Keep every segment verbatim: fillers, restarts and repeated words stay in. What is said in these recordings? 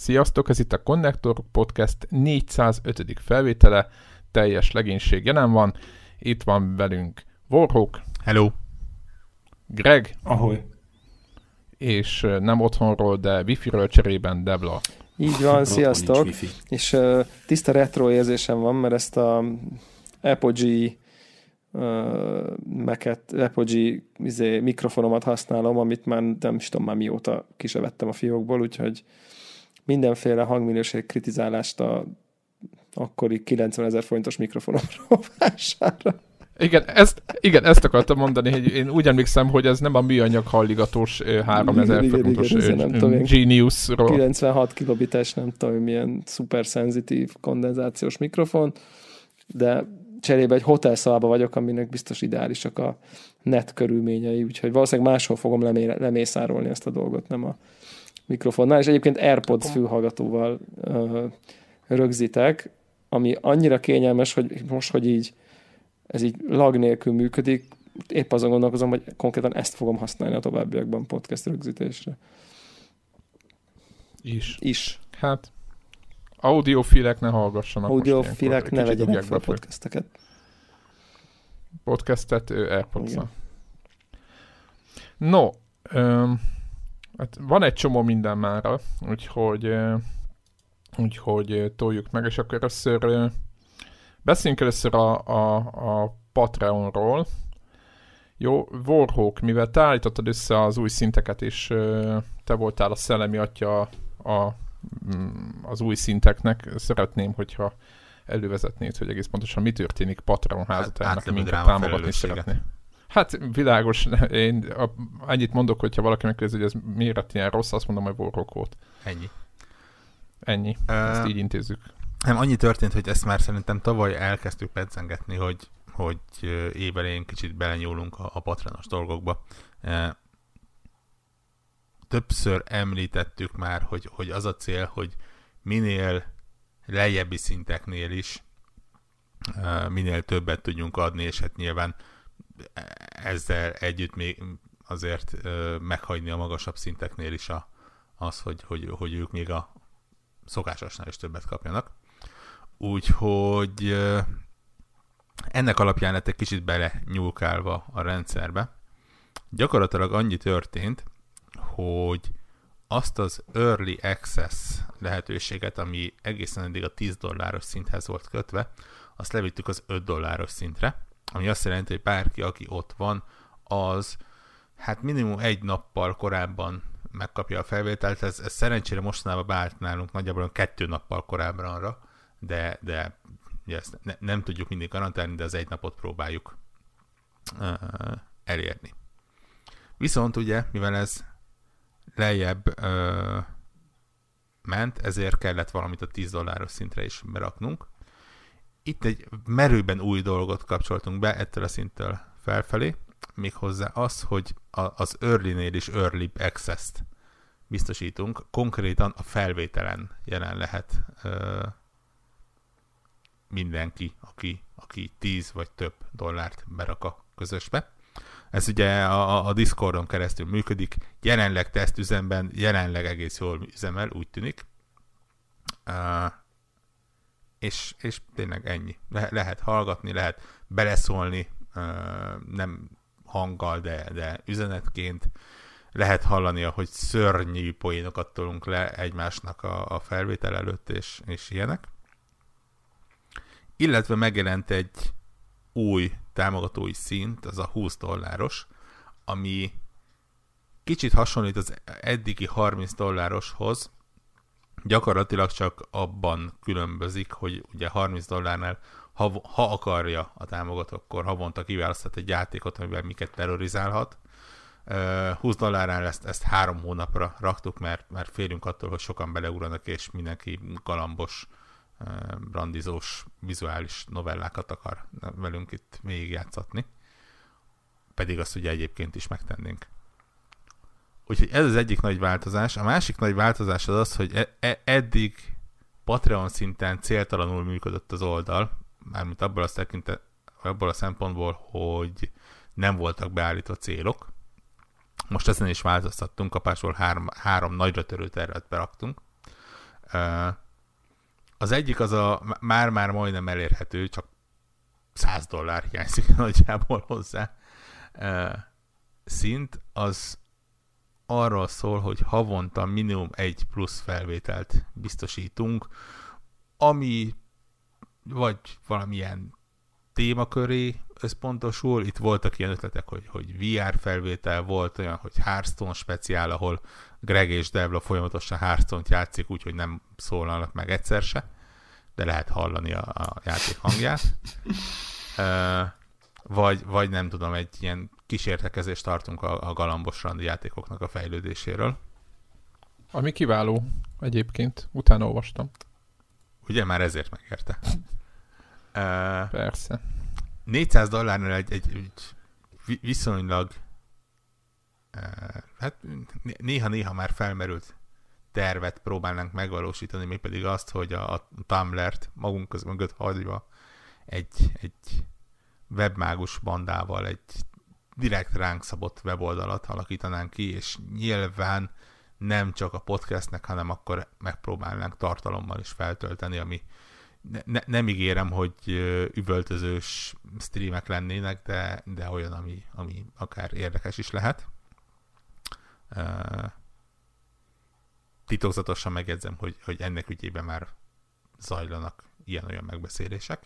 Sziasztok, ez itt a Konnektor Podcast négyszázötödik felvétele, teljes legénység jelen van. Itt van velünk Warhawk. Hello. Greg. Ahoy. És nem otthonról, de wifi-ről cserében Debla. Így van, sziasztok. És uh, tiszta retro érzésem van, mert ezt a Apogee uh, Mac-et, Apogee izé, mikrofonomat használom, amit már nem is tudom már mióta ki se vettem a fiókból, úgyhogy mindenféle hangminőség kritizálást a akkori kilencvenezer forintos mikrofonomról vására. Igen ezt, igen, ezt akartam mondani, hogy én úgy emlékszem, hogy ez nem a műanyag halligatós háromezer forintos Geniusról. kilencvenhat kilobites, nem tudom, milyen szuper szenzitív kondenzációs mikrofon, de cserébe egy hotelszobában vagyok, aminek biztos ideálisak a net körülményei, úgyhogy valószínűleg máshol fogom lemé- lemészárolni ezt a dolgot, nem a mikrofonnál, és egyébként AirPods fülhallgatóval uh, rögzítek, ami annyira kényelmes, hogy most, hogy így ez így lag nélkül működik, épp azon gondolkozom, hogy konkrétan ezt fogom használni a továbbiakban podcast rögzítésre. Is. Is. Hát, audiofilek ne hallgassanak. Audiofilek ne vegyenek fel podcasteket. Podcastet AirPods-a. No, öm, hát van egy csomó minden mára, úgyhogy, úgyhogy toljuk meg, és akkor először beszéljünk először a, a, a Patreonról. Jó, Warhawk, mivel te állítottad össze az új szinteket, és te voltál a szellemi atya a, az új szinteknek, szeretném, hogyha elővezetnéd, hogy egész pontosan mi történik Patreon házatájának, hát, minket támogatni szeretné. Hát világos, én a, annyit mondok, hogyha valaki megkérdezi, hogy ez miért ilyen rossz, azt mondom, hogy Warhawk volt. Ennyi. Ennyi, uh, ezt így intézzük. Nem, annyi történt, hogy ezt már szerintem tavaly elkezdtük pedzengetni, hogy, hogy évelején kicsit belenyúlunk a, a Patreonos dolgokba. Többször említettük már, hogy, hogy az a cél, hogy minél lejjebbi szinteknél is minél többet tudjunk adni, és hát nyilván ezzel együtt még azért meghagyni a magasabb szinteknél is a, az, hogy, hogy, hogy ők még a szokásosnál is többet kapjanak. Úgyhogy ennek alapján lett egy kicsit bele nyúlkálva a rendszerbe. Gyakorlatilag annyi történt, hogy azt az Early Access lehetőséget, ami egészen eddig a tíz dolláros szinthez volt kötve, azt levittük az öt dolláros szintre, ami azt jelenti, hogy bárki, aki ott van, az hát minimum egy nappal korábban megkapja a felvételt. Ez, ez szerencsére mostanában beállt nálunk nagyjából kettő nappal korábbra, de, de ugye ezt ne, nem tudjuk mindig garantálni, de az egy napot próbáljuk uh, elérni. Viszont ugye, mivel ez lejjebb uh, ment, ezért kellett valamit a tíz dolláros szintre is beraknunk. Itt egy merőben új dolgot kapcsoltunk be ettől a szinttől felfelé, méghozzá az, hogy a, az Early-nél is Early Access-t biztosítunk. Konkrétan a felvételen jelen lehet ö, mindenki, aki, aki tíz vagy több dollárt berak a közösbe. Ez ugye a, a Discordon keresztül működik, jelenleg tesztüzemben, jelenleg egész jól üzemel, úgy tűnik. Uh, és, és tényleg ennyi. Le, lehet hallgatni, lehet beleszólni, uh, nem hanggal, de, de üzenetként. Lehet hallani, ahogy szörnyű poénokat tolunk le egymásnak a, a felvétel előtt, és, és ilyenek. Illetve megjelent egy új támogatói szint, az a húsz dolláros, ami kicsit hasonlít az eddigi harminc dollároshoz, gyakorlatilag csak abban különbözik, hogy ugye harminc dollárnál, ha, ha akarja a támogató, akkor havonta kiválaszthat egy játékot, amivel miket terrorizálhat. húsz dollárnál ezt, ezt három hónapra raktuk, mert, mert félünk attól, hogy sokan beleugranak, és mindenki galambos, brandizós, vizuális novellákat akar velünk itt végigjátszatni. Pedig azt ugye egyébként is megtennénk. Úgyhogy ez az egyik nagy változás. A másik nagy változás az az, hogy e- eddig Patreon szinten céltalanul működött az oldal, mármint abból a, szekinte, abból a szempontból, hogy nem voltak beállítva célok. Most ezen is változtattunk, kapásból három, három nagyra törő tervet beraktunk. Az egyik az a már-már majdnem elérhető, csak száz dollár hiányzik nagyjából hozzá szint, az arról szól, hogy havonta minimum egy plusz felvételt biztosítunk, ami vagy valamilyen témaköré összpontosul. Itt voltak ilyen ötletek, hogy, hogy vé er felvétel, volt olyan, hogy Hearthstone speciál, ahol Greg és Devla folyamatosan Hearthstone-t játszik, úgyhogy nem szólalnak meg egyszer se, de lehet hallani a, a játék hangját. uh, vagy, vagy nem tudom, egy ilyen kis értekezést tartunk a, a galambos randi játékoknak a fejlődéséről. Ami kiváló egyébként, utána olvastam. Ugye már ezért megérte. Uh, Persze. négyszáz dollárnál egy, egy, egy viszonylag uh, hát néha-néha már felmerült tervet próbálnánk megvalósítani, mégpedig azt, hogy a, a Tumblr-t magunk közben mögött hagyva egy, egy webmágus bandával egy direkt ránk szabott weboldalat alakítanánk ki, és nyilván nem csak a podcastnek, hanem akkor megpróbálnánk tartalommal is feltölteni, ami ne, ne, nem ígérem, hogy üvöltözős streamek lennének, de, de olyan, ami, ami akár érdekes is lehet. Uh, titokzatosan megjegyzem, hogy, hogy ennek ügyében már zajlanak ilyen-olyan megbeszélések.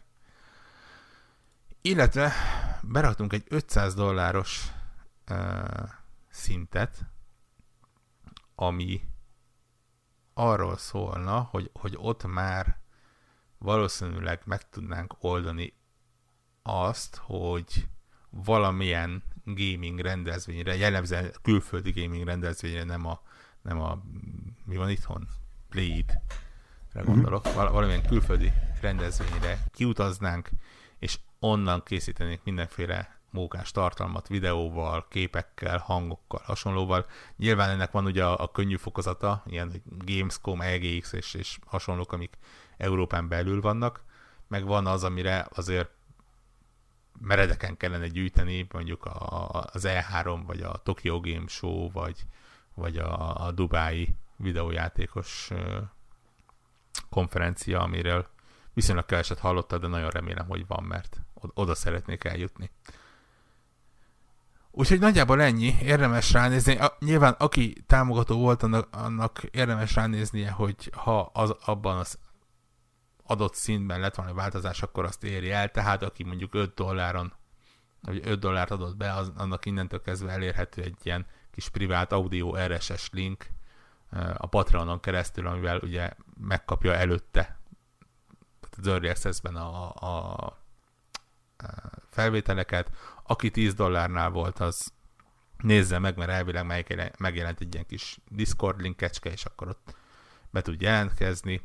Illetve beraktunk egy ötszáz dolláros uh, szintet, ami arról szólna, hogy, hogy ott már valószínűleg meg tudnánk oldani azt, hogy valamilyen gaming rendezvényre, jellemzően külföldi gaming rendezvényre, nem a, nem a mi van itthon? Play-re gondolok, mm-hmm. valamilyen külföldi rendezvényre kiutaznánk, és onnan készítenénk mindenféle mókás tartalmat videóval, képekkel, hangokkal, hasonlóval. Nyilván ennek van ugye a, a könnyű fokozata, ilyen Gamescom, e gé iksz és, és hasonlók, amik Európán belül vannak, meg van az, amire azért meredeken kellene gyűjteni, mondjuk a, az E három, vagy a Tokyo Game Show, vagy, vagy a, a dubái videójátékos konferencia, amiről viszonylag keveset hallottad, de nagyon remélem, hogy van, mert oda szeretnék eljutni. Úgyhogy nagyjából ennyi, érdemes ránézni. A, nyilván aki támogató volt, annak, annak érdemes ránéznie, hogy ha az, abban az adott szintben lett valami változás, akkor azt éri el. Tehát aki mondjuk öt dolláron, vagy öt dollárt adott be, az, annak innentől kezdve elérhető egy ilyen kis privát audio er es es link a Patreonon keresztül, amivel ugye megkapja előtte az Early Access-ben a, a, a felvételeket. Aki tíz dollárnál volt, az nézze meg, mert elvileg megjelent egy ilyen kis Discord linkecske, és akkor ott be tud jelentkezni.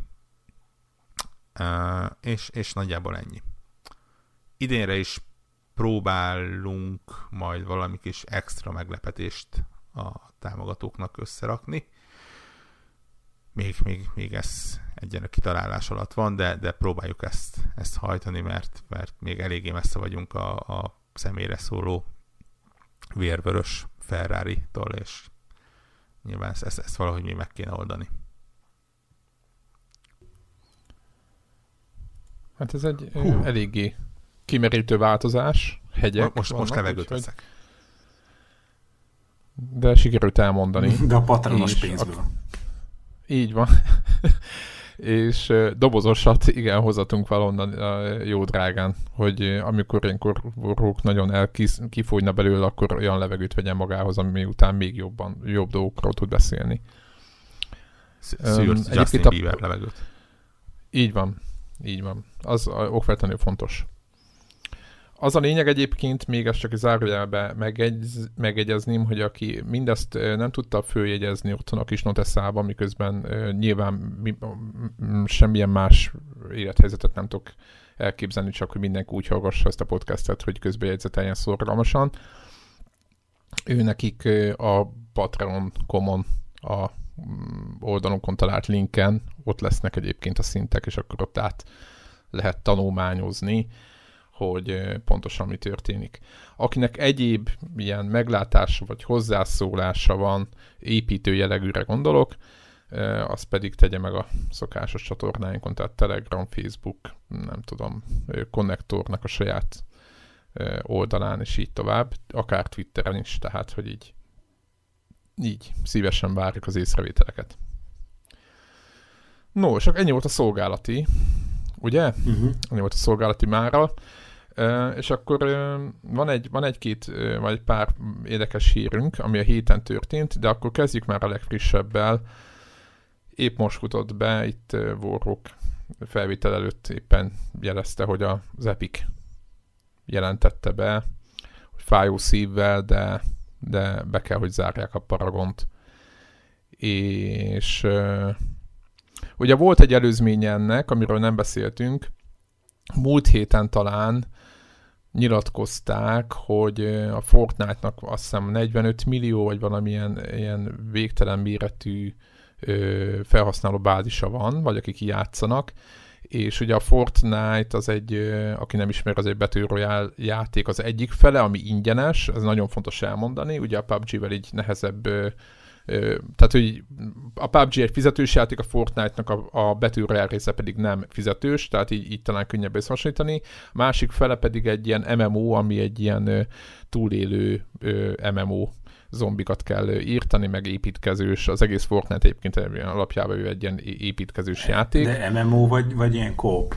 Uh, és, és nagyjából ennyi. Idénre is próbálunk majd valami kis extra meglepetést a támogatóknak összerakni. Még, még, még ez egyenlő kitalálás alatt van, de, de próbáljuk ezt, ezt hajtani, mert, mert még eléggé messze vagyunk a, a személyre szóló vérvörös Ferrari-tól, és nyilván ezt, ezt, ezt valahogy még meg kéne oldani. Hát ez egy Hú. eléggé kimerítő változás, hegyek Most, vannak, most levegőt veszek. De sikerült elmondani. De a patronos pénzből. A... Így van. És dobozosat, igen, hozatunk valonnan jó drágán, hogy amikor ilyenkor nagyon elkifogyna belőle, akkor olyan levegőt vegyen magához, ami után még jobban, jobb dolgokról tud beszélni. Szűrt Justin a... Bieber levegőt. Így van. Így van. Az okvetlenül fontos. Az a lényeg egyébként, még ezt csak egy zárójelbe megegy, megegyezném, hogy aki mindezt nem tudta följegyezni otthon a kis noteszában, miközben nyilván mi, semmilyen más élethelyzetet nem tudok elképzelni, csak hogy mindenki úgy hallgassa ezt a podcastet, hogy közben jegyzeteljen szorgalmasan. Ő nekik a Patreon komon a oldalunkon talált linken, ott lesznek egyébként a szintek, és akkor ott át lehet tanulmányozni, hogy pontosan mi történik. Akinek egyéb ilyen meglátása vagy hozzászólása van, építő jellegűre gondolok, azt pedig tegye meg a szokásos csatornáinkon, tehát Telegram, Facebook, nem tudom, konnektornak a saját oldalán, és így tovább, akár Twitteren is, tehát, hogy így így szívesen várjuk az észrevételeket. No, és ennyi volt a szolgálati, ugye? Uh-huh. Ennyi volt a szolgálati mára. Uh, és akkor uh, van, egy, van egy-két, uh, vagy pár érdekes hírünk, ami a héten történt, de akkor kezdjük már a legfrissebbel. Épp most futott be, itt uh, Warhawk felvétel előtt éppen jelezte, hogy a, az Epic jelentette be, hogy fájó szívvel, de, de be kell, hogy zárják a Paragont. És uh, ugye volt egy előzménye ennek, amiről nem beszéltünk. Múlt héten talán nyilatkozták, hogy a Fortnite-nak azt hiszem negyvenöt millió, vagy valamilyen ilyen végtelen méretű ö, felhasználó bázisa van, vagy akik játszanak, és ugye a Fortnite az egy, ö, aki nem ismer, az egy Battle Royale játék az egyik fele, ami ingyenes, ez nagyon fontos elmondani, ugye a pé u bé gé-vel így nehezebb, ö, ö, tehát hogy a pé u bé gé egy fizetős játék, a Fortnite-nak a, a Battle Royale része pedig nem fizetős, tehát így, így talán könnyebb összehasonlítani. A másik fele pedig egy ilyen em em o, ami egy ilyen ö, túlélő ö, em em o, zombikat kell írtani, meg építkezős. Az egész Fortnite egyébként alapjában ő egy ilyen építkezős játék. De em em o vagy, vagy ilyen kóp?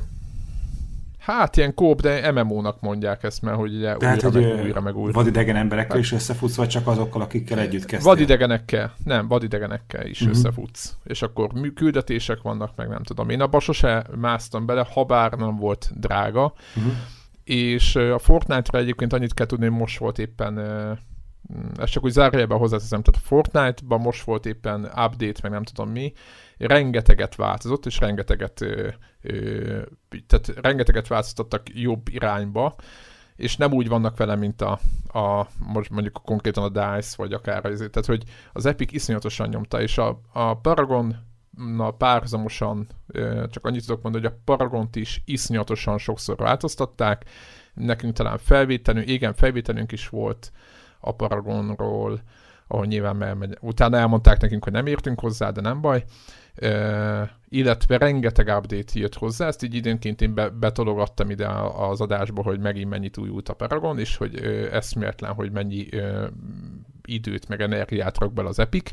Hát ilyen kóp, de em em o-nak mondják ezt, mert hogy ugye tehát, újra, hogy meg, újra, meg újra. Vadidegen emberekkel hát, is összefutsz, vagy csak azokkal, akikkel együtt kezdtél? Vadidegenekkel, nem, vadidegenekkel is uh-huh. összefutsz. És akkor küldetések vannak, meg nem tudom. Én abban sose másztam bele, ha bár nem volt drága. Uh-huh. És a Fortnite-ra egyébként annyit kell tudni, hogy most volt éppen, ezt csak úgy zárójelben hozzáteszem, tehát a Fortnite-ban most volt éppen update, meg nem tudom mi, rengeteget változott, és rengeteget, ö, ö, tehát rengeteget változtattak jobb irányba, és nem úgy vannak vele, mint a, a most mondjuk konkrétan a DICE, vagy akár azért, tehát hogy az Epic iszonyatosan nyomta, és a, a Paragonnal párhuzamosan, ö, csak annyit tudok mondani, hogy a Paragont is iszonyatosan sokszor változtatták, nekünk talán felvételünk, igen, felvételünk is volt a Paragonról, ahol nyilván elmegy. Utána elmondták nekünk, hogy nem értünk hozzá, de nem baj. Uh, illetve rengeteg update jött hozzá, ezt így időnként én be, betologattam ide az adásba, hogy megint mennyit újult a Paragon, és hogy uh, eszméletlen, hogy mennyi uh, időt meg energiát rak bele az Epic.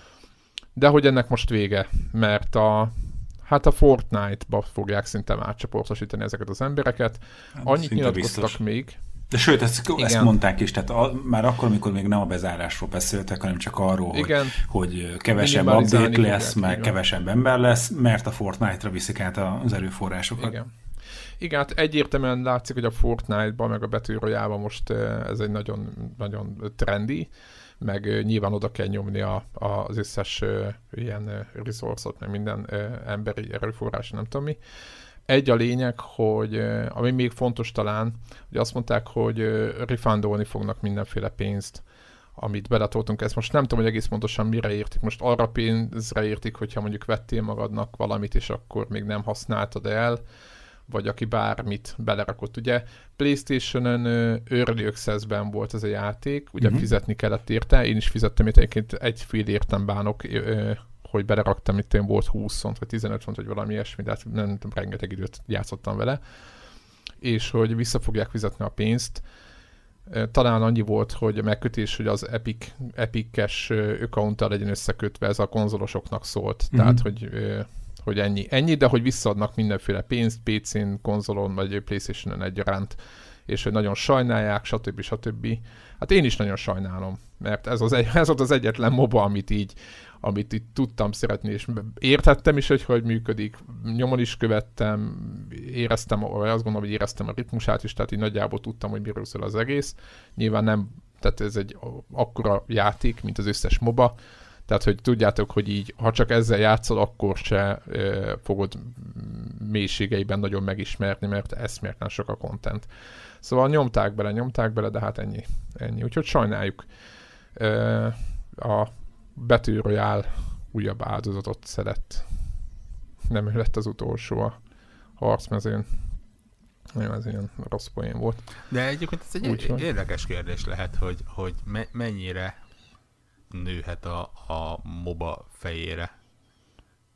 De hogy ennek most vége, mert a hát a Fortnite-ba fogják szinte átcsoportosítani ezeket az embereket. Annyit nyilatkoztak biztos. Még. De sőt, ezt, ezt mondták is, tehát a, már akkor, amikor még nem a bezárásról beszéltek, hanem csak arról, hogy, hogy kevesebb update lesz, meg igen. kevesebb ember lesz, mert a Fortnite-ra viszik át az erőforrásokat. Igen. Igen, hát egyértelműen látszik, hogy a Fortnite-ban, meg a Battle Royale-ban most ez egy nagyon, nagyon trendi, meg nyilván oda kell nyomni a, a, az összes ilyen resource-ot, meg minden emberi erőforrás, nem tudom mi. Egy a lényeg, hogy ami még fontos talán, hogy azt mondták, hogy refundolni fognak mindenféle pénzt, amit beletoltunk. Ezt most nem tudom, hogy egész pontosan mire értik. Most arra pénzre értik, hogyha mondjuk vettél magadnak valamit, és akkor még nem használtad el, vagy aki bármit belerakott. Ugye PlayStation-ön Early Access-ben volt ez a játék, ugye uh-huh. fizetni kellett érte, én is fizettem, egyébként egy fél értem bánok, hogy beleraktam, itt én volt húsz font, vagy tizenöt font, vagy valami ilyesmi, de hát nem tudom, rengeteg időt játszottam vele, és hogy vissza fogják fizetni a pénzt. Talán annyi volt, hogy a megkötés, hogy az Epic, Epic-es account-tal legyen összekötve, ez a konzolosoknak szólt, mm-hmm. tehát hogy, hogy ennyi. ennyi, de hogy visszaadnak mindenféle pénzt, pé cén, konzolon, vagy PlayStation-on egyaránt, és hogy nagyon sajnálják, stb. stb. Hát én is nagyon sajnálom, mert ez, az egy, ez volt az egyetlen MOBA, amit így amit itt tudtam szeretni, és értettem is, hogy hogy működik, nyomon is követtem, éreztem, vagy azt gondolom, hogy éreztem a ritmusát is, tehát így nagyjából tudtam, hogy miről szól az egész. Nyilván nem, tehát ez egy akkora játék, mint az összes MOBA, tehát hogy tudjátok, hogy így, ha csak ezzel játszol, akkor se e, fogod mélységeiben nagyon megismerni, mert eszméletlen sok a content. Szóval nyomták bele, nyomták bele, de hát ennyi. ennyi. Úgyhogy sajnáljuk. E, a Battle Royale újabb áldozatot szedett. Nem ő lett az utolsó a harcmezőn. Nagyon ez ilyen rossz poén volt. De egyébként ez egy Úgy érdekes kérdés lehet, hogy, hogy me- mennyire nőhet a, a MOBA fejére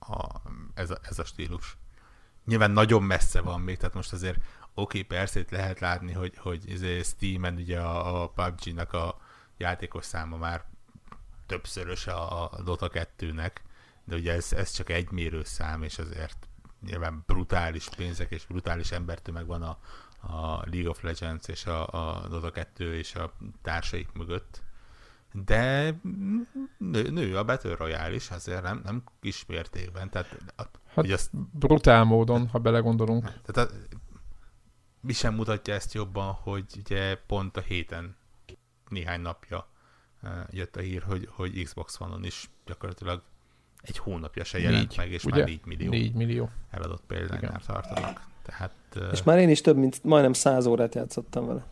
a, ez, a, ez a stílus. Nyilván nagyon messze van még, tehát most azért oké, okay, persze itt lehet látni, hogy, hogy Steamen ugye a, a pé u bé gé-nek a játékos száma már többszörös a, a Dota kettőnek, de ugye ez, ez csak egy mérőszám, és azért nyilván brutális pénzek és brutális embertömeg van a, a League of Legends és a, a Dota kettő és a társaik mögött. De nő, nő a Battle Royale is, azért nem, nem kis mértékben. Tehát, hát azt, brutál módon, ha belegondolunk. Tehát a, mi sem mutatja ezt jobban, hogy ugye pont a héten néhány napja jött a hír, hogy, hogy Xbox One-on is gyakorlatilag egy hónapja se jelent négy, meg, és ugye? Már négy millió, négy millió eladott példánynál tartanak. Tehát, és már én is több mint majdnem száz órát játszottam vele.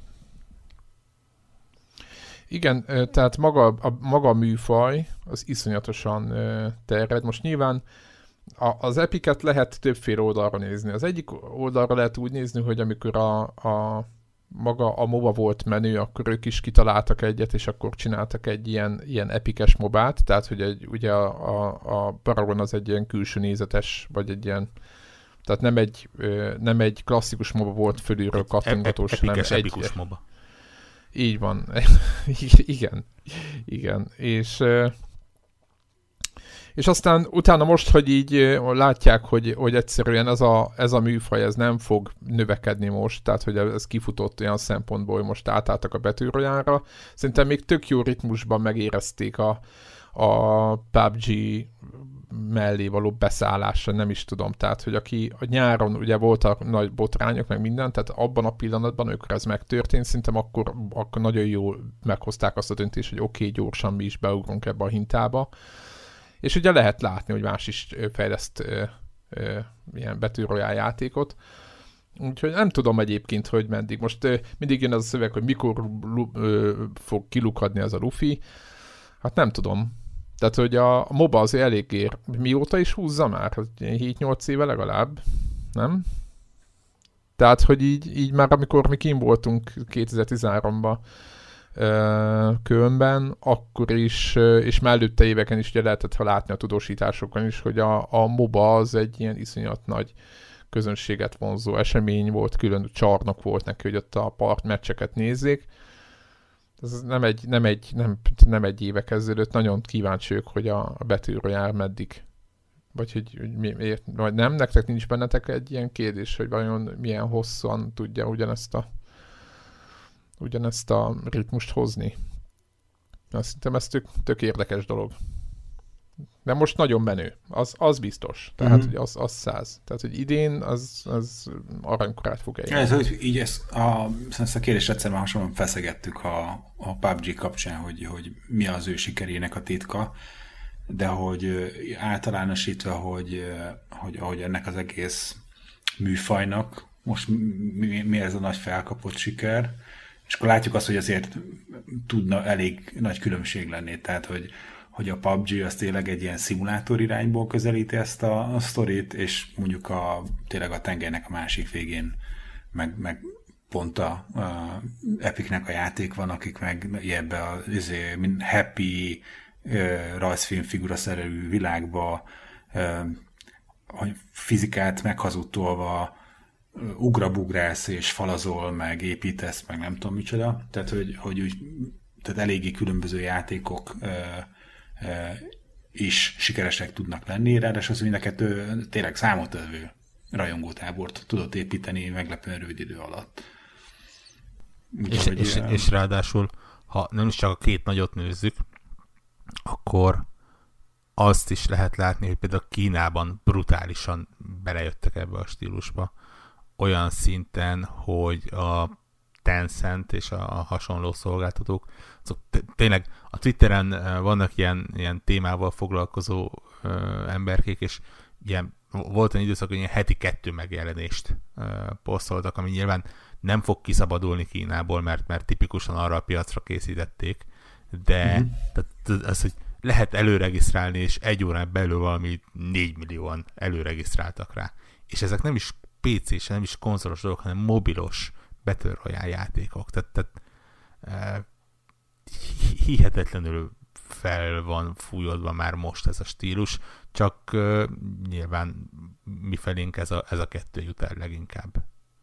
Igen, tehát maga a, maga a műfaj az iszonyatosan terjed. Most nyilván a, az Epic-et lehet többféle oldalra nézni. Az egyik oldalra lehet úgy nézni, hogy amikor a, a maga a MOBA volt menő, akkor ők is kitaláltak egyet, és akkor csináltak egy ilyen, ilyen epikes mobát, tehát hogy egy, ugye a, a, a Paragon az egy ilyen külső nézetes, vagy egy ilyen, tehát nem egy, nem egy klasszikus moba volt fölülről kattingatós, hanem egy epikus moba. Így van. Igen. Igen. És, és aztán utána most, hogy így látják, hogy, hogy egyszerűen ez a, ez a műfaj, ez nem fog növekedni most, tehát hogy ez kifutott olyan szempontból, hogy most átálltak a Battle Royale-ra. Szerintem még tök jó ritmusban megérezték a, a pé u bé gé mellé való beszállásra, nem is tudom. Tehát, hogy aki a nyáron ugye voltak nagy botrányok, meg minden, tehát abban a pillanatban, amikor ez megtörtént, szerintem akkor, akkor nagyon jól meghozták azt a döntést, hogy oké, okay, gyorsan mi is beugrunk ebbe a hintába. És ugye lehet látni, hogy más is fejleszt ö, ö, ilyen Battle Royale játékot. Úgyhogy nem tudom egyébként, hogy meddig. Most ö, mindig jön az a szöveg, hogy mikor ö, fog kilukadni ez a Luffy. Hát nem tudom. Tehát, hogy a MOBA azért elég ér. Mióta is húzza már? hét-nyolc éve legalább? Nem? Tehát, hogy így, így már amikor mi kim voltunk kétezer-tizenháromban Kölnben, akkor is, és már előtte éveken is ugye lehetett látni a tudósításokon is, hogy a, a MOBA az egy ilyen iszonyat nagy közönséget vonzó esemény volt, külön csarnok volt neki, hogy ott a partmeccseket nézzék. Ez nem egy, nem egy, nem, nem egy éve kezdődött, nagyon kíváncsiak, hogy a Battle Royale meddig, vagy hogy, hogy miért, vagy nem, nektek nincs bennetek egy ilyen kérdés, hogy vajon milyen hosszan tudja ugyanezt a ugyanezt a ritmust hozni. Azt szerintem ez tök, tök érdekes dolog. De most nagyon menő. Az, az biztos. Tehát, mm-hmm. hogy az, az száz. Tehát, hogy idén az, az aranykorát fog eljönni. Ez, hogy így ezt a, ezt a kérdést egyszer már hasonlóan feszegettük a, a pé u bé gé kapcsán, hogy, hogy mi az ő sikerének a titka, de hogy általánosítva, hogy, hogy ahogy ennek az egész műfajnak most mi, mi ez a nagy felkapott siker, és akkor látjuk azt, hogy azért tudna elég nagy különbség lenni. Tehát, hogy, hogy a pé u bé gé az tényleg egy ilyen szimulátor irányból közelíti ezt a, a sztorit, és mondjuk a, tényleg a tengernek a másik végén meg, meg pont a, a Epicnek a játék van, akik meg ebbe a izé, happy rajzfilmfiguraszerű világba a fizikát meghazudtolva ugrabugrász és falazol, meg építesz, meg nem tudom micsoda. Tehát, hogy, hogy úgy, tehát eléggé különböző játékok ö, ö, is sikeresek tudnak lenni, ráadásul mind a kettő tényleg számottevő rajongótábort tudott építeni meglepően rövid idő alatt. Úgy, és, és, ilyen... és ráadásul, ha nem is csak a két nagyot nézzük, akkor azt is lehet látni, hogy például Kínában brutálisan belejöttek ebbe a stílusba. Olyan szinten, hogy a Tencent és a hasonló szolgáltatók, azok tényleg a Twitteren vannak ilyen, ilyen témával foglalkozó ö, emberkék, és ilyen, volt egy időszak, hogy ilyen heti kettő megjelenést ö, posztoltak, ami nyilván nem fog kiszabadulni Kínából, mert, mert tipikusan arra a piacra készítették, de mm-hmm. tehát az, hogy lehet előregisztrálni, és egy órán belül valami négy millióan előregisztráltak rá. És ezek nem is pé cés, nem is konzolos dolgok, hanem mobilos Battle Royale játékok. Tehát, tehát uh, hihetetlenül fel van fújódva már most ez a stílus, csak uh, nyilván mifelénk ez a, ez a kettő jut el leginkább.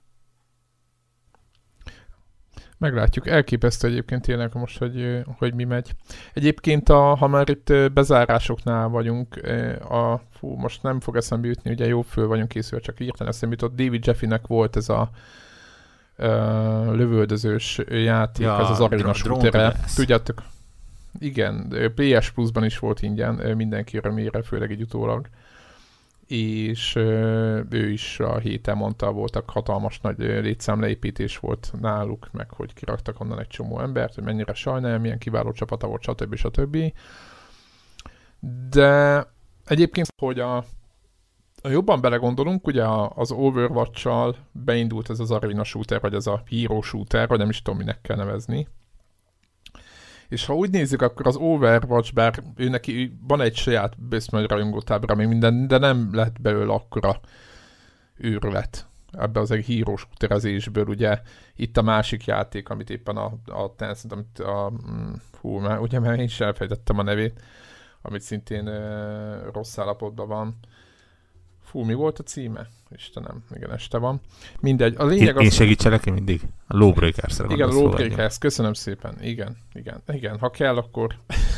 Meglátjuk. Elképesztő egyébként tényleg most, hogy, hogy mi megy. Egyébként, a, ha már itt bezárásoknál vagyunk, a, fú, most nem fog eszembe jutni, ugye jó föl vagyunk készülve, csak írtan eszembe jutott. David Jeffy-nek volt ez a uh, lövöldözős játék, ja, ez az arena shooter. Tudjátok? Igen, pé es Plus-ban is volt ingyen, mindenki örömére, főleg egy utólag. És ő is a héten mondta, voltak hatalmas nagy létszámleépítés volt náluk, meg hogy kiraktak onnan egy csomó embert, hogy mennyire sajnálja, milyen kiváló csapata volt, stb. stb. De egyébként, hogy a, a jobban belegondolunk, ugye az Overwatch-sal beindult ez az arena shooter, vagy ez a hero shooter, vagy nem is tudom, minek kell nevezni. És ha úgy nézzük, akkor az Overwatch, bár ő neki van egy saját bőszmöny rajongótábra még minden, de nem lett belőle akkora őrület ebbe az egy hero shooterezésből, ugye itt a másik játék, amit éppen a, a Tencent, amit a, hú, már, ugye már én is elfejtettem a nevét, amit szintén uh, rossz állapotban van. Fú, mi volt a címe? Istenem, igen, este van. Mindegy. A lényeg én, én segítselek én mindig? A Lawbreakers-re igen, a Lawbreakers, köszönöm szépen. Igen, igen, igen. Ha kell, akkor...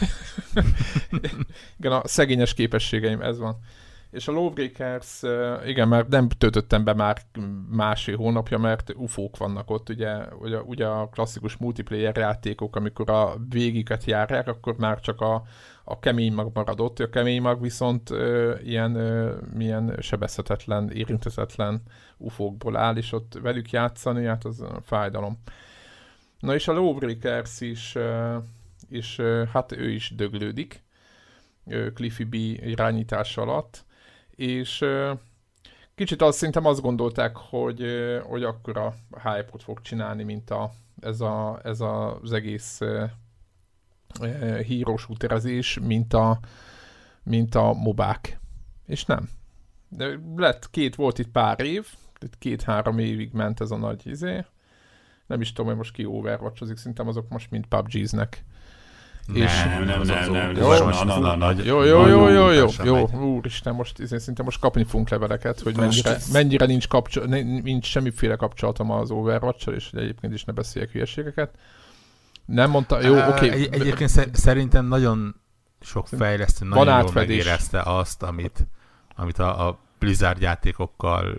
igen, a szegényes képességeim, ez van. És a Lawbreakers, igen, már nem töltöttem be már másfél hónapja, mert ufók vannak ott, ugye, ugye, ugye a klasszikus multiplayer játékok, amikor a végiket járják, akkor már csak a, a kemény mag marad ott, a kemény mag viszont ö, ilyen, ö, milyen sebezhetetlen, érinthetetlen ufókból áll, és ott velük játszani, hát az fájdalom. Na és a Lawbreakers is, ö, és ö, hát ő is döglődik, ö, Cliffy B irányítása alatt, és uh, kicsit azt szerintem azt gondolták, hogy, uh, hogy akkora hype-ot fog csinálni, mint a, ez, a, ez a, az egész uh, uh, hero shooterezés, mint a, mint a mobák. És nem. De lett két, volt itt pár év, két-három évig ment ez a nagy izé. Nem is tudom, hogy most ki Overwatch-ozik, szerintem azok most mind pé u bé gé-znek. Nem, nem, nem, nem. Jó, jó, jó, jó, jó, jó, úristen, most szinte most kapni fogunk leveleket, hogy mennyire, mennyire nincs, kapcsol, nincs semmiféle kapcsolatom az Overwatch-sal, és hogy egyébként is ne beszéljek hülyeségeket. Nem mondta, jó, oké. Okay. Egy, egyébként szerintem nagyon sok fejlesztő nagyon jól megérezte azt, amit, amit a, a Blizzard játékokkal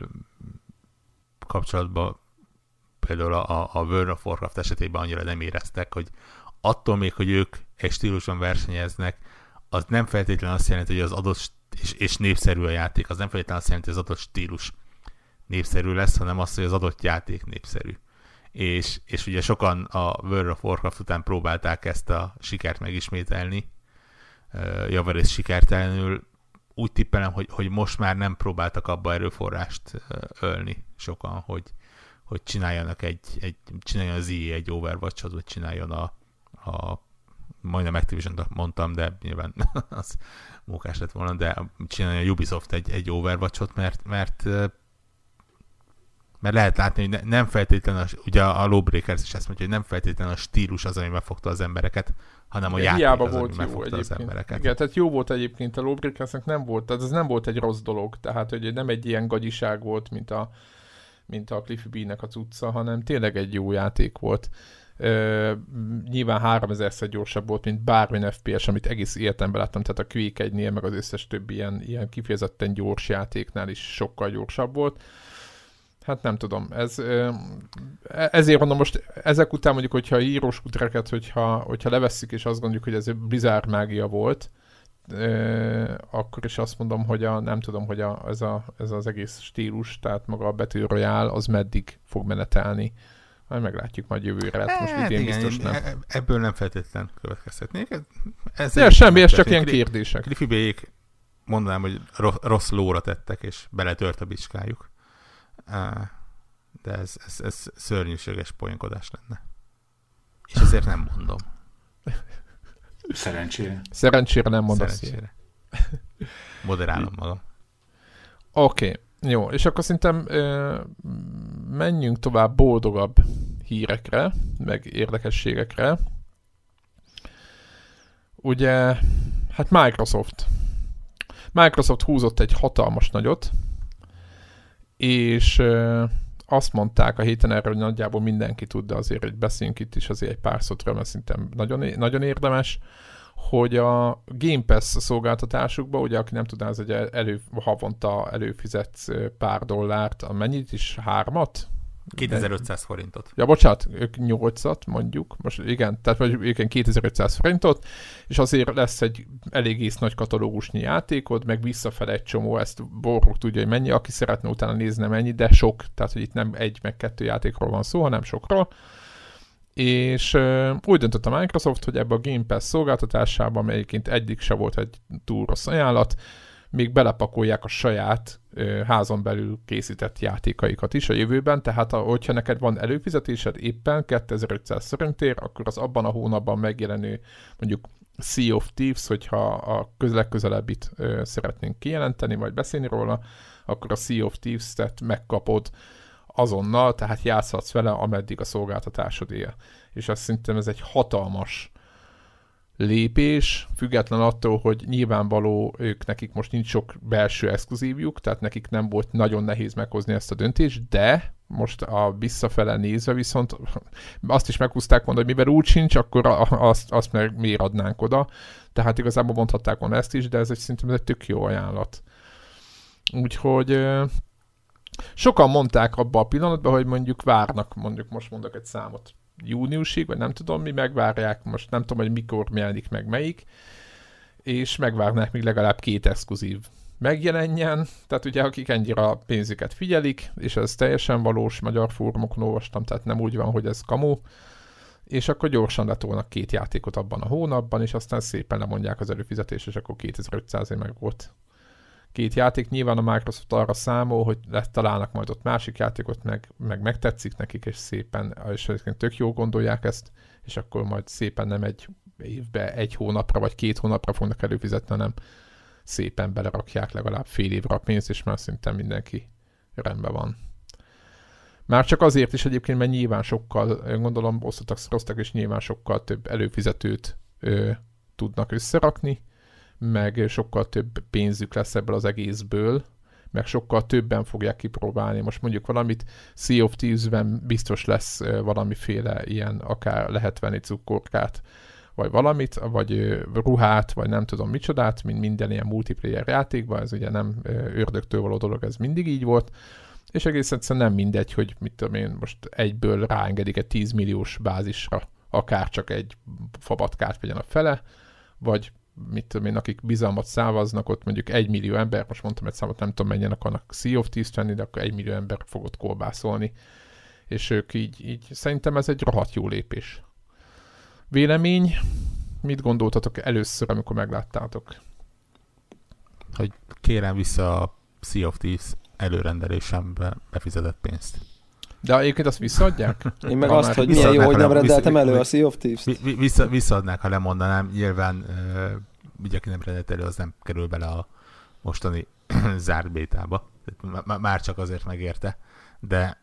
kapcsolatban például a, a World of Warcraft esetében annyira nem éreztek, hogy attól még, hogy ők egy stíluson versenyeznek, az nem feltétlenül azt jelenti, hogy az adott és, és népszerű a játék, az nem feltétlenül azt jelenti, hogy az adott stílus népszerű lesz, hanem azt, hogy az adott játék népszerű. És, és ugye sokan a World of Warcraft után próbálták ezt a sikert megismételni, javarészt sikertelenül. Úgy tippelem, hogy, hogy most már nem próbáltak abba erőforrást ölni sokan, hogy, hogy csináljanak egy, egy csináljon az í á egy Overwatch-ot, vagy csináljon a a majdnem Activision-t mondtam, de nyilván az mókás lett volna, de csinálja a Ubisoft egy, egy Overwatch-ot, mert, mert mert lehet látni, hogy nem feltétlenül, ugye a Lawbreakers is ezt mondja, hogy nem feltétlenül a stílus az, ami megfogta az embereket, hanem a játék hiába az, volt ami megfogta az embereket. Igen, tehát jó volt egyébként a Lawbreakersnek, nem volt, tehát ez nem volt egy rossz dolog, tehát hogy nem egy ilyen gagyiság volt, mint a, mint a Cliffy B-nek a cucca, hanem tényleg egy jó játék volt. Uh, nyilván háromezerszer gyorsabb volt, mint bármilyen ef pé es, amit egész életemben láttam, tehát a Quake egynél, meg az összes többi ilyen, ilyen kifejezetten gyors játéknál is sokkal gyorsabb volt. Hát nem tudom, ez, uh, ezért mondom most, ezek után mondjuk, hogyha a hírós útreket, hogyha, hogyha levesszük és azt gondoljuk, hogy ez Blizzard mágia volt, uh, akkor is azt mondom, hogy a, nem tudom, hogy a, ez, a, ez az egész stílus, tehát maga a Battle Royale, az meddig fog menetelni. Majd meglátjuk majd jövőre, hát most hát idén igen, biztos nem. Ebből nem feltétlen következtetnék. Ez ja, semmi, ez csak ilyen kérdések. Cliffy B-ék mondanám, hogy rossz lóra tettek, és beletört a bicskájuk. De ez, ez, ez szörnyűséges poénkodás lenne. És ezért nem mondom. Szerencsére. Szerencsére nem mondasz. Szerencsére. Moderálom magam. Oké. Okay. Jó, és akkor szerintem ö, menjünk tovább boldogabb hírekre, meg érdekességekre. ugye, hát Microsoft. Microsoft húzott egy hatalmas nagyot, és azt mondták a héten erről, hogy nagyjából mindenki tud, de azért, hogy beszéljünk itt is azért egy pár szótról, mert szerintem nagyon, nagyon érdemes, hogy a Game Pass szolgáltatásukban, ugye aki nem tudná, ez egy elő, havonta előfizetsz pár dollárt, mennyit is? Hármat? kétezer-ötszáz forintot. Ja, bocsánat, ők nyolcat mondjuk, most igen, tehát vagy igen, kétezer-ötszáz forintot, és azért lesz egy elég ész nagy katalógusnyi játékod, meg visszafele egy csomó, ezt Borruk tudja, hogy mennyi, aki szeretne utána nézni, mennyi, de sok, tehát hogy itt nem egy meg kettő játékról van szó, hanem sokról. És uh, úgy döntött a Microsoft, hogy ebbe a Game Pass szolgáltatásában, melyiként egyik se volt egy túl rossz ajánlat, még belepakolják a saját uh, házon belül készített játékaikat is a jövőben, tehát ha, hogyha neked van előfizetésed éppen kétezer-ötszáz forintért, akkor az abban a hónapban megjelenő mondjuk Sea of Thieves, hogyha a legközelebbit uh, szeretnénk kijelenteni, vagy beszélni róla, akkor a Sea of Thieves-et megkapod azonnal, tehát játszhatsz vele, ameddig a szolgáltatásod él. És azt szerintem ez egy hatalmas lépés, független attól, hogy nyilvánvaló ők nekik most nincs sok belső exkluzívjuk, tehát nekik nem volt nagyon nehéz meghozni ezt a döntést, de most a visszafele nézve viszont azt is meghúzták volna, hogy mivel úgy sincs, akkor azt, azt meg miért adnánk oda. Tehát igazából mondhatták volna ezt is, de ez egy, szerintem ez egy tök jó ajánlat. Úgyhogy sokan mondták abban a pillanatban, hogy mondjuk várnak, mondjuk most mondok egy számot, júniusig, vagy nem tudom mi, megvárják, most nem tudom, hogy mikor jelenik meg melyik, és megvárnák még legalább két exkluzív megjelenjen, tehát ugye akik ennyire a pénzüket figyelik, és ez teljesen valós, magyar fórumokon olvastam, tehát nem úgy van, hogy ez kamu, és akkor gyorsan letolnak két játékot abban a hónapban, és aztán szépen lemondják az előfizetést, és akkor kétezer-ötszázért meg volt két játék. Nyilván a Microsoft arra számol, hogy találnak majd ott másik játékot, meg, meg megtetszik nekik, és szépen, és tök jól gondolják ezt, és akkor majd szépen nem egy évbe, egy hónapra, vagy két hónapra fognak előfizetni, hanem szépen belerakják legalább fél évre a pénzt, és már szinte mindenki rendben van. Már csak azért is egyébként, mert nyilván sokkal, gondolom, osztottak, szoroztak, és nyilván sokkal több előfizetőt ö, tudnak összerakni, meg sokkal több pénzük lesz ebből az egészből, meg sokkal többen fogják kipróbálni. Most mondjuk valamit Sea of Thieves-ben biztos lesz valamiféle ilyen, akár lehet venni cukorkát, vagy valamit, vagy ruhát, vagy nem tudom micsodát, mint minden ilyen multiplayer játékban, ez ugye nem ördögtől való dolog, ez mindig így volt, és egész egyszerűen nem mindegy, hogy mit tudom én, most egyből ráengedik egy tíz milliós bázisra, akár csak egy fabatkát vegyen a fele, vagy mit tudom én, akik bizalmat szávaznak, ott mondjuk egy millió ember, most mondtam egy számot, nem tudom mennyien akarnak Sea of Thieves venni, de akkor egy millió ember fogott kolbászolni. És ők így, így, szerintem ez egy rohadt jó lépés. Vélemény? Mit gondoltatok először, amikor megláttátok? Hogy kérem vissza a Sea of Thieves előrendelésembe befizetett pénzt. De egyébként azt visszaadják? Én meg azt, hogy milyen jó, hogy nem rendeltem elő a Sea of Thieves-t. Vissza, visszaadnák, ha lemondanám. Nyilván, uh, ugye aki nem rendelt elő, az nem kerül bele a mostani zárt bétába. Már csak azért megérte. De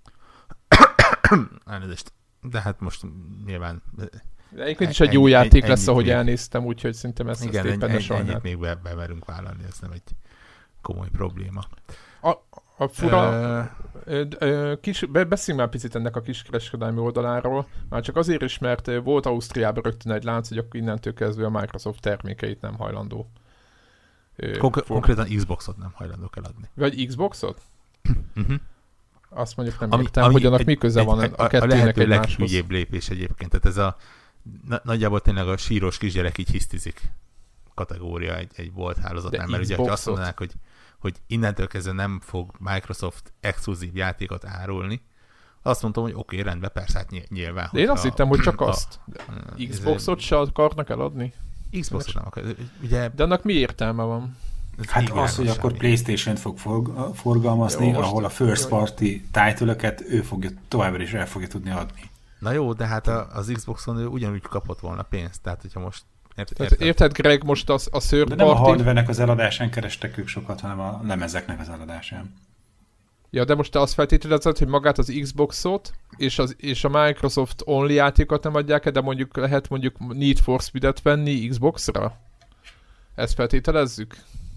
elnézést. De hát most nyilván... De egyébként is egy jó ennyi, játék lesz, ahogy még elnéztem, úgyhogy szerintem ezt, igen, ezt éppen ennyi, ne sajnál. Ennyit még be, bemerünk vállalni, ez nem egy komoly probléma. A, a fura... Uh, ö, ö, kis, beszéljünk már picit ennek a kiskereskedelmi oldaláról, már csak azért is, mert volt Ausztriában rögtön egy lánc, hogy akkor innentől kezdve a Microsoft termékeit nem hajlandó. Ö, Konk- konkrétan Xboxot nem hajlandók eladni. Vagy Xboxot? uh-huh. Azt mondjuk nem ami, értem, ami hogy annak mi köze van a, a kettőnek egymáshoz. A lehető leghülyébb lépés egyébként. Tehát ez a na, nagyjából tényleg a sírós kisgyerek így hisztizik kategória egy, egy volt hálózatnál, mert ugye azt mondanák, hogy, hogy innentől kezdve nem fog Microsoft exkluzív játékot árulni. Azt mondtam, hogy oké, okay, rendben, persze, hát nyilván. De én azt hittem, hogy csak azt. A, Xboxot se akarnak eladni? Xboxot nem akar. Ugye... De annak mi értelme van? Hát az, hogy akkor PlayStation-t fog forgalmazni, jó, ahol a first party title-öket ő fogja, továbbra is el fogja tudni adni. Na jó, de hát az Xboxon ő ugyanúgy kapott volna pénzt, tehát hogyha most... Ért, érted? érted, Greg, most az, a third de party... nem a hardware-nek az eladásán kerestek ők sokat, hanem a lemezeknek az eladásán. Ja, de most te azt feltételezed, hogy magát az Xboxot és, az, és a Microsoft Only játékot nem adják el, de mondjuk lehet mondjuk Need for Speed-et venni Xboxra? Ezt feltételezzük?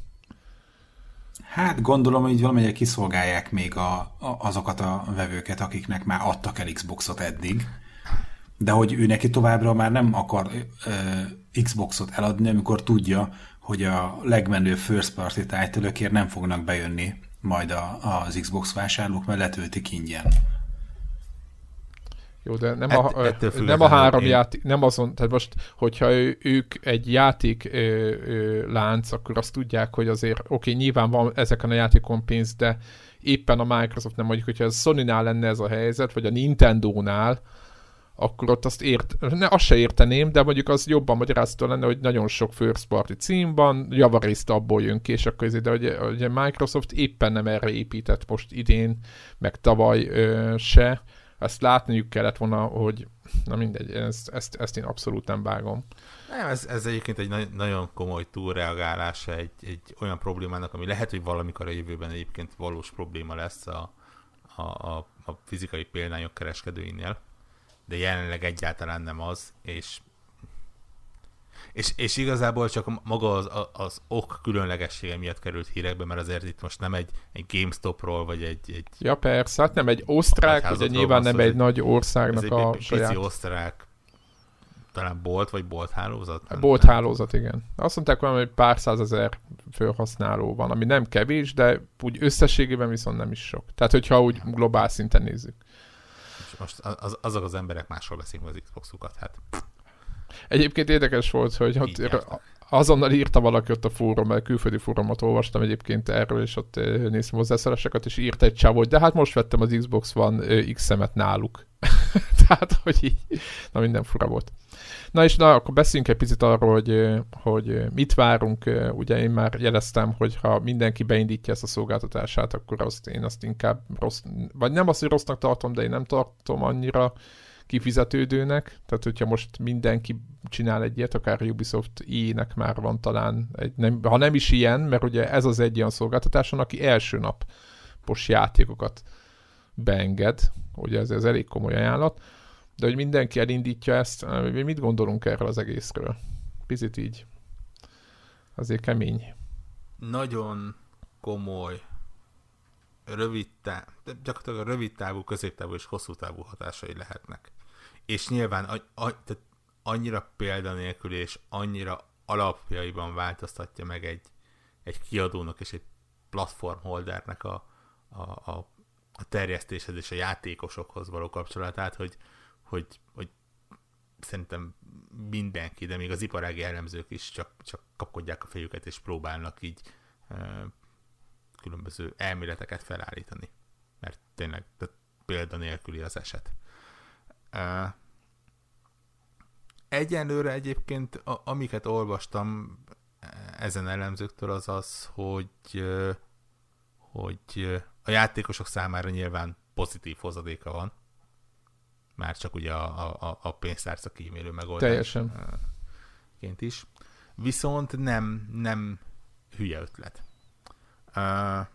Hát gondolom, hogy valamennyire kiszolgálják még a, a, azokat a vevőket, akiknek már adtak el Xboxot eddig, de hogy ő neki továbbra már nem akar ö, Xboxot eladni, amikor tudja, hogy a legmenőbb first party title-ökért nem fognak bejönni majd a, az Xbox vásárlók, mert letöltik ingyen. Jó, de nem, a, Ett, nem a három én... játék, nem azon, tehát most, hogyha ő, ők egy játék ö, ö, lánc, akkor azt tudják, hogy azért, oké, okay, nyilván van ezeken a játékon pénz, de éppen a Microsoft nem mondjuk, hogyha a Sony-nál lenne ez a helyzet, vagy a Nintendo-nál, akkor ott azt, ért, ne, azt se érteném, de mondjuk az jobban magyarázható lenne, hogy nagyon sok first party cím van, javarészt abból jön ki, és akkor ezért, de hogy, hogy a Microsoft éppen nem erre épített most idén, meg tavaly ö, se. Ezt látniuk kellett volna, hogy na mindegy, ezt, ezt, ezt én abszolút nem vágom. Nem, ez, ez egyébként egy na- nagyon komoly túlreagálása egy, egy olyan problémának, ami lehet, hogy valamikor a jövőben egyébként valós probléma lesz a, a, a, a fizikai példányok kereskedőinél, de jelenleg egyáltalán nem az, és, és, és igazából csak maga az, az ok különlegessége miatt került hírekbe, mert azért itt most nem egy, egy GameStopról, vagy egy, egy... Ja persze, hát nem egy osztrák, ugye nyilván nem egy, egy nagy országnak a egy, egy saját... pici osztrák, talán bolt, vagy bolthálózat? Bolthálózat, igen. Azt mondták, hogy pár százezer felhasználó van, ami nem kevés, de úgy összességében viszont nem is sok. Tehát, hogyha úgy globál szinten nézzük. Most az, azok az emberek máshol veszik az Xboxukat, hát... Egyébként érdekes volt, hogy ott azonnal írta valaki ott a fórum, mert külföldi fórumot olvastam egyébként erről, és ott néztem hozzászólásokat, és írt egy csáv, hogy de hát most vettem az Xbox One X-emet náluk. Tehát, hogy így, na minden fura volt. Na és na, akkor beszéljünk egy picit arról, hogy, hogy mit várunk. Ugye én már jeleztem, hogy ha mindenki beindítja ezt a szolgáltatását, akkor azt én azt inkább rossz, vagy nem azt, hogy rossznak tartom, de én nem tartom annyira kifizetődőnek. Tehát, hogyha most mindenki csinál egy ilyet, akár Ubisoft i-nek már van talán, egy, nem, ha nem is ilyen, mert ugye ez az egy olyan szolgáltatáson, aki első napos játékokat beenged, ugye ez, ez elég komoly ajánlat, de hogy mindenki elindítja ezt, mit gondolunk erről az egészről? Picit így. Azért kemény. Nagyon komoly, rövid táv, gyakorlatilag a rövid távú, középtávú és hosszú távú hatásai lehetnek. És nyilván a, a, tehát annyira példanélkül és annyira alapjaiban változtatja meg egy, egy kiadónak és egy platform holdernek a, a, a, a terjesztéshez és a játékosokhoz való kapcsolatát, hogy, hogy, hogy szerintem mindenki, de még az iparági elemzők is csak, csak kapkodják a fejüket és próbálnak így e, különböző elméleteket felállítani. Mert tényleg példanélküli az eset. E, egyenlőre egyébként, a, amiket olvastam ezen elemzőktől, az az, hogy, hogy a játékosok számára nyilván pozitív hozadéka van. Már csak ugye a, a, a pénztárca kímélő megoldás. Teljesen. Ként is. Viszont nem, nem hülye ötlet. Uh,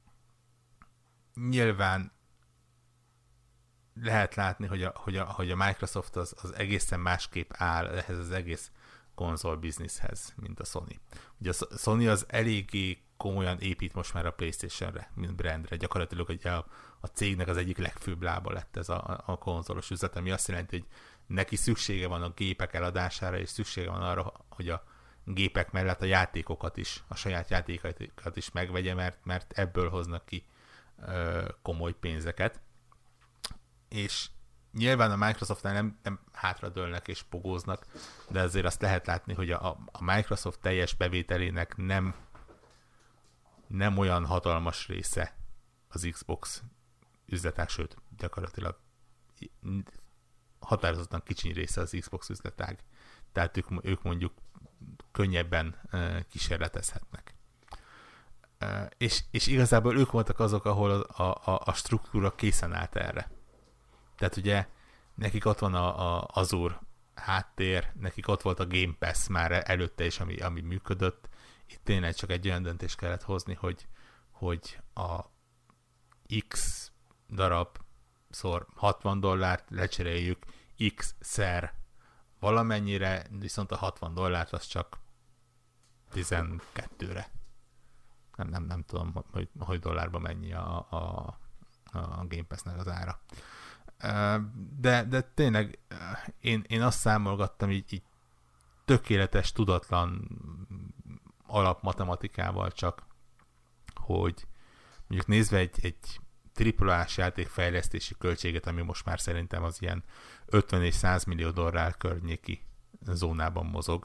nyilván lehet látni, hogy a, hogy a, hogy a Microsoft az, az egészen másképp áll ehhez az egész konzol bizniszhez, mint a Sony. Ugye a Sony az eléggé komolyan épít most már a PlayStation-re, mint brandre. Gyakorlatilag ugye a, a cégnek az egyik legfőbb lába lett ez a, a konzolos üzlet, ami azt jelenti, hogy neki szüksége van a gépek eladására, és szüksége van arra, hogy a gépek mellett a játékokat is, a saját játékokat is megvegye, mert, mert ebből hoznak ki ö, komoly pénzeket. És nyilván a Microsoftnál nem, nem hátradőlnek és pogóznak, de azért azt lehet látni, hogy a, a Microsoft teljes bevételének nem, nem olyan hatalmas része az Xbox üzletág, sőt, gyakorlatilag határozottan kicsi része az Xbox üzletág. Tehát ők, ők mondjuk könnyebben uh, kísérletezhetnek. Uh, és, és igazából ők voltak azok, ahol a, a, a struktúra készen állt erre. Tehát ugye nekik ott van a, a Azure háttér, nekik ott volt a Game Pass már előtte is, ami, ami működött. Itt tényleg csak egy olyan döntést kellett hozni, hogy, hogy a X darab szor hatvan dollárt lecseréljük X-szer valamennyire, viszont a hatvan dollárt az csak tizenkettőre. Nem, nem, nem tudom, hogy, hogy dollárban mennyi a, a, a Game Pass-nek az ára. De, de tényleg én, én azt számolgattam így, így tökéletes, tudatlan alapmatematikával csak, hogy mondjuk nézve egy, egy triplás játékfejlesztési költséget, ami most már szerintem az ilyen ötven és száz millió dollár környéki zónában mozog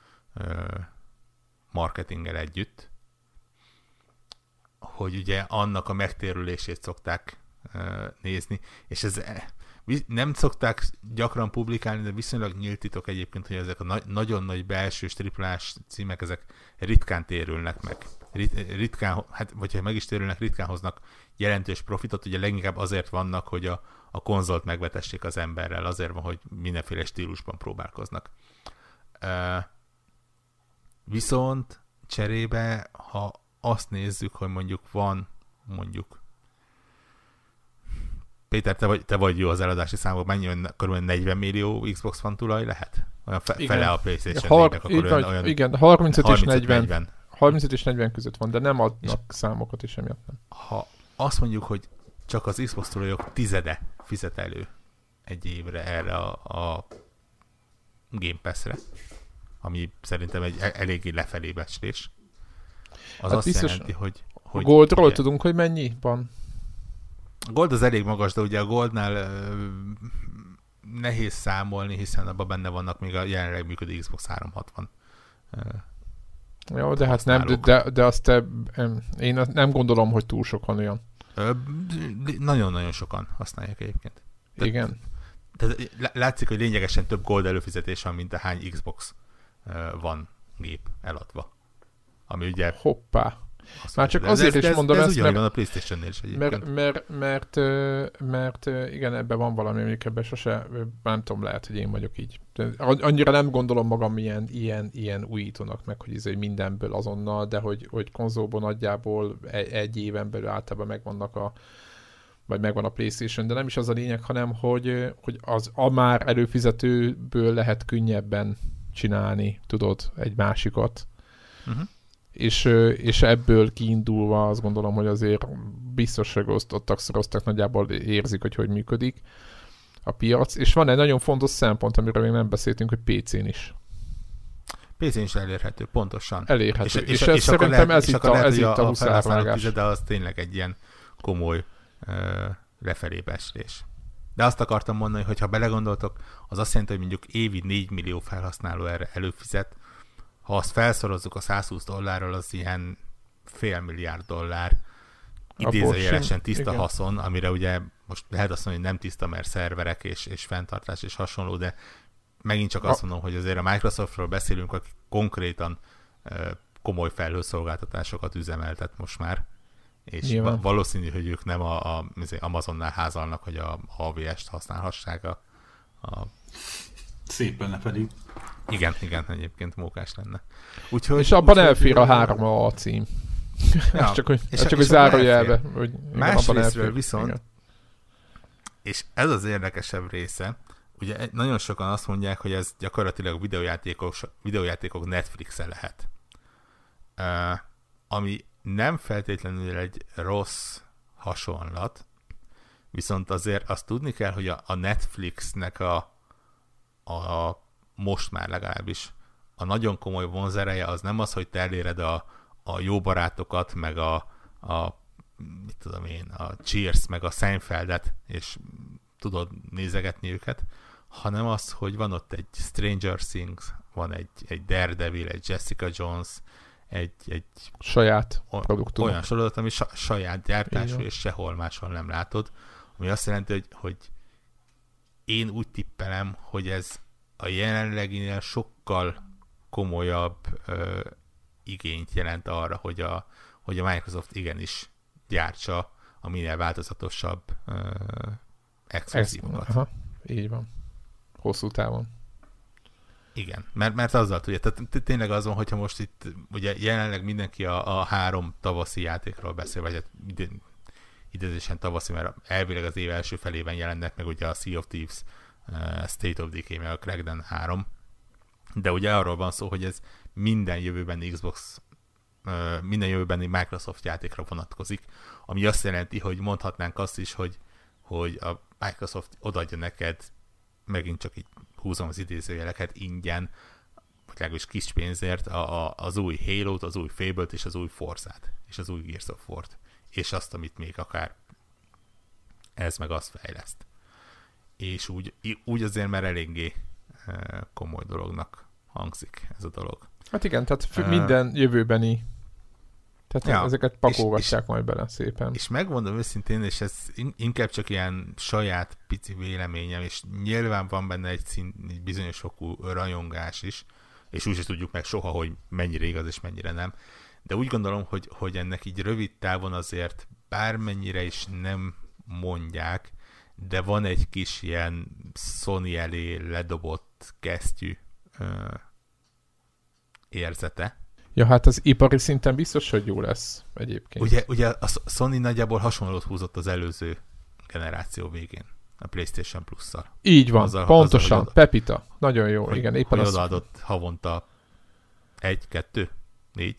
marketinggel együtt, hogy ugye annak a megtérülését szokták nézni, és ez nem szokták gyakran publikálni, de viszonylag nyílt titok egyébként, hogy ezek a na- nagyon nagy belsős triplás címek, ezek ritkán térülnek meg. Rit- ritkán, hát, vagy ha meg is térülnek, ritkán hoznak jelentős profitot, ugye leginkább azért vannak, hogy a, a konzolt megvetessék az emberrel, azért van, hogy mindenféle stílusban próbálkoznak. Uh, viszont cserébe, ha azt nézzük, hogy mondjuk van, mondjuk Péter, te vagy, te vagy jó az eladási számok, mennyi olyan kb. negyven millió Xbox One tulaj lehet? Olyan fe, fele a PlayStation négynek, akkor olyan, olyan... Igen, harmincöt és negyven. harmincöt és negyven között van, de nem adnak és számokat is emiatt nem. Ha azt mondjuk, hogy csak az Xbox tulajok tizede fizet elő egy évre erre a, a Game Pass-re, ami szerintem egy eléggé lefelé becslés, az hát azt jelenti, hogy... hogy Goldról ugye, tudunk, hogy mennyi van? A Gold az elég magas, de ugye a Goldnál uh, nehéz számolni, hiszen abban benne vannak még a jelenleg működő Xbox háromszázhatvan. Uh, Jó, de hát nem, de, de azt te, én nem gondolom, hogy túl sokan olyan. Uh, nagyon-nagyon sokan használják egyébként. Tehát, igen. Tehát látszik, hogy lényegesen több Gold előfizetés van, mint a hány Xbox uh, van gép eladva. Ami ugye... Hoppá. Már csak azért ez, is mondom ez, ez ezt, mert, mert, a PlayStation-nél is mert, mert, mert, mert, mert igen, ebben van valami, mondjuk ebben sose, nem tudom, lehet, hogy én vagyok így. Annyira nem gondolom magam ilyen, ilyen, ilyen újítónak meg, hogy ez mindenből azonnal, de hogy, hogy konzolból nagyjából egy, egy éven belül általában megvannak a vagy megvan a PlayStation, de nem is az a lényeg, hanem hogy, hogy az a már előfizetőből lehet könnyebben csinálni, tudod, egy másikat. Uh-huh. És, és ebből kiindulva azt gondolom, hogy azért biztosra osztottak, szoroztak, nagyjából érzik, hogy hogy működik a piac. És van egy nagyon fontos szempont, amiről még nem beszéltünk, hogy pé cén is. pé cén is elérhető, pontosan. Elérhető. És, és, és, és szerintem lehet, ez, és itt a, lehet, ez itt a, a huszárvágás. De az tényleg egy ilyen komoly uh, lefelébesülés. De azt akartam mondani, hogy ha belegondoltok, az azt jelenti, hogy mondjuk évi négy millió felhasználó erre előfizet. Ha azt felszorozzuk a százhúsz dollárral, az ilyen fél milliárd dollár idézőjelesen tiszta igen. haszon, amire ugye most lehet azt mondani, hogy nem tiszta, mert szerverek és, és fenntartás és hasonló, de megint csak azt mondom, hogy azért a Microsoftról beszélünk, aki konkrétan uh, komoly felhőszolgáltatásokat üzemeltet most már, és Nyilván. valószínű, hogy ők nem a, a Amazonnál házalnak, hogy a á vé est használhassák a, a... Szép lenne pedig. Igen, igen, egyébként mókás lenne. Úgyhogy, és abban úgy, elfér a három a cím. Ja, csak hogy, és, csak, és hogy zárójelbe. Másrésztről viszont, igen. És ez az érdekesebb része, ugye nagyon sokan azt mondják, hogy ez gyakorlatilag videójátékok, videójátékok Netflix-e lehet. Uh, ami nem feltétlenül egy rossz hasonlat, viszont azért azt tudni kell, hogy a, a Netflixnek a, a most már legalábbis a nagyon komoly vonzereje az nem az, hogy te eléred a, a jó barátokat, meg a, a mit tudom én, a Cheers, meg a Seinfeldet, és tudod nézegetni őket, hanem az, hogy van ott egy Stranger Things, van egy, egy Daredevil, egy Jessica Jones, egy, egy saját produktum. Olyan sorozat, ami sa, saját gyártású, és sehol máshol nem látod, ami azt jelenti, hogy, hogy én úgy tippelem, hogy ez a jelenleginél sokkal komolyabb ö, igényt jelent arra, hogy a, hogy a Microsoft igenis gyártsa a minél változatosabb ö, exkluzívokat. Aha, így van. Hosszú távon. Igen, mert, mert azzal tudja, tehát tényleg az van, hogyha most itt ugye jelenleg mindenki a, a három tavaszi játékról beszél, vagy hát idézésen tavaszi, mert elvileg az év első felében jelennek meg ugye a Sea of Thieves, uh, State of Decay, meg a Crackdown három, de ugye arról van szó, hogy ez minden jövőbeni Xbox, uh, minden jövőbeni Microsoft játékra vonatkozik, ami azt jelenti, hogy mondhatnánk azt is, hogy, hogy a Microsoft odaadja neked, megint csak így húzom az idézőjeleket, ingyen, vagy legalábbis kis pénzért a, a, az új Halo-t, az új Fable-t és az új Forza-t, és az új Gears of War-t, és azt, amit még akár ez meg azt fejleszt. És úgy, úgy azért már eléggé komoly dolognak hangzik ez a dolog. Hát igen, tehát uh, minden jövőbeni, tehát ja, ezeket pakolgatják és, majd bele szépen. És megmondom őszintén, és ez inkább csak ilyen saját pici véleményem, és nyilván van benne egy, szín, egy bizonyos fokú rajongás is, és úgy is tudjuk meg soha, hogy mennyire igaz és mennyire nem. De úgy gondolom, hogy, hogy ennek így rövid távon azért bármennyire is nem mondják, de van egy kis ilyen Sony elé ledobott kesztyű ö, érzete. Ja, hát az ipari szinten biztos, hogy jó lesz egyébként. Ugye, ugye a Sony nagyjából hasonlót húzott az előző generáció végén, a PlayStation Plus-szal. Így van, azzal, pontosan, azzal, Pepita. Nagyon jó, hogy, igen. Éppen hogy az... odaadott havonta egy, kettő, négy,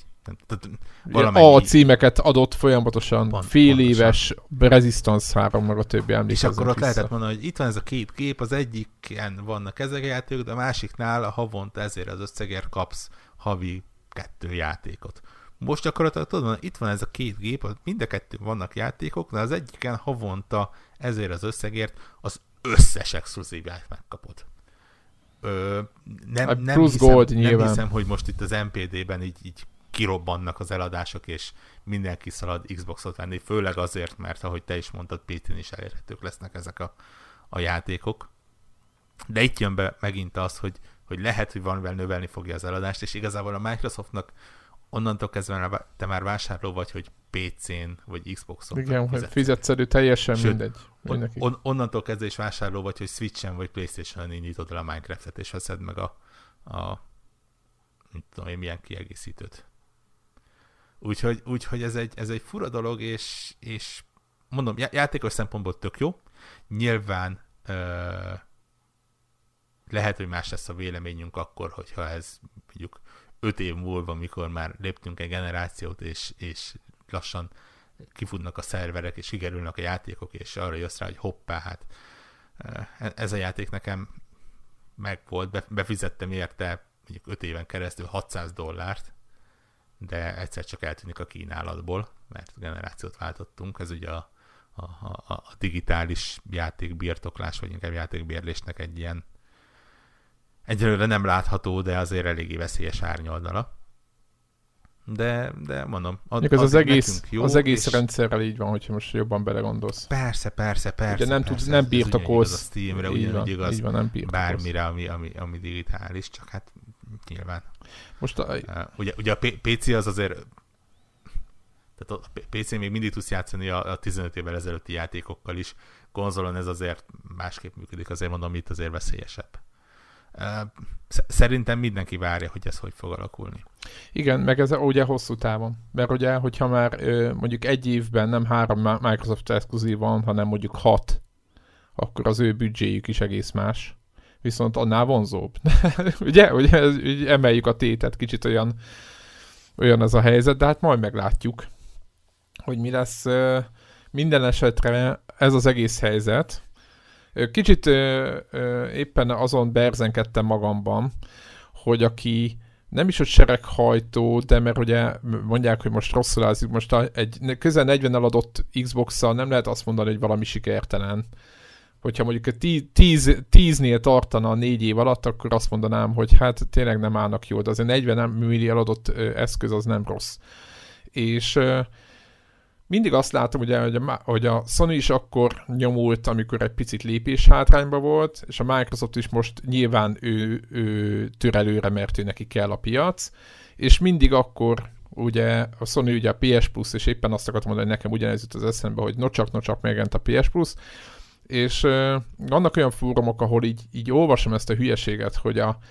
a címeket adott folyamatosan, Pont, fél pontosan. Éves Resistance három, meg a többi emlékeznek. És akkor ott vissza. Lehetett mondani, hogy itt van ez a két gép, az egyiken vannak ezek a játékok, de a másiknál a havonta ezért az összegért kapsz havi kettő játékot. Most gyakorlatilag tudod mondani, itt van ez a két gép, mind a kettő vannak játékok, de az egyiken havonta ezért az összegért az összes exkluzívát megkapod. Ö, nem, nem, hiszem, gold, nem hiszem, hogy most itt az em pé dé-ben így, így kirobbannak az eladások, és mindenki szalad Xboxot venni, főleg azért, mert ahogy te is mondtad, pé cén is elérhetők lesznek ezek a, a játékok. De itt jön be megint az, hogy, hogy lehet, hogy valamivel növelni fogja az eladást, és igazából a Microsoftnak onnantól kezdve te már vásárló vagy, hogy pé cén vagy Xboxon. Igen, hogy fizetszerű, teljesen Sőt, mindegy. On, on, onnantól kezdve is vásárló vagy, hogy Switchen vagy PlayStation-on indítod el a Minecraft-et, és veszed meg a, a mit tudom én, milyen kiegészítőt. Úgyhogy, úgyhogy ez, egy, ez egy fura dolog, és, és mondom, játékos szempontból tök jó. Nyilván ö, lehet, hogy más lesz a véleményünk akkor, hogyha ez mondjuk öt év múlva, mikor már léptünk egy generációt, és, és lassan kifutnak a szerverek, és kikerülnek a játékok, és arra jössz rá, hogy hoppá, hát ez a játék nekem meg volt, befizettem érte mondjuk öt éven keresztül hatszáz dollárt, de egyszer csak eltűnik a kínálatból, mert generációt váltottunk. Ez ugye a, a, a, a digitális játékbirtoklás, vagy inkább játékbérlésnek egy ilyen egyelőre nem látható, de azért eléggé veszélyes árnyoldala. De, de mondom, ad, ez az egész, jó, az egész rendszerrel így van, hogyha most jobban belegondolsz. Persze, persze, persze. Ugye nem, persze, tudsz, nem birtokolsz. Ez a Steamre, ugyanúgy igaz, így van, nem bármire, ami, ami, ami digitális, csak hát nyilván. Most a... uh, ugye, ugye a pé cé az azért, tehát a pé cén még mindig tudsz játszani a, a tizenöt évvel ezelőtti játékokkal is, konzolon ez azért másképp működik, azért mondom, itt azért veszélyesebb. Uh, szerintem mindenki várja, hogy ez hogy fog alakulni. Igen, meg ez ugye hosszú távon. Mert ugye, hogyha már mondjuk egy évben nem három Microsoft exkluzív van, hanem mondjuk hat, akkor az ő büdzséjük is egész más. Viszont annál vonzóbb. ugye? Ugye, ez, ugye emeljük a tétet, kicsit olyan, olyan ez a helyzet, de hát majd meglátjuk, hogy mi lesz. Minden esetre ez az egész helyzet. Kicsit ö, ö, éppen azon berzenkedtem magamban, hogy aki nem is, hogy sereghajtó, de mert ugye mondják, hogy most rosszul állzik, most a, egy közel negyven eladott Xbox-szal nem lehet azt mondani, hogy valami sikertelen. Hogyha mondjuk tíz, tíznél tartana a négy év alatt, akkor azt mondanám, hogy hát tényleg nem állnak jól, de azért negyven millió eladott ö, eszköz az nem rossz. És... Ö, mindig azt látom, ugye, hogy, a, hogy a Sony is akkor nyomult, amikor egy picit lépés hátrányba volt, és a Microsoft is most nyilván ő, ő tör előre, mert ő neki kell a piac, és mindig akkor ugye a Sony ugye a pé es Plus, és éppen azt akartam mondani, hogy nekem ugyanez jut az eszembe, hogy nocsak, nocsak megjelent a pé es Plus, és uh, vannak olyan fórumok, ahol így, így olvasom ezt a hülyeséget, hogy a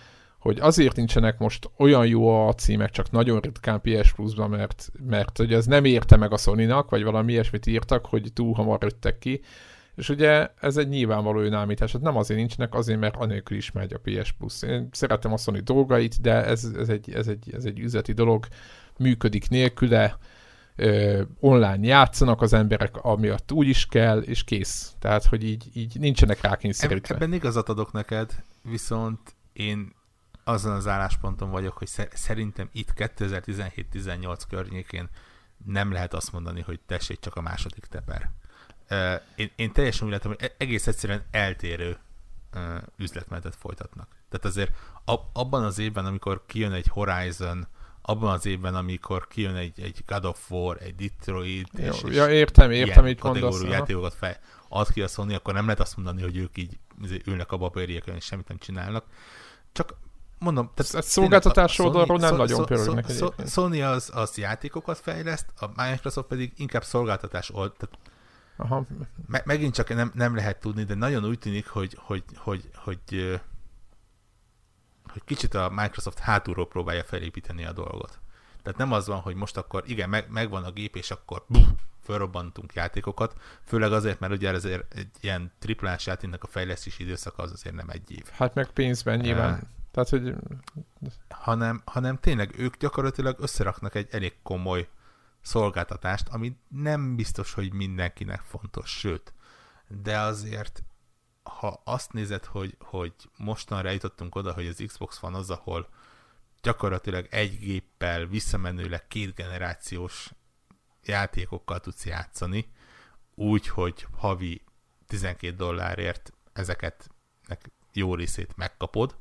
hogy azért nincsenek most olyan jó a címek, csak nagyon ritkán pé es Plus-ban, mert, mert hogy ez nem érte meg a Sony-nak, vagy valami ilyesmit írtak, hogy túl hamar jöttek ki, és ugye ez egy nyilvánvaló önállítás, hát nem azért nincsenek, azért, mert anélkül is megy a pé es Plus. Én szeretem a Sony dolgait, de ez, ez, egy, ez, egy, ez egy üzleti dolog, működik nélküle, ö, online játszanak az emberek, amiatt úgy is kell, és kész. Tehát, hogy így, így nincsenek rákényszerítve. Ebben igazat adok neked, viszont én azon az állásponton vagyok, hogy szerintem itt kétezer-tizenhét-tizennyolc környékén nem lehet azt mondani, hogy tessék csak a második teper. Uh, én, én teljesen úgy látom, hogy egész egyszerűen eltérő uh, üzletmenetet folytatnak. Tehát azért ab, abban az évben, amikor kijön egy Horizon, abban az évben, amikor kijön egy, egy God of War, egy Detroit, Jó, és, ja, értem, értem, így mondasz. játékokat fel, ad ki a Sony, akkor nem lehet azt mondani, hogy ők így ülnek a papírjékon, és semmit nem csinálnak. Csak mondom, tehát ez szolgáltatás oldalról nem nagyon pörögnek egyébként. Sony az, az játékokat fejleszt, a Microsoft pedig inkább szolgáltatás old. Tehát Aha. Me- megint csak nem, nem lehet tudni, de nagyon úgy tűnik, hogy, hogy, hogy, hogy, hogy, hogy kicsit a Microsoft hátulról próbálja felépíteni a dolgot. Tehát nem az van, hogy most akkor igen, meg, megvan a gép, és akkor buh, felrobbantunk játékokat, főleg azért, mert ugye azért egy ilyen triplás játéknak a fejlesztési időszaka az azért nem egy év. Hát meg pénzben nyilván. Uh, Tehát, hogy... hanem, hanem tényleg ők gyakorlatilag összeraknak egy elég komoly szolgáltatást, ami nem biztos, hogy mindenkinek fontos, sőt, de azért, ha azt nézed, hogy, hogy mostanra jutottunk oda, hogy az Xbox van az, ahol gyakorlatilag egy géppel visszamenőleg két generációs játékokkal tudsz játszani, úgy, hogy havi tizenkét dollárért ezeket jó részét megkapod,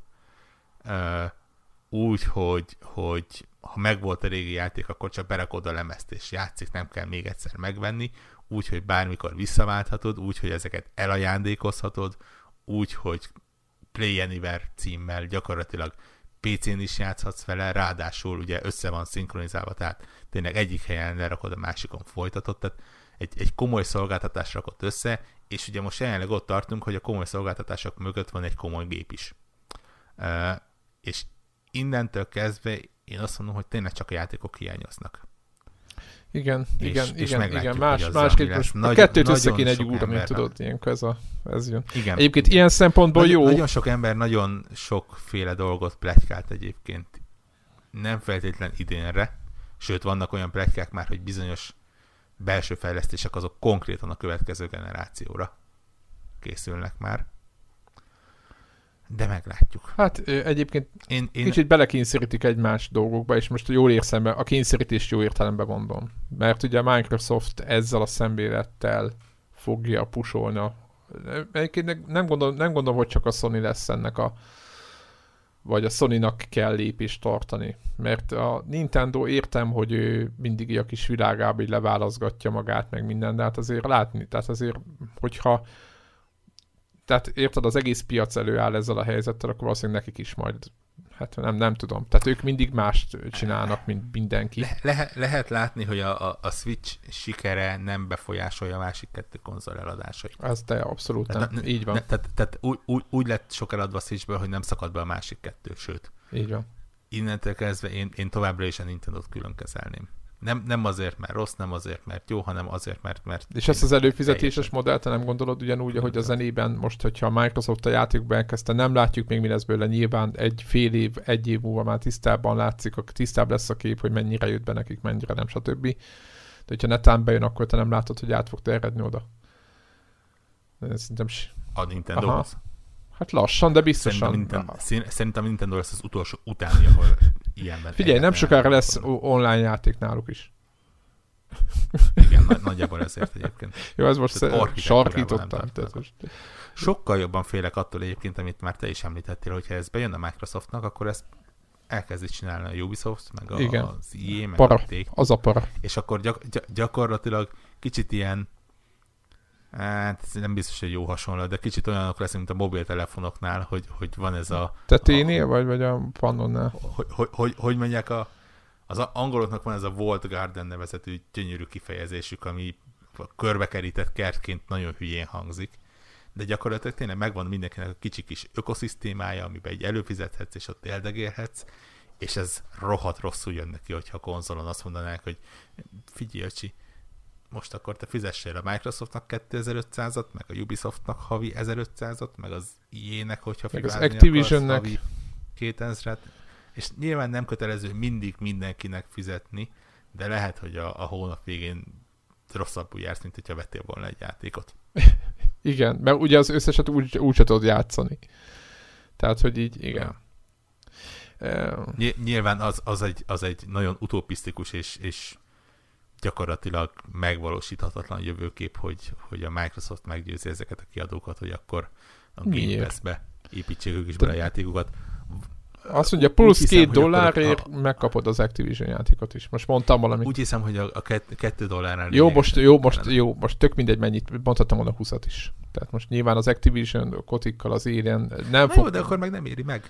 úgy, hogy, hogy ha megvolt a régi játék, akkor csak berakod a lemezt és játszik, nem kell még egyszer megvenni, úgy, hogy bármikor visszaválthatod, úgy, hogy ezeket elajándékozhatod, úgy, hogy Play Anywhere címmel gyakorlatilag pé cén is játszhatsz vele, ráadásul ugye össze van szinkronizálva, tehát tényleg egyik helyen lerakod, a másikon folytatod, tehát egy, egy komoly szolgáltatás rakott össze, és ugye most jelenleg ott tartunk, hogy a komoly szolgáltatások mögött van egy komoly gép is. Uh, és innentől kezdve én azt mondom, hogy tényleg csak a játékok hiányoznak. Igen, és, igen, és igen, igen. Más, az másképp most a kettőt össze kéne egy úrni, tudod, ilyenkor ez, a, ez jön. Igen. Egyébként ilyen szempontból nagyon, jó. Nagyon sok ember nagyon sokféle dolgot pletykált egyébként. Nem feltétlen idénre, sőt vannak olyan pletykák már, hogy bizonyos belső fejlesztések azok konkrétan a következő generációra készülnek már. De meglátjuk. Hát egyébként én, én... kicsit belekényszerítik egymás dolgokba, és most jól érszembe, a kényszerítést jó értelemben mondom. Mert ugye a Microsoft ezzel a szemlélettel fogja pusolni. Egyébként nem gondolom, nem gondolom, hogy csak a Sony lesz ennek a vagy a Sony-nak kell lépést tartani. Mert a Nintendo értem, hogy ő mindig a kis világába így leválaszgatja magát, meg minden, de hát azért látni, tehát azért, hogyha tehát érted, az egész piac előáll ezzel a helyzettel, akkor valószínűleg nekik is majd, hát nem, nem tudom. Tehát ők mindig mást csinálnak, mint mindenki. Le, lehet, lehet látni, hogy a, a, a Switch sikere nem befolyásolja a másik kettő konzol eladásait. Ez de abszolút nem. Tehát, így van. Ne, tehát tehát úgy, úgy, úgy lett sok eladva a Switchből, hogy nem szakad be a másik kettő, sőt. Így van. Innentől kezdve én, én továbbra is a Nintendo-t külön kezelném. Nem, nem azért, mert rossz, nem azért, mert jó, hanem azért, mert... mert és ezt az előfizetéses modellt nem gondolod ugyanúgy, ahogy a zenében most, hogyha a Microsoft a játékba elkezdte, nem látjuk még mi lesz belőle, nyilván egy fél év, egy év múlva már tisztában látszik, tisztább lesz a kép, hogy mennyire jött be nekik, mennyire nem, stb. De hogyha netán bejön, akkor te nem látod, hogy át fog terjedni oda. Szerintem... A Nintendo. Hát lassan, de biztosan. Szerintem, Nintendo, szerintem a Nintendo lesz az utolsó utáni, ahol ilyenben... Figyelj, nem sokára lesz online játék náluk is. Igen, nagy, nagyjából ezért egyébként. Jó, ez most sarkítottam. Sokkal jobban félek attól egyébként, amit már te is említettél, hogyha ez bejön a Microsoftnak, akkor ezt elkezdi csinálni a Ubisoft, meg a, igen. az i á, meg para. a Take. Az a para. És akkor gyak, gy- gyakorlatilag kicsit ilyen, hát nem biztos, hogy jó hasonló, de kicsit olyanok lesz, mint a mobiltelefonoknál, hogy, hogy van ez a... Teténél, vagy, vagy a Pannonnál? Hogy, hogy, hogy, hogy mondják, a, az angoloknak van ez a Walled Garden nevezetű gyönyörű kifejezésük, ami körbekerített kertként nagyon hülyén hangzik, de gyakorlatilag tényleg megvan mindenkinek a kicsi kis ökoszisztémája, amiben egy előfizethetsz, és ott éldegélhetsz, és ez rohadt rosszul jön neki, hogyha a konzolon azt mondanák, hogy figyelj, öcsi, most akkor te fizessél a Microsoftnak kétezer-ötszázat, meg a Ubisoftnak havi ezerötszázat, meg az í á-nek, hogyha figyelni akarsz, havi kétezret, és nyilván nem kötelező mindig mindenkinek fizetni, de lehet, hogy a, a hónap végén rosszabbul jársz, mint hogyha vettél volna egy játékot. Igen, mert ugye az összeset úgy, úgy se tudod játszani. Tehát, hogy így, igen. Ny- nyilván az, az, egy, az egy nagyon utopisztikus és, és gyakorlatilag megvalósíthatatlan jövőkép, hogy, hogy a Microsoft meggyőzi ezeket a kiadókat, hogy akkor a Game Pass-be építsék ők is bele a játékokat. Azt mondja, plusz hiszem, két dollárért a... megkapod az Activision játékot is. Most mondtam valamit. Úgy hiszem, hogy a, a kett, kettő dollárnál... Jó, most, jó, most, jó, most tök mindegy mennyit, mondhattam volna húszat is. Tehát most nyilván az Activision a kotikkal az Alien nem fog... Jó, de akkor meg nem éri meg.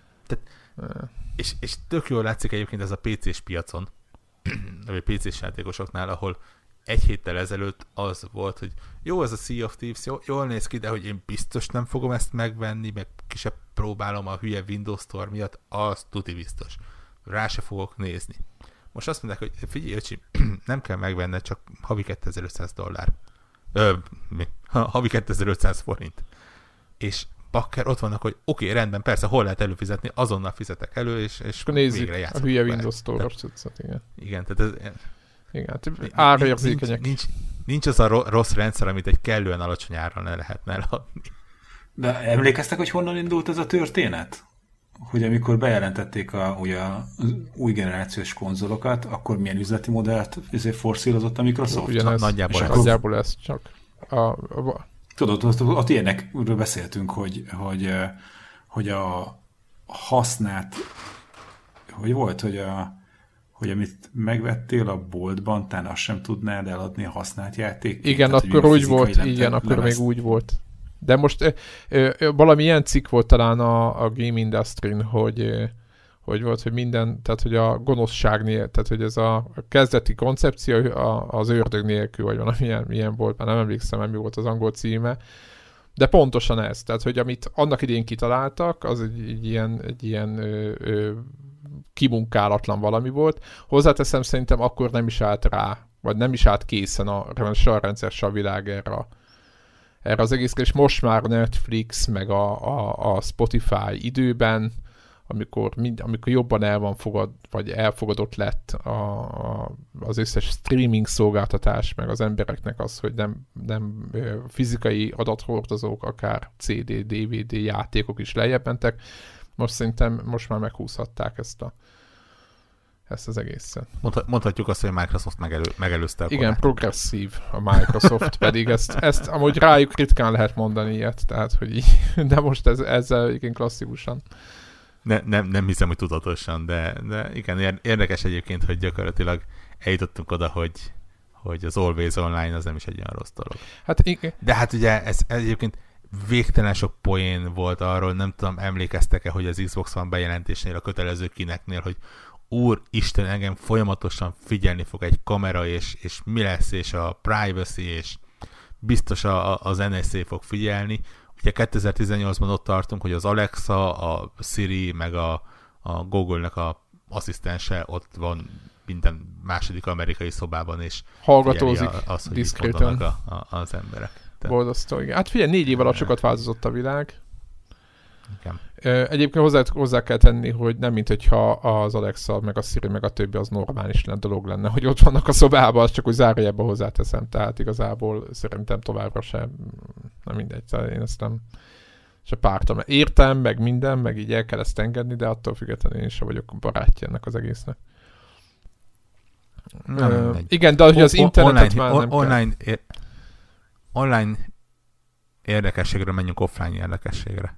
Tehát, és, és tök jól látszik egyébként ez a pé cés piacon, vagy pé cés játékosoknál, ahol egy héttel ezelőtt az volt, hogy jó, ez a Sea of Thieves, jó, jól néz ki, de hogy én biztos nem fogom ezt megvenni, meg ki se próbálom a hülye Windows Store miatt, az tuti biztos. Rá se fogok nézni. Most azt mondják, hogy figyelj, öcsi, nem kell megvenned, csak havi kétezer-ötszáz dollár. Ö, mi? Havi kétezer-ötszáz forint. És bakker ott vannak, hogy oké, okay, rendben, persze, hol lehet előfizetni, azonnal fizetek elő, és, és végre játszok. A hülye Windows Store-os cuccot, igen. Igen, tehát ez... Igen, árérzékenyek. Nincs, nincs, nincs az a rossz rendszer, amit egy kellően alacsony árral ne lehetne eladni. De emlékeztek, hogy honnan indult ez a történet? Hogy amikor bejelentették a, ugye, az új generációs konzolokat, akkor milyen üzleti modellt forszírozott a Microsoft? Ugyanez, nagyjából, ez. nagyjából ez csak. A, a... Tudod, ott, ott ilyenekről beszéltünk, hogy, hogy, hogy a használt, hogy volt, hogy a hogy amit megvettél a boltban, talán azt sem tudnád eladni a használt játék. Igen, tehát, akkor úgy volt, igen, akkor még úgy volt. De most ö, ö, valami ilyen cikk volt talán a, a Game Industry-n, hogy, ö, hogy volt, hogy minden, tehát hogy a gonoszságnél, tehát hogy ez a, a kezdeti koncepció a, az ördög nélkül, vagy valami ilyen, ilyen volt, már nem emlékszem, mi volt az angol címe, de pontosan ez, tehát hogy amit annak idén kitaláltak, az egy, egy ilyen, egy ilyen ö, ö, kimunkálatlan valami volt. Hozzáteszem, szerintem akkor nem is állt rá, vagy nem is állt készen a, a rendszer, a világ erre, erre az egészre, és most már Netflix, meg a, a, a Spotify időben, amikor, mind, amikor jobban el van fogad, vagy elfogadott lett a, a, az összes streaming szolgáltatás, meg az embereknek az, hogy nem, nem fizikai adathordozók, akár cé dé, dé vé dé játékok is lejjebb mentek. Most szerintem most már meghúzhatták ezt, a, ezt az egészet. Mondhatjuk azt, hogy a Microsoft megelő, megelőzte a Igen, korát. Progresszív a Microsoft, pedig ezt, ezt amúgy rájuk ritkán lehet mondani ilyet, tehát, hogy így, de most ez, ezzel igen klasszikusan. Ne, nem, nem hiszem, hogy tudatosan, de, de igen, érdekes egyébként, hogy gyakorlatilag eljutottunk oda, hogy, hogy az Always Online az nem is egy olyan rossz dolog. Hát igen. De hát ugye ez, ez egyébként végtelen sok poén volt arról, nem tudom, emlékeztek-e, hogy az Xbox One bejelentésnél, a kötelező kineknél, hogy úristen, engem folyamatosan figyelni fog egy kamera, és, és mi lesz, és a privacy, és biztos a, a, az en es á fog figyelni. Ugye kétezer-tizennyolcban ott tartunk, hogy az Alexa, a Siri, meg a, a Google-nek a asszisztense ott van minden második amerikai szobában, és hallgatózik az, hogy diszkréten a, a, az emberek. Boldasztó, igen. Hát figyelj, négy év alatt sokat változott a világ. Igen. Egyébként hozzá, hozzá kell tenni, hogy nem mint hogyha az Alexa, meg a Siri, meg a többi az normális lenne, dolog lenne, hogy ott vannak a szobában, az csak úgy zárójelben hozzáteszem. Tehát igazából szerintem továbbra sem, nem mindegy, tehát én ezt nem se pártam. Értem, meg minden, meg így el kell ezt engedni, de attól függetlenül én sem vagyok barátja ennek az egésznek. Uh, igen, de hogy az o- internetet online, már nem on- online, kell. É- online érdekességről menjünk offline érdekességre.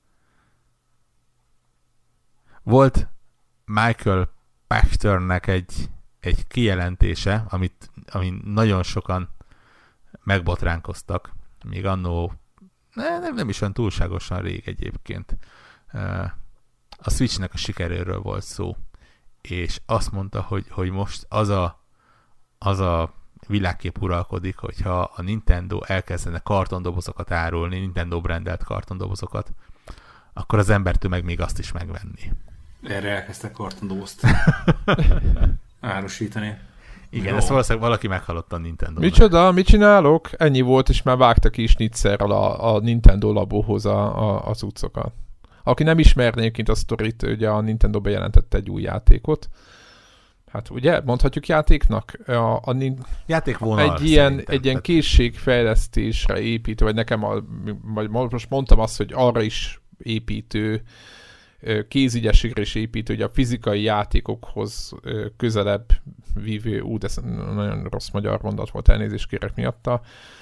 Volt Michael Pachternek egy, egy kijelentése, amit, amit nagyon sokan megbotránkoztak, még annó ne, nem, nem is olyan túlságosan rég egyébként. A Switchnek a sikeréről volt szó, és azt mondta, hogy, hogy most az a, az a világkép uralkodik, hogyha a Nintendo elkezdene kartondobozokat árulni, Nintendo brandelt kartondobozokat, akkor az embertömeg még azt is megvenni. Erre elkezdtek kartondobozt árusítani. Igen, Jó. ezt valószínűleg valaki meghallotta a Nintendo-nak. Micsoda, mit csinálok? Ennyi volt, és már vágtak is Schnitzerrel a, a Nintendo labóhoz a, a, a cuccokat. Aki nem ismerné egyébként a sztorit, ugye a Nintendo bejelentette egy új játékot. Hát ugye, mondhatjuk játéknak? A, a, Játékvonal egy ilyen, egy ilyen készségfejlesztésre építő, vagy nekem, a, vagy most mondtam azt, hogy arra is építő, kézügyességre is építő, hogy a fizikai játékokhoz közelebb vívő, ú, de nagyon rossz magyar mondat volt, elnézést kérek miatta,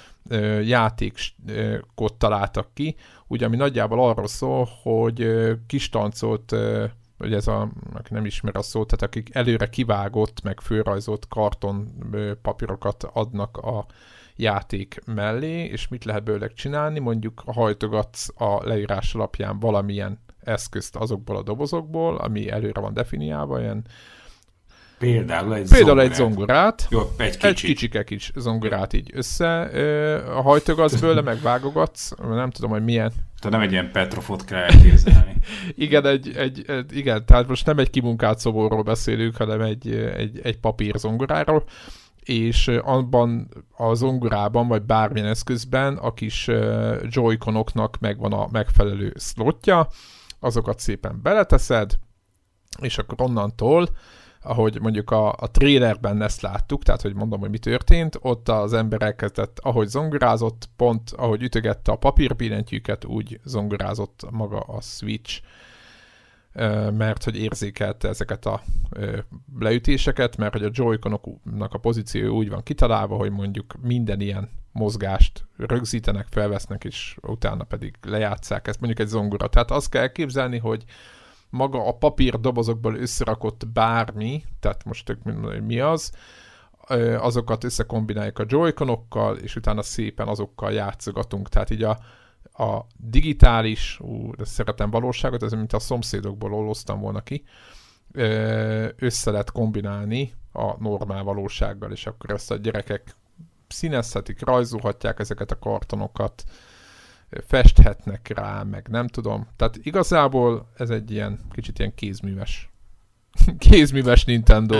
játékot találtak ki, ugye, ami nagyjából arról szól, hogy kistancolt, hogy ez a, aki nem ismer a szót, tehát akik előre kivágott, meg fölrajzolt karton papírokat adnak a játék mellé, és mit lehet belőle csinálni, mondjuk hajtogatsz a leírás alapján valamilyen eszközt azokból a dobozokból, ami előre van definiálva, ilyen Például egy Például zongorát. egy zongorát. Jó, egy kicsi. Egy kicsike kis zongorát így össze ö, hajtogatsz bőle, meg vágogatsz. Nem tudom, hogy milyen. Tehát nem egy ilyen Petrofot kell elképzelni. igen, egy, egy, egy, igen, tehát most nem egy kimunkált szoborról beszélünk, hanem egy, egy, egy papír zongoráról, és abban a zongorában, vagy bármilyen eszközben a kis uh, joyconoknak megvan a megfelelő slotja, azokat szépen beleteszed, és akkor onnantól, ahogy mondjuk a, a trailerben ezt láttuk, tehát hogy mondom, hogy mi történt, ott az ember elkezdett, ahogy zongorázott, pont ahogy ütögette a papírbillentyűket, úgy zongorázott maga a Switch, mert hogy érzékelte ezeket a leütéseket, mert hogy a Joy-Conoknak a pozíciója úgy van kitalálva, hogy mondjuk minden ilyen mozgást rögzítenek, felvesznek, és utána pedig lejátsszák ezt, mondjuk egy zongora. Tehát azt kell elképzelni, hogy maga a papír dobozokból összerakott bármi, tehát most tök mindegy, mi az, azokat összekombináljuk a Joy-Conokkal, és utána szépen azokkal játszogatunk. Tehát így a, a digitális, ú, de szeretem valóságot, ez mint a szomszédokból olloztam volna ki, össze lehet kombinálni a normál valósággal, és akkor ezt a gyerekek színezhetik, rajzolhatják ezeket a kartonokat, festhetnek rá, meg nem tudom. Tehát igazából ez egy ilyen, kicsit ilyen kézműves. kézműves Nintendo.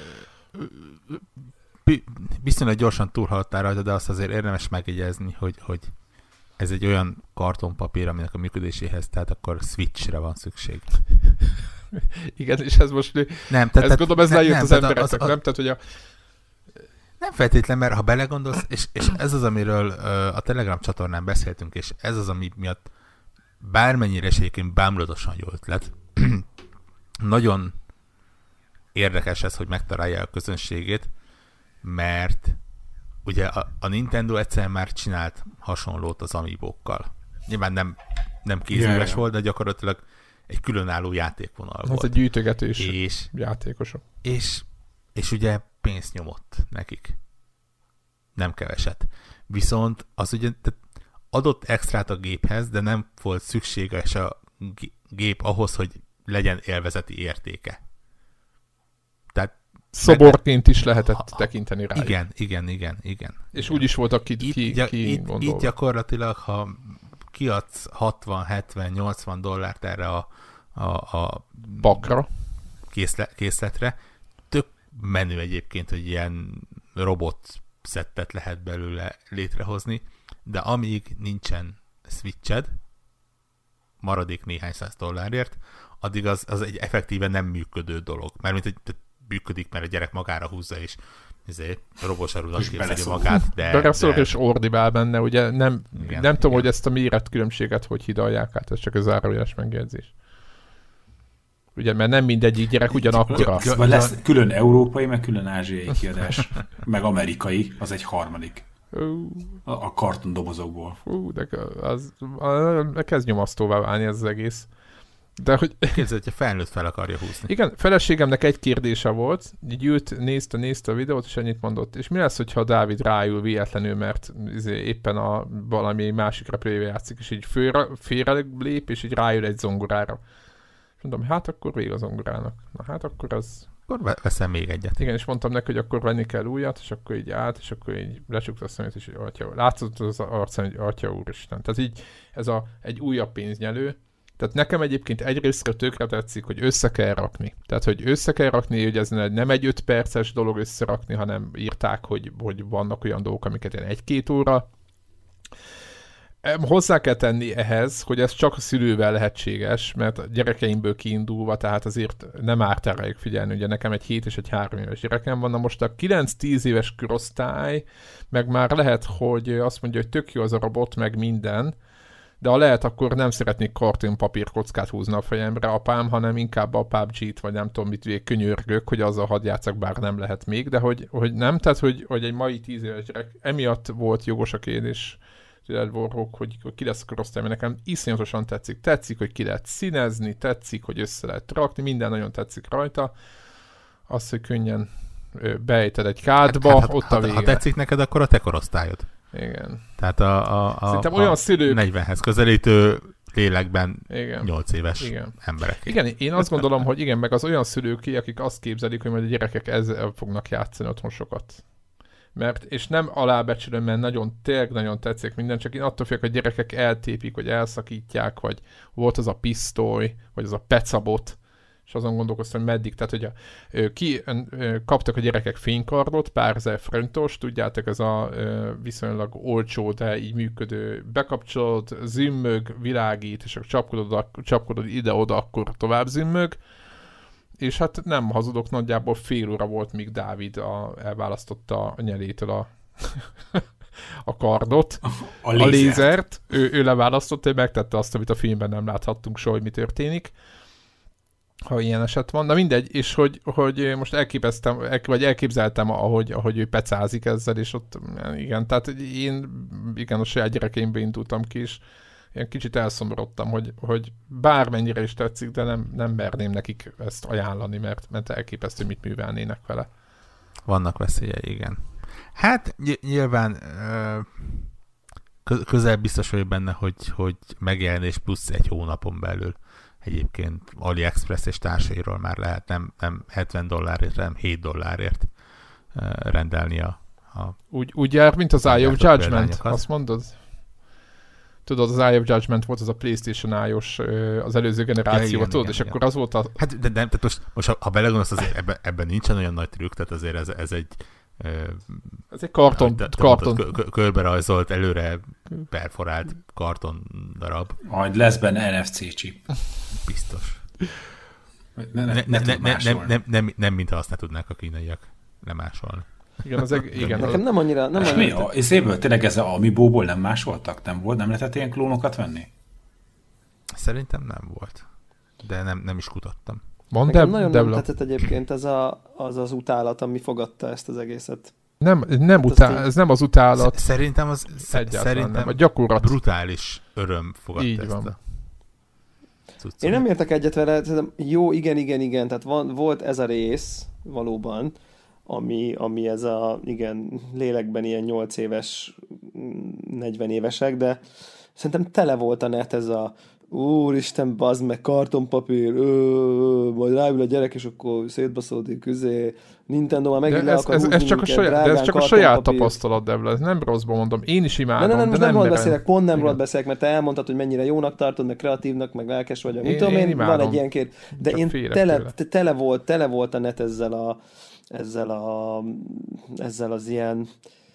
Viszonylag gyorsan túlhaladtál rajta, de azt azért érdemes megjegyezni, hogy, hogy ez egy olyan kartonpapír, aminek a működéséhez, tehát akkor Switchre van szükség. Igen, és ez most... Nem, tehát, ezt gondolom, ez nem, lejött nem, az tehát embereknek, az, az, nem? Tehát, hogy a... Nem feltétlen, mert ha belegondolsz, és, és ez az, amiről uh, a Telegram csatornán beszéltünk, és ez az, ami miatt bármennyire egyébként bámulatosan jó ötlet. Nagyon érdekes ez, hogy megtalálja a közönségét, mert ugye a, a Nintendo egyszer már csinált hasonlót az Amiibo-kkal. Nyilván nem, nem kézműves yeah. volt, de gyakorlatilag egy különálló játékvonal ez volt. Ez egy gyűjtögetés és, játékosok. És, és ugye pénzt nyomott nekik. Nem keveset. Viszont az ugye adott extrát a géphez, de nem volt szükséges a gép ahhoz, hogy legyen élvezeti értéke. Tehát szoborként is lehetett ha, tekinteni rá. Igen, igen, igen, igen. És igen. úgy is voltak ki, itt, ki, gy- ki itt, itt gyakorlatilag, ha kiadsz hatvan, hetven, nyolcvan dollárt erre a, a, a pakra, készle, készletre, tök menő egyébként, hogy ilyen robot szettet lehet belőle létrehozni, de amíg nincsen Switched, maradék néhány száz dollárért, addig az, az egy effektíven nem működő dolog. Mármint, hogy működik, mert a gyerek magára húzza, és ezért robosarulat képzeli magát, de... Beleszól de... és ordibál benne, ugye nem, igen, nem tudom, igen. hogy ezt a méretkülönbséget hogy hidalják át, ez csak a zárójeles megjegyzés. Ugye, mert nem mindegyik gyerek ugyanakkora. Vagy lesz külön európai, meg külön ázsiai kiadás, meg amerikai, az egy harmadik. A, a kartondobozokból. Fú, de az, az, kezd nyomasztóvá válni ez az egész. De hogy... Képzeld, hogyha felnőtt fel akarja húzni. Igen, feleségemnek egy kérdése volt, így ült, nézte, nézte a videót, és ennyit mondott. És mi lesz, hogyha Dávid ráül véletlenül, mert éppen a valami másik repülővel játszik, és így félre, félre lép, és így ráül egy zongorára. És mondom, hát akkor vég a zongorának. Na hát akkor az... akkor veszem még egyet. Igen, és mondtam neki, hogy akkor venni kell újat, és akkor így állt, és akkor így lecsukta a szemét, és atya, látszott az arcán, hogy atya úristen. Tehát így ez a, egy újabb pénznyelő. Tehát nekem egyébként egyrészt tökre tetszik, hogy össze kell rakni. Tehát, hogy össze kell rakni, hogy ez nem egy öt perces dolog összerakni, hanem írták, hogy, hogy vannak olyan dolgok, amiket én egy-két óra. Hozzá kell tenni ehhez, hogy ez csak a szülővel lehetséges, mert a gyerekeimből kiindulva, tehát azért nem árt rájuk figyelni, ugye nekem egy hét és egy három éves gyerekem van, na most a kilenc-tíz éves korosztály, meg már lehet, hogy azt mondja, hogy tök jó az a robot, meg minden, de ha lehet, akkor nem szeretnék kartonpapír kockát húzni a fejemre apám, hanem inkább a pé u bé gé-t, vagy nem tudom mit, könyörgök, hogy azzal hadd játszak, bár nem lehet még, de hogy, hogy nem, tehát hogy, hogy egy mai tíz éves gyerek, emiatt volt jogos a kérdés, hogy, hogy ki lesz a korosztály, mert nekem iszonyatosan tetszik. Tetszik, hogy ki lehet színezni, tetszik, hogy össze lehet rakni, minden nagyon tetszik rajta. Az, hogy könnyen beejted egy kádba, hát, ott ha, a vége. Ha tetszik neked, akkor a te korosztályod. Igen. Tehát a, a, a, Szerintem a olyan szülők... negyvenhez közelítő lélekben igen. nyolc éves igen. emberek. Igen, én azt gondolom, hogy igen, meg az olyan szülők, akik azt képzelik, hogy majd a gyerekek ezzel fognak játszani otthon sokat. Mert, és nem alábecsülöm, mert nagyon, tényleg nagyon tetszik minden, csak én attól félek, hogy a gyerekek eltépik, vagy elszakítják, vagy volt az a pisztoly, vagy az a pecabot, és azon gondolkoztam, hogy meddig, tehát hogy a, ki, kaptak a gyerekek fénykardot, pár ezer forintos, tudjátok, ez a viszonylag olcsó, de így működő, bekapcsolod, zümmög, világít, és akkor csapkodod, csapkodod ide-oda, akkor tovább zümmög, és hát nem hazudok, nagyjából fél óra volt, míg Dávid a, elválasztotta a nyelétől a, a kardot, a, a, lézert. a lézert. Ő, ő leválasztotta, ő megtette azt, amit a filmben nem láthattunk soha, hogy mi történik, ha ilyen eset van. Na mindegy, és hogy, hogy most elképeztem, vagy elképzeltem, ahogy, ahogy ő pecázik ezzel, és ott igen, tehát én igen, a saját gyerekeimbe indultam ki, és én kicsit elszomorodtam, hogy, hogy bármennyire is tetszik, de nem, nem merném nekik ezt ajánlani, mert, mert elképesztő, mit művelnének vele. Vannak veszélyei, igen. Hát nyilván közel biztos vagyok benne, hogy, hogy megjelenés plusz egy hónapon belül egyébként AliExpress és társairól már lehet nem, nem hetven dollárért, hanem hét dollárért rendelni a, a úgy, úgy jár, mint az Eye of Judgment, azt mondod? Tudod, az Eye of Judgment volt az a PlayStation iOS az előző generáció, ja, igen, tudod, igen, és igen. Akkor az volt a... Hát, de nem, tehát most, most ha, ha belegondolsz, azért ebben, ebben nincsen olyan nagy trükk, tehát azért ez, ez egy... Ez egy karton... Te, te karton. Mondtad, körberajzolt, előre perforált karton darab. Majd lesz benne en ef cé chip. Biztos. Ne, ne, ne, ne, ne, ne, nem, nem, nem, nem, mintha azt ne tudnák a kínaiak lemásolni. Igen, az eg- igen. Nekem nem annyira... Nem és annyira... mi? És évből tényleg ez a Amiibo-ból nem másoltak? Nem volt? Nem lehetett ilyen klónokat venni? Szerintem nem volt. De nem, nem is kutattam. Van Nekem de, nagyon de, nem de... tetszett egyébként ez a, az az utálat, ami fogadta ezt az egészet. Nem, nem hát utá... ez nem az utálat. Szerintem az szerintem nem. A gyakorlat. Brutális öröm fogadta így ezt van. a cuccot. Én nem értek egyet vele, jó, igen, igen, igen, tehát van, volt ez a rész valóban, ami, ami ez a, igen, lélekben ilyen nyolc éves, negyven évesek, de szerintem tele volt a net ez a úristen, bazd meg, kartonpapír, ö, majd ráül a gyerek, és akkor szétbaszódik, közé, Nintendo már megint le ez, akar ez, húzni ez csak minket, a saját, de ez csak a saját tapasztalat, Debla, ez nem rosszban mondom, én is imádom, de nem, de nem, nem nem beszélek, pont nem rólad beszélek, mert te elmondtad, hogy mennyire jónak tartod, meg kreatívnak, meg lelkes vagy, mit tudom én, van egy ilyen két, de én tele, tele, volt, tele volt a net ezzel a, ezzel a, ezzel az ilyen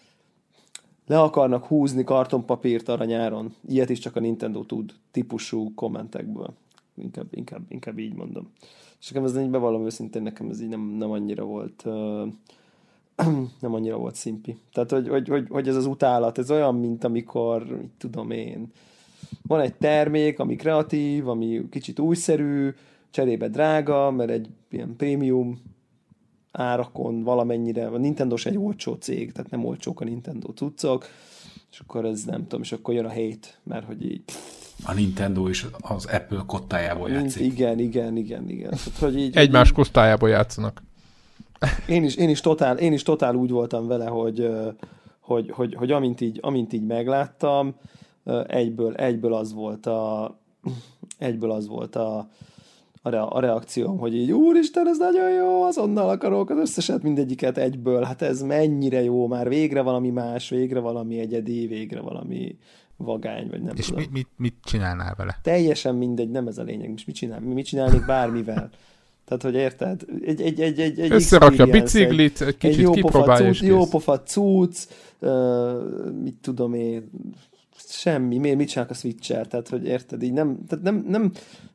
le akarnak húzni kartonpapírt arra nyáron. Ilyet is csak a Nintendo tud, típusú kommentekből. Inkább, inkább, inkább így mondom. És nekem ez így bevallom őszintén, nekem ez így nem, nem annyira volt uh, nem annyira volt szimpi. Tehát, hogy, hogy, hogy, hogy ez az utálat, ez olyan, mint amikor, mit tudom én, van egy termék, ami kreatív, ami kicsit újszerű, cserébe drága, mert egy ilyen prémium árakon valamennyire, a Nintendo egy olcsó cég, tehát nem olcsók a Nintendo cuccok, és akkor ez nem tudom, és akkor jön a hate, mert hogy így... A Nintendo is az Apple kottájából játszik. Igen, igen, igen, igen. Tehát, hogy így, egymás kostájából játszanak. Én is, én, is totál, én is totál úgy voltam vele, hogy, hogy, hogy, hogy amint, így, amint így megláttam, egyből, egyből az volt a egyből az volt a a, re- a reakcióm, hogy így úristen, ez nagyon jó, azonnal akarok az összeset, mindegyiket egyből, hát ez mennyire jó, már végre valami más, végre valami egyedi, végre valami vagány, vagy nem és tudom. És mit, mit csinálnál vele? Teljesen mindegy, nem ez a lényeg, most mit csinál, mit csinálnék bármivel. Tehát, hogy érted? Egy, egy, egy, egy, egy összerakja a biciklit, egy kicsit egy kipróbálja, és Jó pofa cucc, uh, mit tudom én, semmi, miért mit csinálok a Switch-el? Tehát, hogy érted, így nem, tehát nem, nem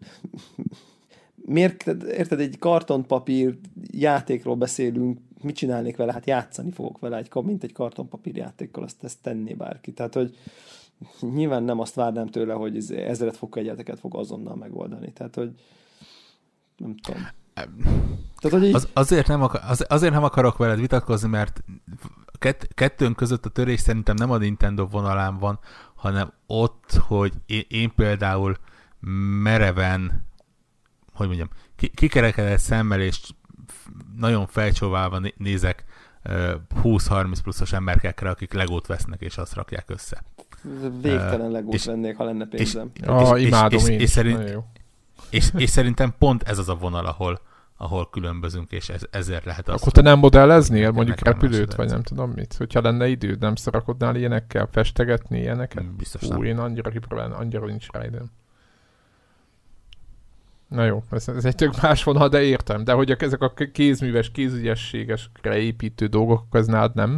miért, érted, egy kartonpapír játékról beszélünk, mit csinálnék vele? Hát játszani fogok vele, egy, mint egy kartonpapír játékkal, azt ezt tenné bárki. Tehát, hogy nyilván nem azt várnám tőle, hogy ezret fog egyeteket fog azonnal megoldani. Tehát, hogy nem tudom. Tehát, hogy így... az, azért, nem akar, az, azért nem akarok veled vitatkozni, mert kett, kettőnk között a törés szerintem nem a Nintendo vonalán van, hanem ott, hogy én, én például mereven, hogy mondjam, kikerekedett szemmel és nagyon felcsóválva nézek húsz-harminc pluszos emberkekre, akik legót vesznek és azt rakják össze. Végtelen legót és, vennék, ha lenne pénzem. És, ah, és, imádom és, én és, és, szerint, jó. És, és szerintem pont ez az a vonal, ahol, ahol különbözünk, és ez, ezért lehet az. Akkor te nem modelleznél mondjuk repülőt, vagy nem tudom mit? Hogyha lenne időd, nem szarakodnál ilyenekkel, festegetni ilyeneket? Biztos Hú, nem. Én annyira kipróbálni, annyira nincs rá időm. Na jó, ez, ez egy tök más vonal, de értem. De hogy ezek a kézműves, kézügyességesre építő dolgok, ez nálad nem?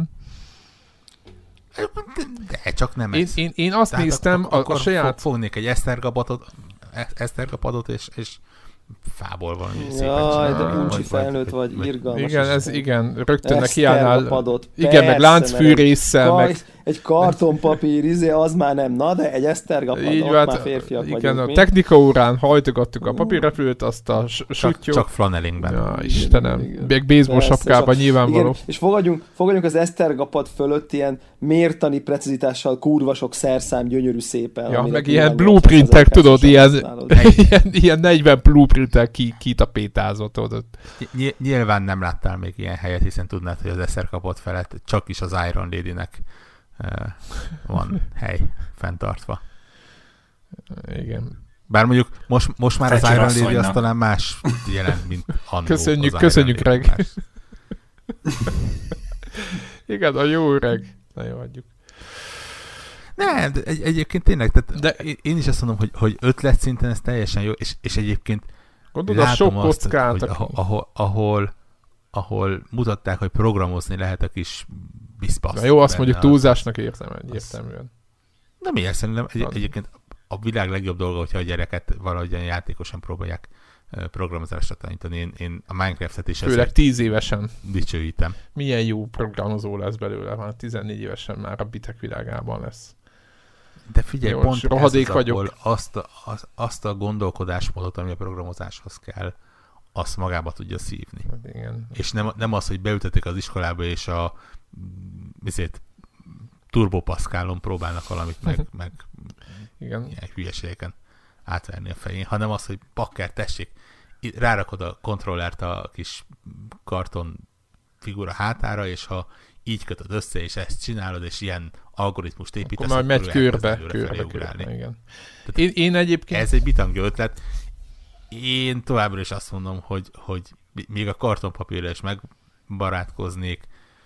De csak nem én, ez. Én, én azt Tehát néztem ak- a, a, a saját... fognék egy esztergapadot, esztergapadot és, és fából valami Jaj, szépen csinálni. de uncsi felnőtt vagy, vagy, irgalmas. Igen, ez igen, rögtön neki állnál. Igen, persze, meg láncfűrésszel, meg... Egy kartonpapír, izé, az már nem, na, de egy esztergapad, ott így, már férfiak igen, vagyunk. A mi? technika órán hajtogattuk a papírrepülőt, azt a csak, csak flanellingben. Ja, Istenem, még baseball sapkában nyilvánvaló. Igen, és fogadjunk, fogadjunk az esztergapad fölött ilyen mértani precizitással kurva sok szerszám gyönyörű szépen. Ja, meg ilyen blueprintek, tudod, ilyen, ilyen, ilyen negyven blueprintek ki, kitapétázott, tudod. Ny- nyilván nem láttál még ilyen helyet, hiszen tudnád, hogy az esztergapad felett csak is az Iron Lady-nek uh, van hely fenntartva. Igen. Bár mondjuk most, most már az Iron Lady az talán más jelent, mint annó. Köszönjük, köszönjük, Reg. Igen, a jó öreg. Na jó, adjuk. Nem, de egy, egyébként tényleg, tehát de én is azt mondom, hogy, hogy ötlet szinten ez teljesen jó, és, és egyébként gondolod, látom azt, kockát, hogy ahol, ahol, ahol, ahol mutatták, hogy programozni lehet a kis biszpaszt. Na jó, azt mondjuk túlzásnak értem egyértelműen. Nem érzem, nem. Egy, egyébként a világ legjobb dolga, hogyha a gyereket valahogyan játékosan próbálják programozásra tanítani. Én, én a Minecraft-et is főleg tíz évesen dicsőítem. Milyen jó programozó lesz belőle, már tizennégy évesen már a bitek világában lesz. De figyelj, jó, pont rohadék ez vagyok. Az, azt, a, az, azt a gondolkodásmódot, ami a programozáshoz kell, azt magába tudja szívni. Hát igen. És nem, nem az, hogy beültetik az iskolába, és a viszont Turbo Pascalon próbálnak valamit meg, meg igen. ilyen hülyeségeken átverni a fején, hanem az, hogy bakker, tessék, rárakod a kontrollert a kis karton figura hátára, és ha így kötöd össze, és ezt csinálod, és ilyen algoritmust építesz, akkor már megy körbe, körbe, körbe, igen. Én, én egyébként... Ez egy bitangja ötlet. Én továbbra is azt mondom, hogy, hogy még a kartonpapírra is megbarátkoznék,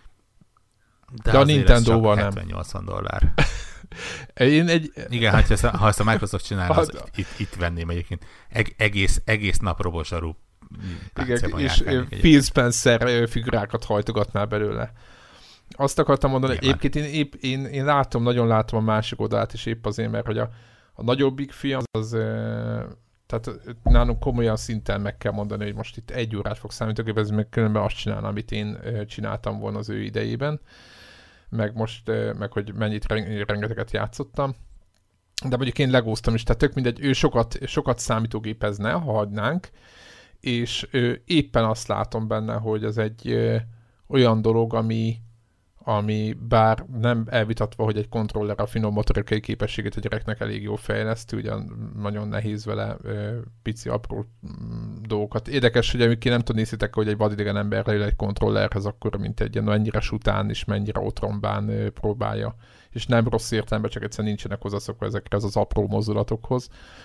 de, de a Nintendo-val nem. hetven-nyolcvan dollár. Én egy... Igen, hát, ha, ezt a, ha ezt a Microsoft csinálna, az itt, itt, itt venném egyébként. Eg, egész, egész nap robozsarú. Igen, és Phil Spencer figurákat hajtogatnál belőle. Azt akartam mondani, igen, egyébként én, épp, én, én látom, nagyon látom a másik oldalt is épp azért, mert hogy a, a nagyobbik fiam az, tehát nálunk komolyan szinten meg kell mondani, hogy most itt egy órát fog számítógépezni, meg különben azt csinálna, amit én csináltam volna az ő idejében, meg most, meg hogy mennyit rengeteget játszottam. De mondjuk én legóztam is, tehát tök mindegy, ő sokat, sokat számítógépezne, ha hagynánk, és éppen azt látom benne, hogy ez egy olyan dolog, ami ami bár nem elvitatva, hogy egy kontroller a finom motorikai képességét a gyereknek elég jól fejleszti, ugyan nagyon nehéz vele ö, pici apró m, dolgokat. Érdekes, hogy amikor nem tudom, néztétek, hogy egy vadidegen ember leül egy kontrollerhez, akkor mint egy ilyen mennyire sután és mennyire otrombán ö, próbálja. És nem rossz értelemben, csak egyszerűen nincsenek hozzászokva ezekre az apró mozdulatokhoz.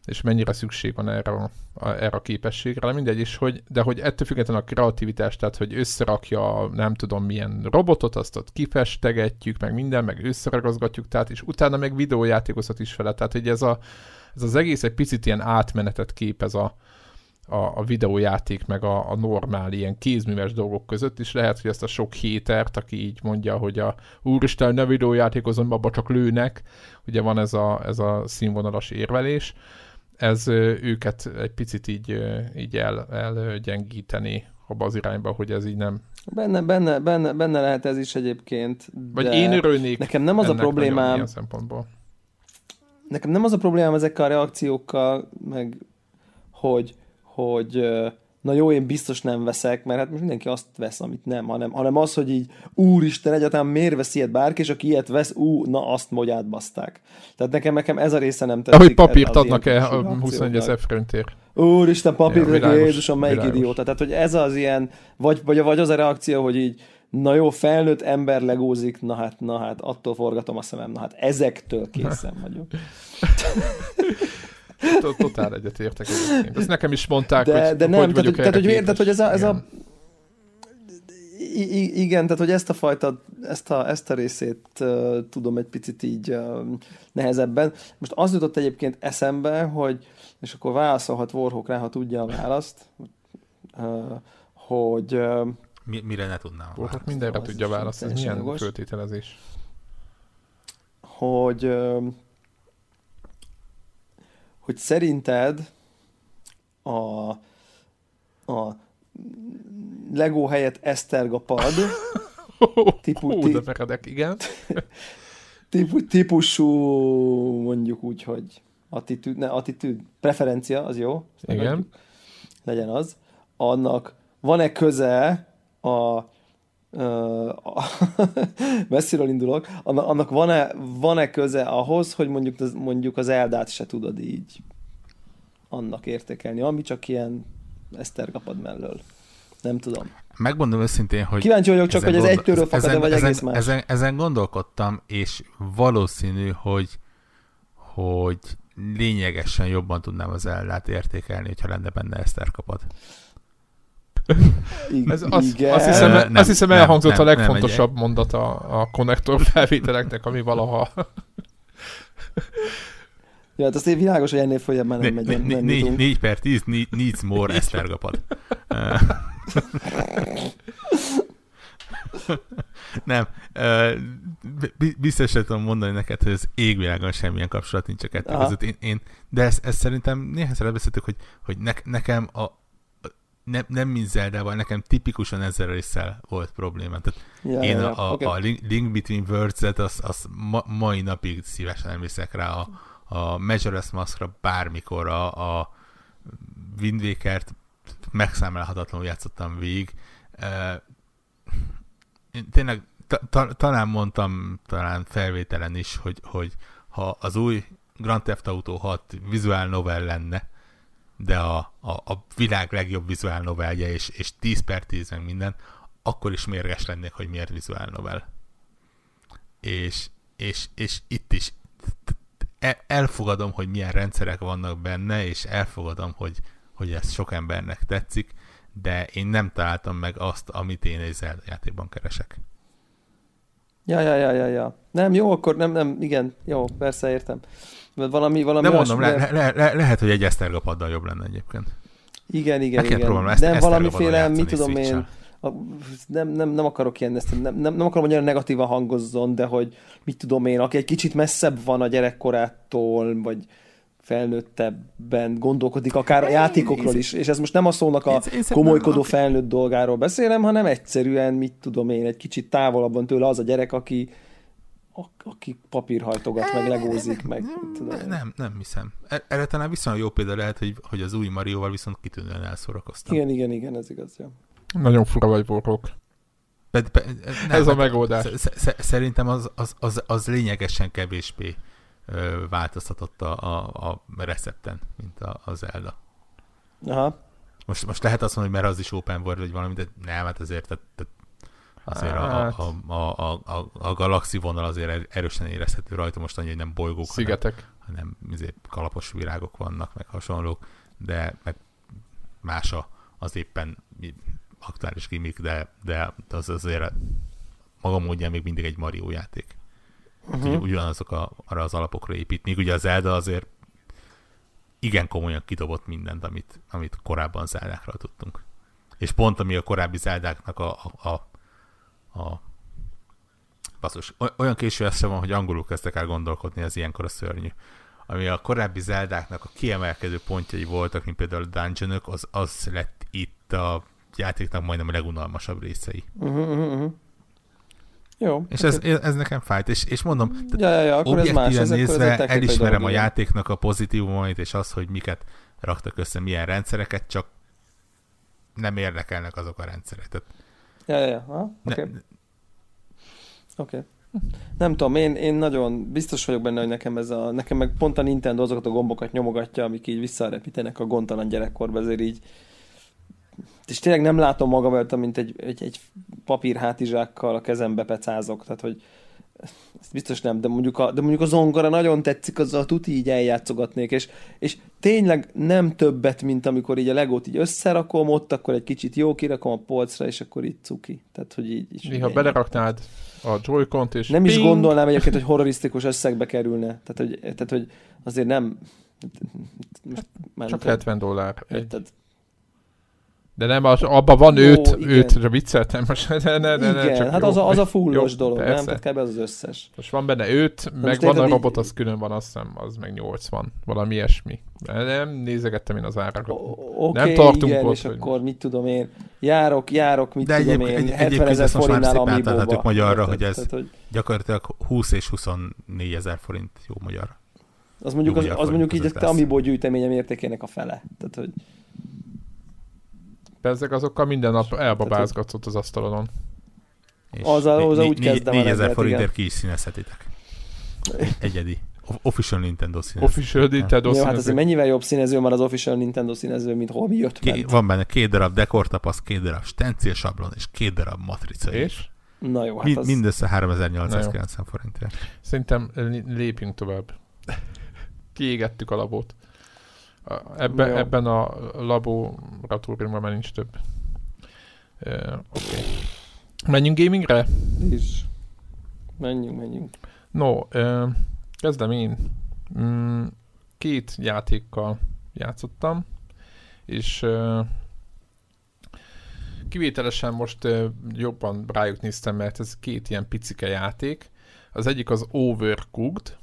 és mennyire szükség van erre a, a, erre a képességre, mindegy is, hogy, de hogy ettől függetlenül a kreativitás, tehát hogy összerakja nem tudom milyen robotot, azt ott kifestegetjük, meg minden, meg összeragazgatjuk, tehát és utána meg videójátékozat is vele, tehát hogy ez, a, ez az egész egy picit ilyen átmenetet képez a, a, a videójáték, meg a, a normál ilyen kézműves dolgok között, és lehet, hogy ezt a sok hétert, aki így mondja, hogy a úristen, ne videójátékozom, abba csak lőnek, ugye van ez a, ez a színvonalas érvelés, ez őket egy picit így, így el, elgyengíteni abba az irányba, hogy ez így nem... Benne, benne, benne, benne lehet ez is egyébként, vagy én örülnék nekem nem az a problémám... ilyen szempontból. Nekem nem az a problémám ezekkel a reakciókkal, meg hogy, hogy na jó, én biztos nem veszek, mert hát most mindenki azt vesz, amit nem, hanem, hanem az, hogy így úristen, egyáltalán miért vesz ilyet bárki, és aki ilyet vesz, ú, na azt hogy átbaszták. Tehát nekem, nekem ez a része nem tetszik. Ahogy papírt adnak-e a huszonegy ezer forintért? Úristen, papírt, ja, Jézusom, melyik idióta. Tehát, hogy ez az ilyen, vagy, vagy, vagy az a reakció, hogy így, na jó, felnőtt ember legózik, na hát, na hát, attól forgatom a szemem, na hát ezektől készen vagyok. Totál egyetértek egyébként. Ezt nekem is mondták, de, hogy de nem, hogy vagyok tehát, erre hogy, tehát, hogy ez a, ez igen. a I- igen, tehát hogy ezt a fajta, ezt a, ezt a részét uh, tudom egy picit így uh, nehezebben. Most az jutott egyébként eszembe, hogy, és akkor válaszolhat Warhawk rá, ha tudja a választ, uh, hogy... Uh, Mi, mire ne tudnám a választ? Mindenre az tudja választ, ez milyen jogos. Föltételezés? Hogy... Uh, hogy szerinted a, a Lego helyett esztergapad típu, Ó, de meredek, igen. típu, típusú, mondjuk úgy, hogy attitűd, ne, attitűd, preferencia, az jó. Igen. Legyen az. Annak van-e köze a, a messziről indulok, annak van-e, van-e köze ahhoz, hogy mondjuk az, mondjuk az Eldát se tudod így annak értékelni, ami csak ilyen esztergapad mellől. Nem tudom. Megmondom őszintén, hogy... Kíváncsi vagyok csak, hogy ez gondol... egytőről fakad, vagy ezen, egész más. Ezen, ezen gondolkodtam, és valószínű, hogy, hogy lényegesen jobban tudnám az Eldát értékelni, hogyha lenne benne esztergapad. Ez azt, azt hiszem, uh, nem, azt hiszem elhangzott nem, a legfontosabb nem, mondata a konnektor felvételeknek, ami valaha... Ja, hát azt én világos, hogy ennél följebb már nem megy. négy per tíz needs more esztergapad. Nem. Biztos sem tudom mondani neked, hogy az égvilágon semmilyen kapcsolat nincs a kettő között. Én, én, de ezt, ezt szerintem néhányszor beszéltük, hogy, hogy ne, nekem a Nem, nem mint Zeldával, nekem tipikusan ezzel a résszel volt probléma. Tehát ja, én ja, a, okay. a Link, Link Between Worlds-et az, az ma, mai napig szívesen emlékszek rá, a, a Majora's Maskra bármikor, a, a Wind Waker-t megszámolhatatlanul játszottam végig. Én tényleg ta, ta, talán mondtam, talán felvételen is, hogy, hogy ha az új Grand Theft Auto hat visual novel lenne, de a, a, a világ legjobb visual novelje, és, és tíz per tíz meg minden, akkor is mérges lennék, hogy miért visual novel. És, és, és itt is elfogadom, hogy milyen rendszerek vannak benne, és elfogadom, hogy, hogy ez sok embernek tetszik, de én nem találtam meg azt, amit én egy Zelda játékban keresek. Ja, ja, ja, ja, ja. Nem, jó, akkor nem, nem, igen, jó, persze értem. Valami, valami nem mondom, le, le, le, lehet, hogy egy esztergapaddal jobb lenne egyébként. Igen, igen, Nekem igen. Próbálom, de valamiféle, mit tudom én, a, nem, nem, nem akarok ilyen, ezt, nem, nem, nem akarom, hogy olyan negatívan hangozzon, de hogy mit tudom én, aki egy kicsit messzebb van a gyerekkorától, vagy felnőttebben gondolkodik, akár a játékokról is, és ez most nem a szónak a komolykodó felnőtt dolgáról beszélem, hanem egyszerűen, mit tudom én, egy kicsit távolabban tőle az a gyerek, aki aki papírhajtogat, meg legózik, meg... Nem, nem, nem hiszem. Erre talán viszonylag jó példa lehet, hogy, hogy az új Marióval viszont kitűnően elszórakoztam. Igen, igen, igen, ez igaz, ja. Nagyon fura vagy, Warhawk. Ez a megoldás. Szerintem az, az, az, az lényegesen kevésbé ö, változtatott a, a, a recepten, mint a, a Zelda. Aha. Most, most lehet azt mondani, hogy mert az is open world, vagy valami, de nem, hát azért tehát, tehát azért hát. a, a, a, a, a galaxi vonal azért erősen érezhető rajta, most annyi, hogy nem bolygók, szigetek, hanem, hanem kalapos virágok vannak, meg hasonlók, de meg más a, az éppen aktuális gimmick, de, de az azért maga módján még mindig egy Mario játék. Uh-huh. Ugyanazok a, arra az alapokra épít. Még ugye a Zelda azért igen komolyan kidobott mindent, amit, amit korábban Zeldákról tudtunk. És pont ami a korábbi Zeldáknak a, a, a, a basszus, olyan késő esze van, hogy angolul kezdtek el gondolkodni, ez ilyenkor a szörnyű. Ami a korábbi Zeldáknak a kiemelkedő pontjai voltak, mint például a dungeonök, az, az lett itt a játéknak majdnem a legunalmasabb részei. Uh-huh, uh-huh. Jó. És ez, ez nekem fájt, és, és mondom, ja, ja, ja, objektíven nézve elismerem a játéknak a pozitívumait, és az, hogy miket raktak össze, milyen rendszereket, csak nem érdekelnek azok a rendszerek. Tehát ja, ja, ja. Oké. Okay. Okay. Nem tudom, én, én nagyon biztos vagyok benne, hogy nekem ez a, nekem meg pont a Nintendo azokat a gombokat nyomogatja, amik így visszarepítenek a gondtalan gyerekkorba, ezért így és tényleg nem látom magam előtt, mint egy, egy, egy papírhátizsákkal a kezembe pecázok, tehát hogy ezt biztos nem, de mondjuk a, de mondjuk a zongora nagyon tetszik, azzal tuti így eljátszogatnék, és, és tényleg nem többet, mint amikor így a Legót így összerakom, ott akkor egy kicsit jó kirakom a polcra, és akkor így cuki. Tehát, hogy így... így néha beleraknád a Joy-Cont, és nem ping! Is gondolnám egyébként, hogy horrorisztikus összegbe kerülne. Tehát, hogy, tehát, hogy azért nem... Most csak hetven dollár. Egy... De nem, az, abban van öt, ötre vicceltem most. Ne, ne, ne, igen, csak hát jó. az a, az a fullos dolog, persze. Nem? Tehát kb. Az az összes. Most van benne öt, meg van a robot, az külön van, azt hiszem, az meg nyolcvan. Valami ilyesmi. Nem nézegettem én az árakat. Okay, nem tartunk igen, ott. És hogy... akkor mit tudom én, járok, járok, mit de tudom egyéb, én, hetvenezer forintnál Amiibo-ba. magyarra, hogy ez tehát, hogy... gyakorlatilag húsz és huszonnégy ezer forint jó magyar. Az mondjuk, az, az mondjuk így a Amiibo gyűjteményem értékének a fele. Tehát, hogy ezek azokkal minden nap elbabázgatott az asztalon. Az a, az a úgy kezdem. négyezer forintért ki is színezhetitek. Egyedi. Official Nintendo színező. Official Nintendo ja, színező. Hát azért mennyivel jobb színező már az Official Nintendo színező, mint hol mi jött Ké, van benne két darab dekortapasz, két darab stencil sablon, és két darab matrica. És? Na jó, hát Mind, az... Mindössze háromezer-nyolcszázkilencven forintért. Szerintem lépjünk tovább. Kiégettük a labót. Ebbe, ebben a laboratóriumban már nincs több. Uh, Oké. Okay. Menjünk gamingre? Is. Menjünk, menjünk. No, uh, kezdem én. Mm, két játékkal játszottam, és uh, kivételesen most uh, jobban rájuk néztem, mert ez két ilyen picike játék. Az egyik az Overcooked,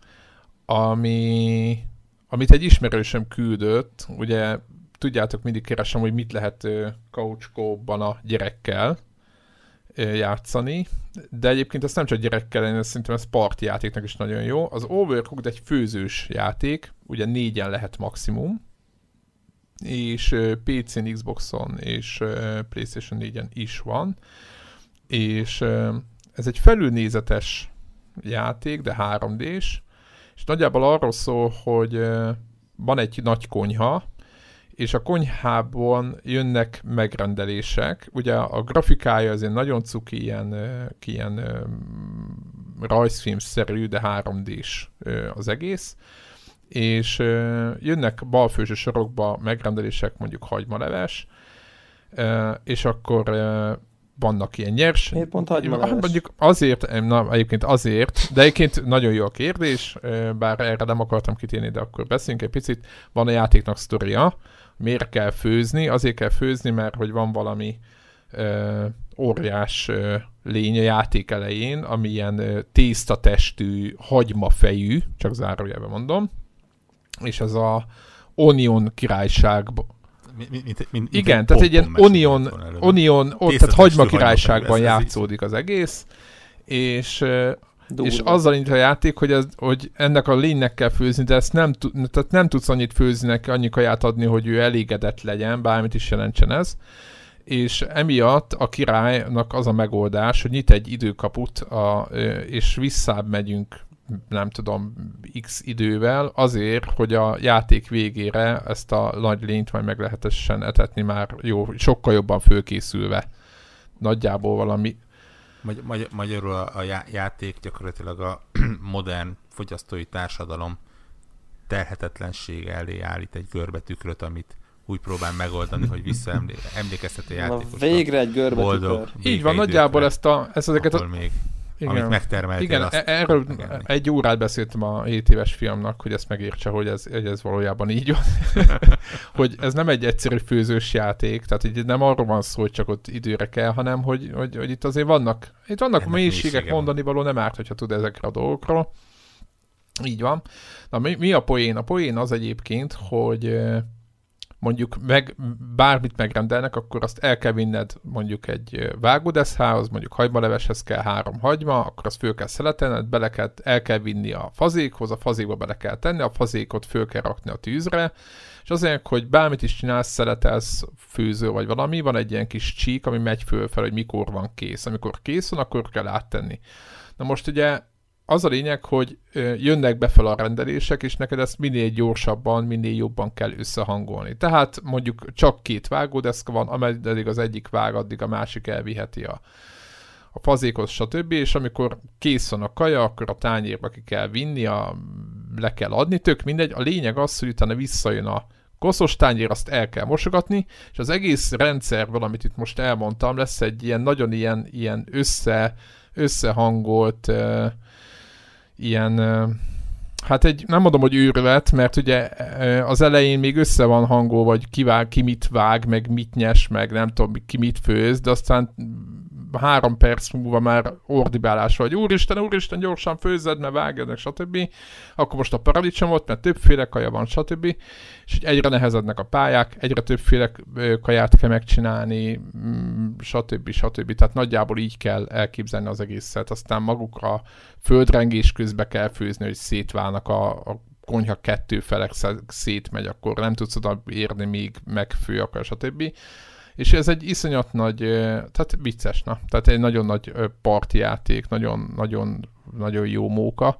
ami... amit egy ismerősöm küldött, ugye tudjátok, mindig keresem, hogy mit lehet uh, couch co-ban a gyerekkel uh, játszani, de egyébként ezt nem csak gyerekkel, én szerintem ez party játéknak is nagyon jó. Az Overcooked egy főzős játék, ugye négyen lehet maximum, és uh, pé cén, Xboxon és uh, PlayStation négyen is van, és uh, ez egy felülnézetes játék, de három dés, és nagyjából arról szól, hogy van egy nagy konyha, és a konyhában jönnek megrendelések. Ugye a grafikája azért nagyon cuki, ilyen, ilyen rajzfilmszerű, de három dés az egész. És jönnek balfőző sorokba megrendelések, mondjuk hagymaleves, és akkor vannak ilyen nyers... Miért pont hagymaleves? Mondjuk azért, na, egyébként azért, de egyébként nagyon jó a kérdés, bár erre nem akartam kitérni, de akkor beszéljünk egy picit. Van a játéknak sztoria, miért kell főzni? Azért kell főzni, mert hogy van valami ö, óriás ö, lény a játék elején, ami ilyen ö, tésztatestű, hagymafejű, csak zárójelben mondom, és ez a Onion királyságban Mint, mint, mint, igen, mint tehát egy ilyen onion, onion ott, tehát hagyma királyságban játszódik az egész, és, és azzal indít a játék, hogy, ez, hogy ennek a lénynek kell főzni, de ezt nem, tehát nem tudsz annyit főzni neki, annyi kaját adni, hogy ő elégedett legyen, bármit is jelentsen ez, és emiatt a királynak az a megoldás, hogy nyit egy időkaput, a, és visszább megyünk, nem tudom, x idővel, azért, hogy a játék végére ezt a nagy lényt majd meg lehetessen etetni már jó, sokkal jobban fölkészülve. Nagyjából valami Magy- magy- magyarul a, a játék gyakorlatilag a modern fogyasztói társadalom terhetetlensége elé állít egy görbetükröt, amit úgy próbál megoldani, hogy visszaemlékeztet a játékosra. Végre egy görbetükör. Így van, nagyjából ezt a... Ezt ezeket a... még, igen. Amit megtermeltél, igen, azt erről egy órát beszéltem a hét éves fiamnak, hogy ezt megértse, hogy ez, hogy ez valójában így van. Hogy ez nem egy egyszerű főzős játék, tehát így nem arról van szó, hogy csak ott időre kell, hanem hogy, hogy, hogy itt azért vannak, itt vannak mélységek, mondani való, nem árt, hogyha tud ezekre a dolgokról. Így van. Na mi, mi a poén? A poén az egyébként, hogy mondjuk meg, bármit megrendelnek, akkor azt el kell vinned mondjuk egy vágódeszhához, mondjuk hagymaleveshez kell három hagyma, akkor azt föl kell szeletelned, bele kell, el kell vinni a fazékhoz, a fazékba bele kell tenni, a fazékot föl kell rakni a tűzre, és azért, hogy bármit is csinálsz, szeletelsz, főző vagy valami, van egy ilyen kis csík, ami megy fölfel, hogy mikor van kész. Amikor kész van, akkor kell áttenni. Na most ugye az a lényeg, hogy jönnek be fel a rendelések, és neked ezt minél gyorsabban, minél jobban kell összehangolni. Tehát mondjuk csak két vágódeszka van, ameddig az egyik vág, addig a másik elviheti a, a fazékot, stb. És amikor kész van a kaja, akkor a tányérba ki kell vinni, a, le kell adni, tök mindegy. A lényeg az, hogy utána visszajön a koszos tányér, azt el kell mosogatni, és az egész rendszerből, amit itt most elmondtam, lesz egy ilyen nagyon ilyen, ilyen össze, összehangolt uh, ilyen, hát egy, nem mondom, hogy őrület, mert ugye az elején még össze van hangolva, vagy ki, vág, ki mit vág, meg mit nyes, meg nem tudom, ki mit főz, de aztán három perc múlva már ordibálás vagy, úristen, úristen, gyorsan főzzed, mert vágjad, meg stb. Akkor most a paradicsomot, mert többféle kaja van, stb. És egyre nehezednek a pályák, egyre többféle kaját kell megcsinálni, stb. stb. Tehát nagyjából így kell elképzelni az egészet. Aztán magukra földrengés közben kell főzni, hogy szétválnak a, a konyha kettő felek szétmegy, akkor nem tudsz oda érni, még megfő akar, stb. És ez egy iszonyat nagy, tehát vicces, na. Tehát egy nagyon nagy parti játék, nagyon, nagyon, nagyon jó móka.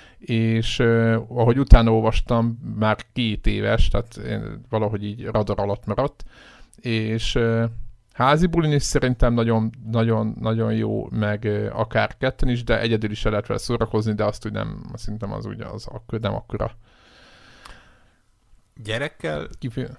És ahogy utána olvastam, már két éves, tehát valahogy így radar alatt maradt. És házi bulin is szerintem nagyon, nagyon, nagyon jó, meg akár ketten is, de egyedül is el lehet vele szórakozni, de azt úgy nem, szerintem az úgy az, nem akkora. Gyerekkel? Kifél...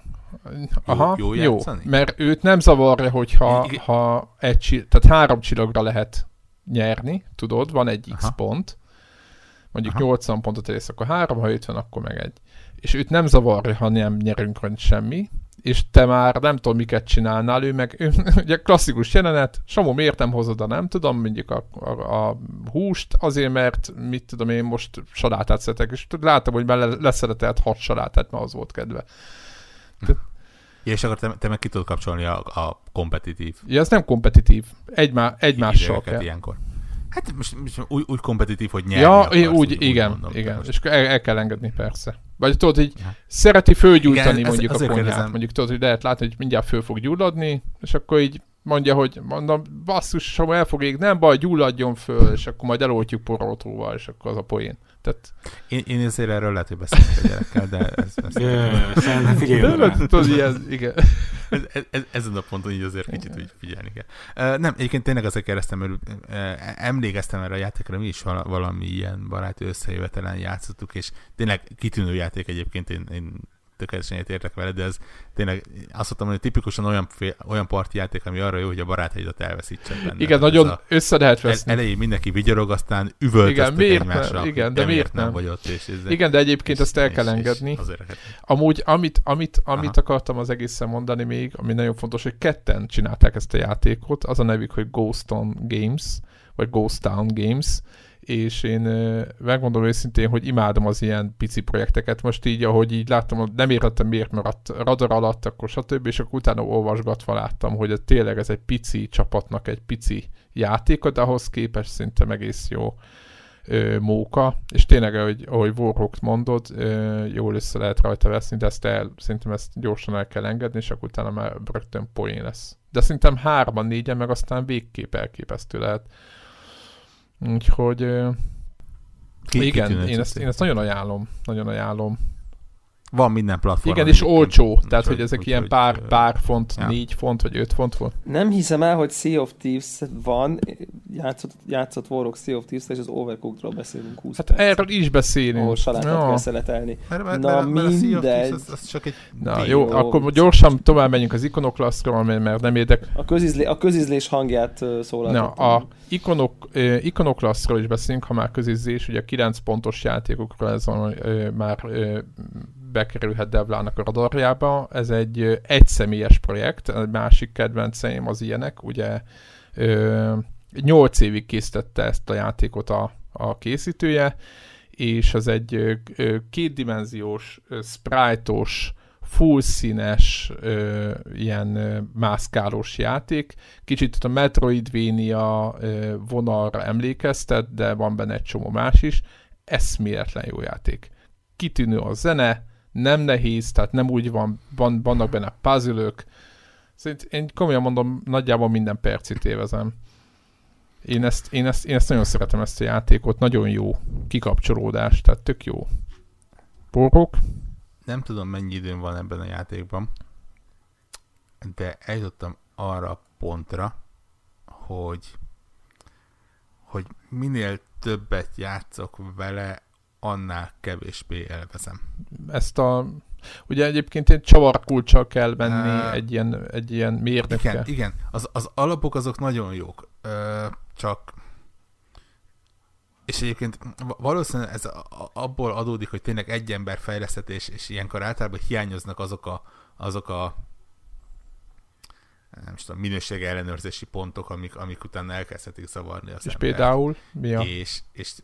Aha, jó, jó, jó, mert őt nem zavarja, hogyha ha egy, tehát három csillagra lehet nyerni, tudod, van egy X Aha. pont, mondjuk Aha. nyolcvan pontot érsz, akkor három, ha ötven, akkor meg egy. És őt nem zavarja, ha nem nyerünk rá semmi, és te már nem tudom, miket csinálnál, ő meg ő, ugye klasszikus jelenet, Samu, miért nem hozod a nem tudom, mondjuk a, a, a húst, azért, mert mit tudom én most salátát szeretek, és látom, hogy már leszeretelt hat salátát, mert az volt kedve. Te... Ja, és akkor te, te meg ki tudod kapcsolni a, a kompetitív. Ja, ez nem kompetitív. Egymá, egymással kell. Ilyenkor. Hát most, most úgy, úgy kompetitív, hogy nyerni ja, akarsz, úgy, úgy igen, mondom, igen. És el, el kell engedni, persze. Vagy tudod, hogy ja. szereti fölgyújtani igen, mondjuk ez, a konyhát. Kérdezem. Mondjuk tudod, hogy lehet látni, hogy mindjárt föl fog gyulladni, és akkor így mondja, hogy mondom, basszus, ha el fog ég, nem baj, gyulladjon föl, és akkor majd eloltjuk poroltóval, és akkor az a poén. Tehát... Én, én azért erről lehet, hogy beszélek a gyerekkel, de ez... ez Szerintem figyelj rá. Tudod, ilyen, igen. Ez, ez, ezen a ponton így azért kicsit úgy figyelni kell. Uh, nem, egyébként tényleg azért kérdeztem, mert uh, emlékeztem erre a játékra, mi is valami ilyen baráti összejövetelen játszottuk, és tényleg kitűnő játék egyébként, én, én tökéletesen értek vele, de ez tényleg azt mondtam, hogy tipikusan olyan, olyan parti játék, ami arra jó, hogy a barátaidat elveszítsen benne. Igen, tehát nagyon össze lehet veszni. El, elején mindenki vigyorog, aztán üvöltöztek egymásra. Nem, igen, de miért nem? nem vagy ott, és ez igen, de egyébként ezt el kell engedni. Amúgy, amit, amit, amit akartam az egészen mondani még, ami nagyon fontos, hogy ketten csinálták ezt a játékot, az a nevük, hogy Ghost Town Games, vagy Ghost Town Games, és én megmondom őszintén, hogy imádom az ilyen pici projekteket. Most így, ahogy így láttam, nem értettem miért maradt radar alatt, akkor stb. És akkor utána olvasgatva láttam, hogy tényleg ez egy pici csapatnak egy pici játéka, de ahhoz képest szinte egész jó ö, móka. És tényleg, ahogy, ahogy Warhawk mondod, ö, jól össze lehet rajta veszni, de ezt el, szerintem ezt gyorsan el kell engedni, és akkor utána már rögtön poén lesz. De szerintem hárman, négyen, meg aztán végképp elképesztő lehet. Úgyhogy ki, igen, én ezt, én ezt nagyon ajánlom, nagyon ajánlom. van minden platform. Igen, és olcsó, tehát hogy ezek úgy, ilyen pár, pár font, ja. négy font, vagy öt font volt. Nem hiszem el, hogy Sea of Thieves van, játszott, játszott Warrock Sea of Thieves, és az Overcookedról beszélünk húsz Hát perc. erről is beszélünk. Ahol salátát ja. kell szeletelni. Mert, mert, Na mert, mert mindegy. Az, az csak egy Na jó, jó, akkor gyorsan tovább menjünk az Iconoclastról, mert nem érdek. A, közizlé, a közizlés hangját uh, szólaltattunk. Na, a Iconok, uh, Iconoclastról is beszélünk, ha már közizlés, ugye a kilenc pontos játékokról ez van, uh, már uh, bekerülhet Devlának a radarjába. Ez egy uh, egyszemélyes projekt, egy másik kedvenceim az ilyenek, ugye uh, nyolc évig készítette ezt a játékot a, a készítője, és az egy uh, kétdimenziós, uh, sprite-os, full színes, uh, ilyen uh, mászkálós játék. Kicsit a Metroidvania uh, vonalra emlékeztet, de van benne egy csomó más is. Eszméletlen jó játék. Kitűnő a zene, nem nehéz, tehát nem úgy van, van vannak benne puzzle-ök. Szóval én komolyan mondom, nagyjából minden percit évezem. Én ezt, én, ezt, én ezt nagyon szeretem, ezt a játékot. Nagyon jó kikapcsolódás, tehát tök jó. Porok? Nem tudom, mennyi időm van ebben a játékban, de eljutottam arra a pontra, hogy, hogy minél többet játszok vele, annál kevésbé élvezem. Ezt a... Ugye egyébként egy csavarkulccsal kell venni uh, egy ilyen, egy ilyen mérnökkel. Igen, igen. Az, az alapok azok nagyon jók. Uh, csak és egyébként valószínűleg ez abból adódik, hogy tényleg egy ember fejlesztetés, és ilyenkor általában hiányoznak azok a, azok a nem tudom, minőség ellenőrzési pontok, amik, amik utána elkezdhetik zavarni az És embert. Például mi a... És, és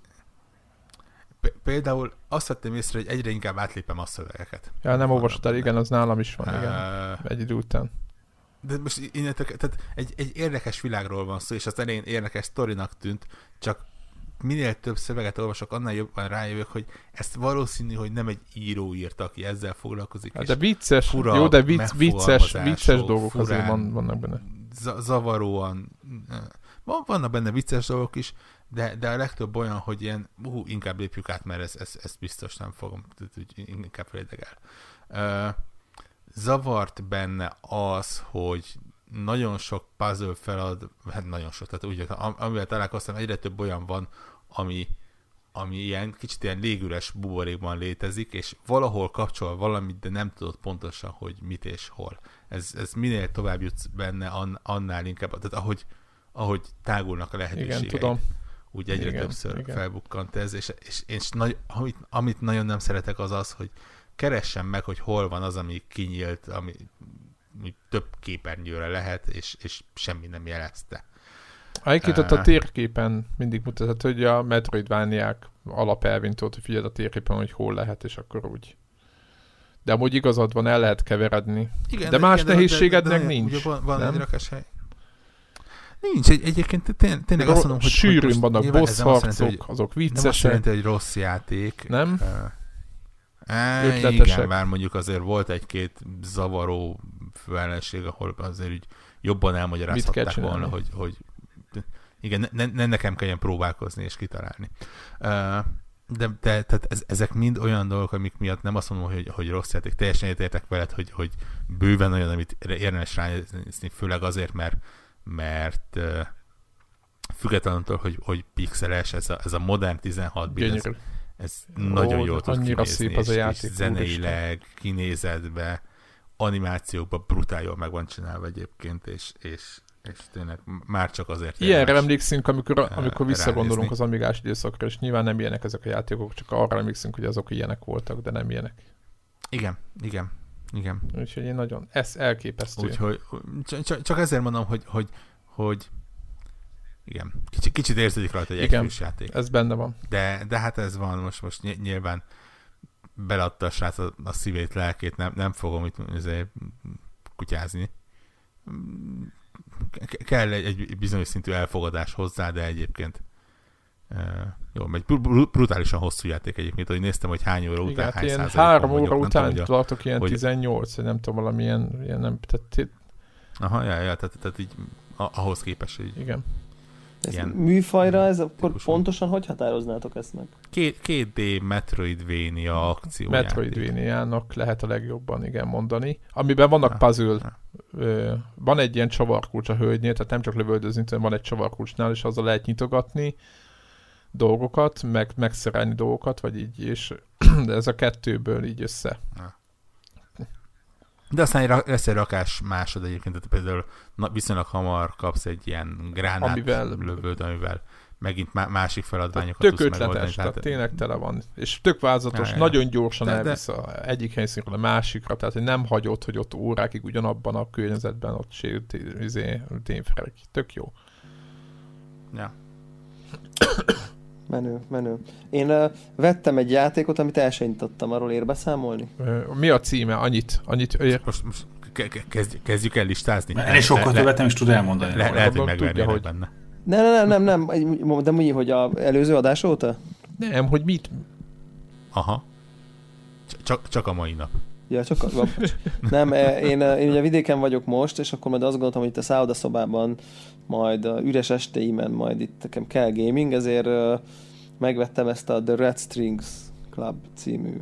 például azt vettem észre, hogy egyre inkább átlépem a szövegeket. Ja, nem olvasod el, igen, az nálam is van, uh, igen, egy idő után. De most innentől, tehát egy, egy érdekes világról van szó, és az elején érdekes sztorinak tűnt, csak minél több szöveget olvasok, annál jobban rájövök, hogy ezt valószínű, hogy nem egy író írta, aki ezzel foglalkozik. Hát de vicces, fura, jó, de vicc, vicces, vicces dolgok furán, azért van, vannak benne. Zavaróan, van, vannak benne vicces dolgok is, de, de a legtöbb olyan, hogy ilyen, hú, inkább lépjük át, mert ezt ez, ez biztos nem fogom, inkább felidegel. Uh, zavart benne az, hogy nagyon sok puzzle felad, hát nagyon sok, tehát úgy, amivel találkoztam, egyre több olyan van, ami, ami ilyen kicsit ilyen légüres buborékban létezik, és valahol kapcsol valamit, de nem tudod pontosan, hogy mit és hol. Ez, ez minél tovább jutsz benne, annál inkább, tehát ahogy, ahogy tágulnak a lehetőségek. Igen, tudom. Úgy egyre igen, többször igen. felbukkant ez, és, és, és nagy, amit, amit nagyon nem szeretek az az, hogy keressem meg, hogy hol van az, ami kinyílt, ami, ami több képernyőre lehet, és, és semmi nem jelezte. Egyébként ott a térképen mindig mutathat, hogy a Metroidvániák alapelvén tudod, hogy figyeld a térképen, hogy hol lehet, és akkor úgy. De amúgy igazad van, el lehet keveredni. Igen, de más igen, nehézségednek nincs. Ugye van, van egy rakáshely. Nincs, egy, egyébként tény, tényleg azt mondom, hogy... Sűrűn vannak boss harcok, azok viccesek. Nem azt jelenti, hogy rossz játék. Nem? Uh, e, igen, bár mondjuk azért volt egy-két zavaró ellenség, ahol azért úgy jobban elmagyarázhatták volna, hogy, hogy igen, ne, ne nekem kelljen próbálkozni és kitalálni. Uh, de, de tehát ez, ezek mind olyan dolgok, amik miatt nem azt mondom, hogy, hogy rossz játék. Teljesen értek veled, hogy, hogy bőven olyan, amit érdemes ránézni, főleg azért, mert mert uh, függetlenül, hogy, hogy pixeles, ez a, ez a modern tizenhat bit, ez, ez nagyon jól tud kinézni, szép az a játék, és zeneileg, kinézetbe, animációkban brutál jól meg van csinálva egyébként, és, és, és tényleg már csak azért ilyenre emlékszünk, amikor, amikor visszagondolunk ránézni az Amigás időszakra, és nyilván nem ilyenek ezek a játékok, csak arra emlékszünk, hogy azok ilyenek voltak, de nem ilyenek. Igen, igen. Igen. Úgyhogy én nagyon, ez elképesztő. Úgyhogy csak, csak ezért mondom, hogy, hogy, hogy igen, kicsit, kicsit érződik rajta egy egyfős játék. Ez benne van. De, de hát ez van, most, most nyilván beladta a srác a, a szívét, lelkét, nem, nem fogom itt azért kutyázni. Kell egy, egy bizonyos szintű elfogadás hozzá, de egyébként Uh, jó, egy brutálisan hosszú játék egyébként, hogy néztem, hogy hány óra után, igen, hány százalékon három óra után tartok ilyen hogy... tizennyolc, nem tudom, valamilyen ilyen nem... Tehát... Aha, ja, ja, tehát, tehát így ahhoz képest, hogy... Igen. Ez műfajra, ez akkor típuson. Pontosan hogy határoznátok ezt meg? két dé Metroidvania akció. Metroidvania-nak lehet a legjobban, igen, mondani. Amiben vannak puzzle, van egy ilyen csavarkulcs a hölgynél, tehát nem csak lövöldözni, hanem van egy csavarkulcsnál, és azzal lehet nyitogatni dolgokat, meg megszerelni dolgokat, vagy így, és de ez a kettőből így össze. Ha. De aztán lesz egy rakás másod egyébként, tehát például viszonylag hamar kapsz egy ilyen gránát amivel, lövőt, amivel megint má- másik feladványokat tudsz megoldani. Tök ötletes, tehát tényleg tele van. És tök vázatos, ja, nagyon ja. gyorsan de, elvisz de... a egyik helyszínről a másikra, tehát hogy nem hagyod, hogy ott órákig ugyanabban a környezetben ott sérült tényfelek. Tök jó. Ja. Menő, menő. Én uh, vettem egy játékot, amit el sem nyitottam, arról ér beszámolni? Uh, mi a címe? Annyit? annyit ér... Most, most kezdj, kezdjük el listázni. Ennél sokkal többet nem is tud elmondani. Le, lehet, hogy megvernének benne. Nem, nem, nem, nem, nem, de mi, hogy az előző adás óta? Nem, hogy mit? Aha. Csak, csak a mai nap. Ja, csak az. Nem, én, én ugye vidéken vagyok most, és akkor majd azt gondoltam, hogy itt a szállodaszobában majd a üres estéimen majd itt nekem kell gaming, ezért uh, megvettem ezt a The Red Strings Club című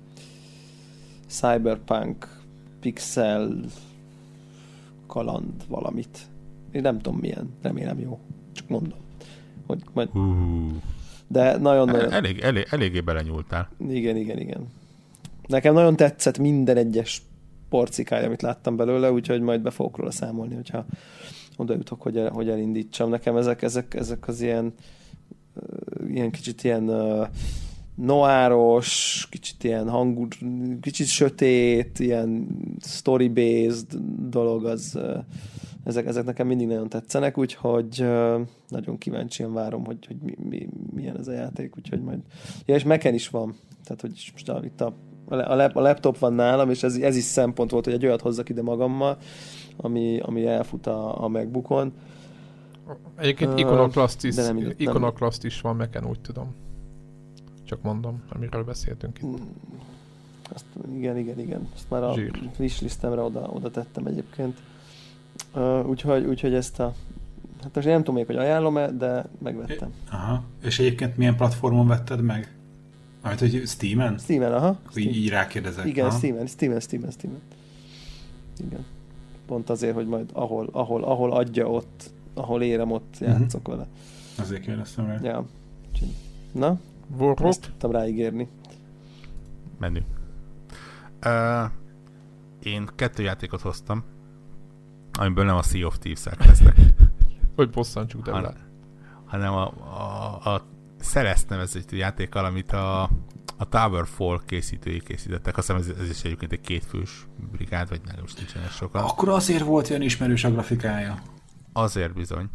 cyberpunk pixel kaland valamit. Én nem tudom milyen, remélem jó. Csak mondom. Hogy majd... Uh. De nagyon-nagyon... Elég, elég, eléggé belenyúltál. Igen, igen, igen. Nekem nagyon tetszett minden egyes porcikája, amit láttam belőle, úgyhogy majd be fogok róla számolni, hogyha oda jutok, hogy, el, hogy elindítsam. Nekem ezek, ezek, ezek az ilyen uh, ilyen kicsit ilyen uh, noáros, kicsit ilyen hangú, kicsit sötét, ilyen story-based dolog, az uh, ezek, ezek nekem mindig nagyon tetszenek, úgyhogy uh, nagyon kíváncsian várom, hogy, hogy mi, mi, milyen ez a játék, úgyhogy majd... Ja, és Mac-en is van, tehát hogy most a, itt a, a laptop van nálam, és ez, ez is szempont volt, hogy egy olyat hozzak ide magammal, ami, ami elfut a, a MacBookon. Egyébként uh, Iconoclast is, Iconoclast is van Mac-en, úgy tudom. Csak mondom, amiről beszéltünk itt. Azt, igen, igen, igen. Azt már a wishlistemre oda, oda tettem egyébként. Uh, úgyhogy, úgyhogy ezt a... Hát most én nem tudom még, hogy ajánlom-e, de megvettem. Aha. És egyébként milyen platformon vetted meg? Amit, hogy Steamen? Steamen, aha. Steam. Így, így rákérdezek. Igen, aha. Steamen, Steamen, Steamen, Steamen. Igen. Pont azért, hogy majd ahol, ahol, ahol adja ott, ahol érem, ott uh-huh. játszok vele. Azért kérdeztem rá. Ja. Na? Warrock? Ezt tudtam ráígérni. Menü. Uh, én kettő játékot hoztam, amiből nem a Sea of Thieves-el kezdtek. Hogy bosszantsuk de Han, hanem a, a, a Celeste nevezetű játékkal, amit a, a Towerfall készítői készítettek. Azt hiszem ez, ez is egyébként egy kétfős brigád, vagy nem, most nincsenek sokan. Akkor azért volt olyan ismerős a grafikája. Azért bizony.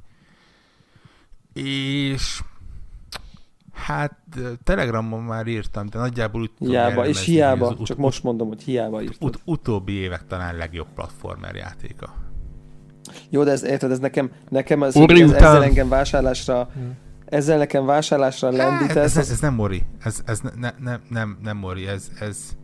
És hát Telegramon már írtam, de nagyjából úgy hiába, és hiába, ut- csak ut- most mondom, hogy hiába írtam. Ut- utóbbi évek talán legjobb platformer játéka. Jó, de ez, érted, ez nekem, nekem az, ez, ezzel engem vásárlásra hmm. ezzel nekem vásárlásra lendítesz. Ez, ez, ez nem Mori. Ez, ez ne, ne, nem, nem Mori. Ez, ez...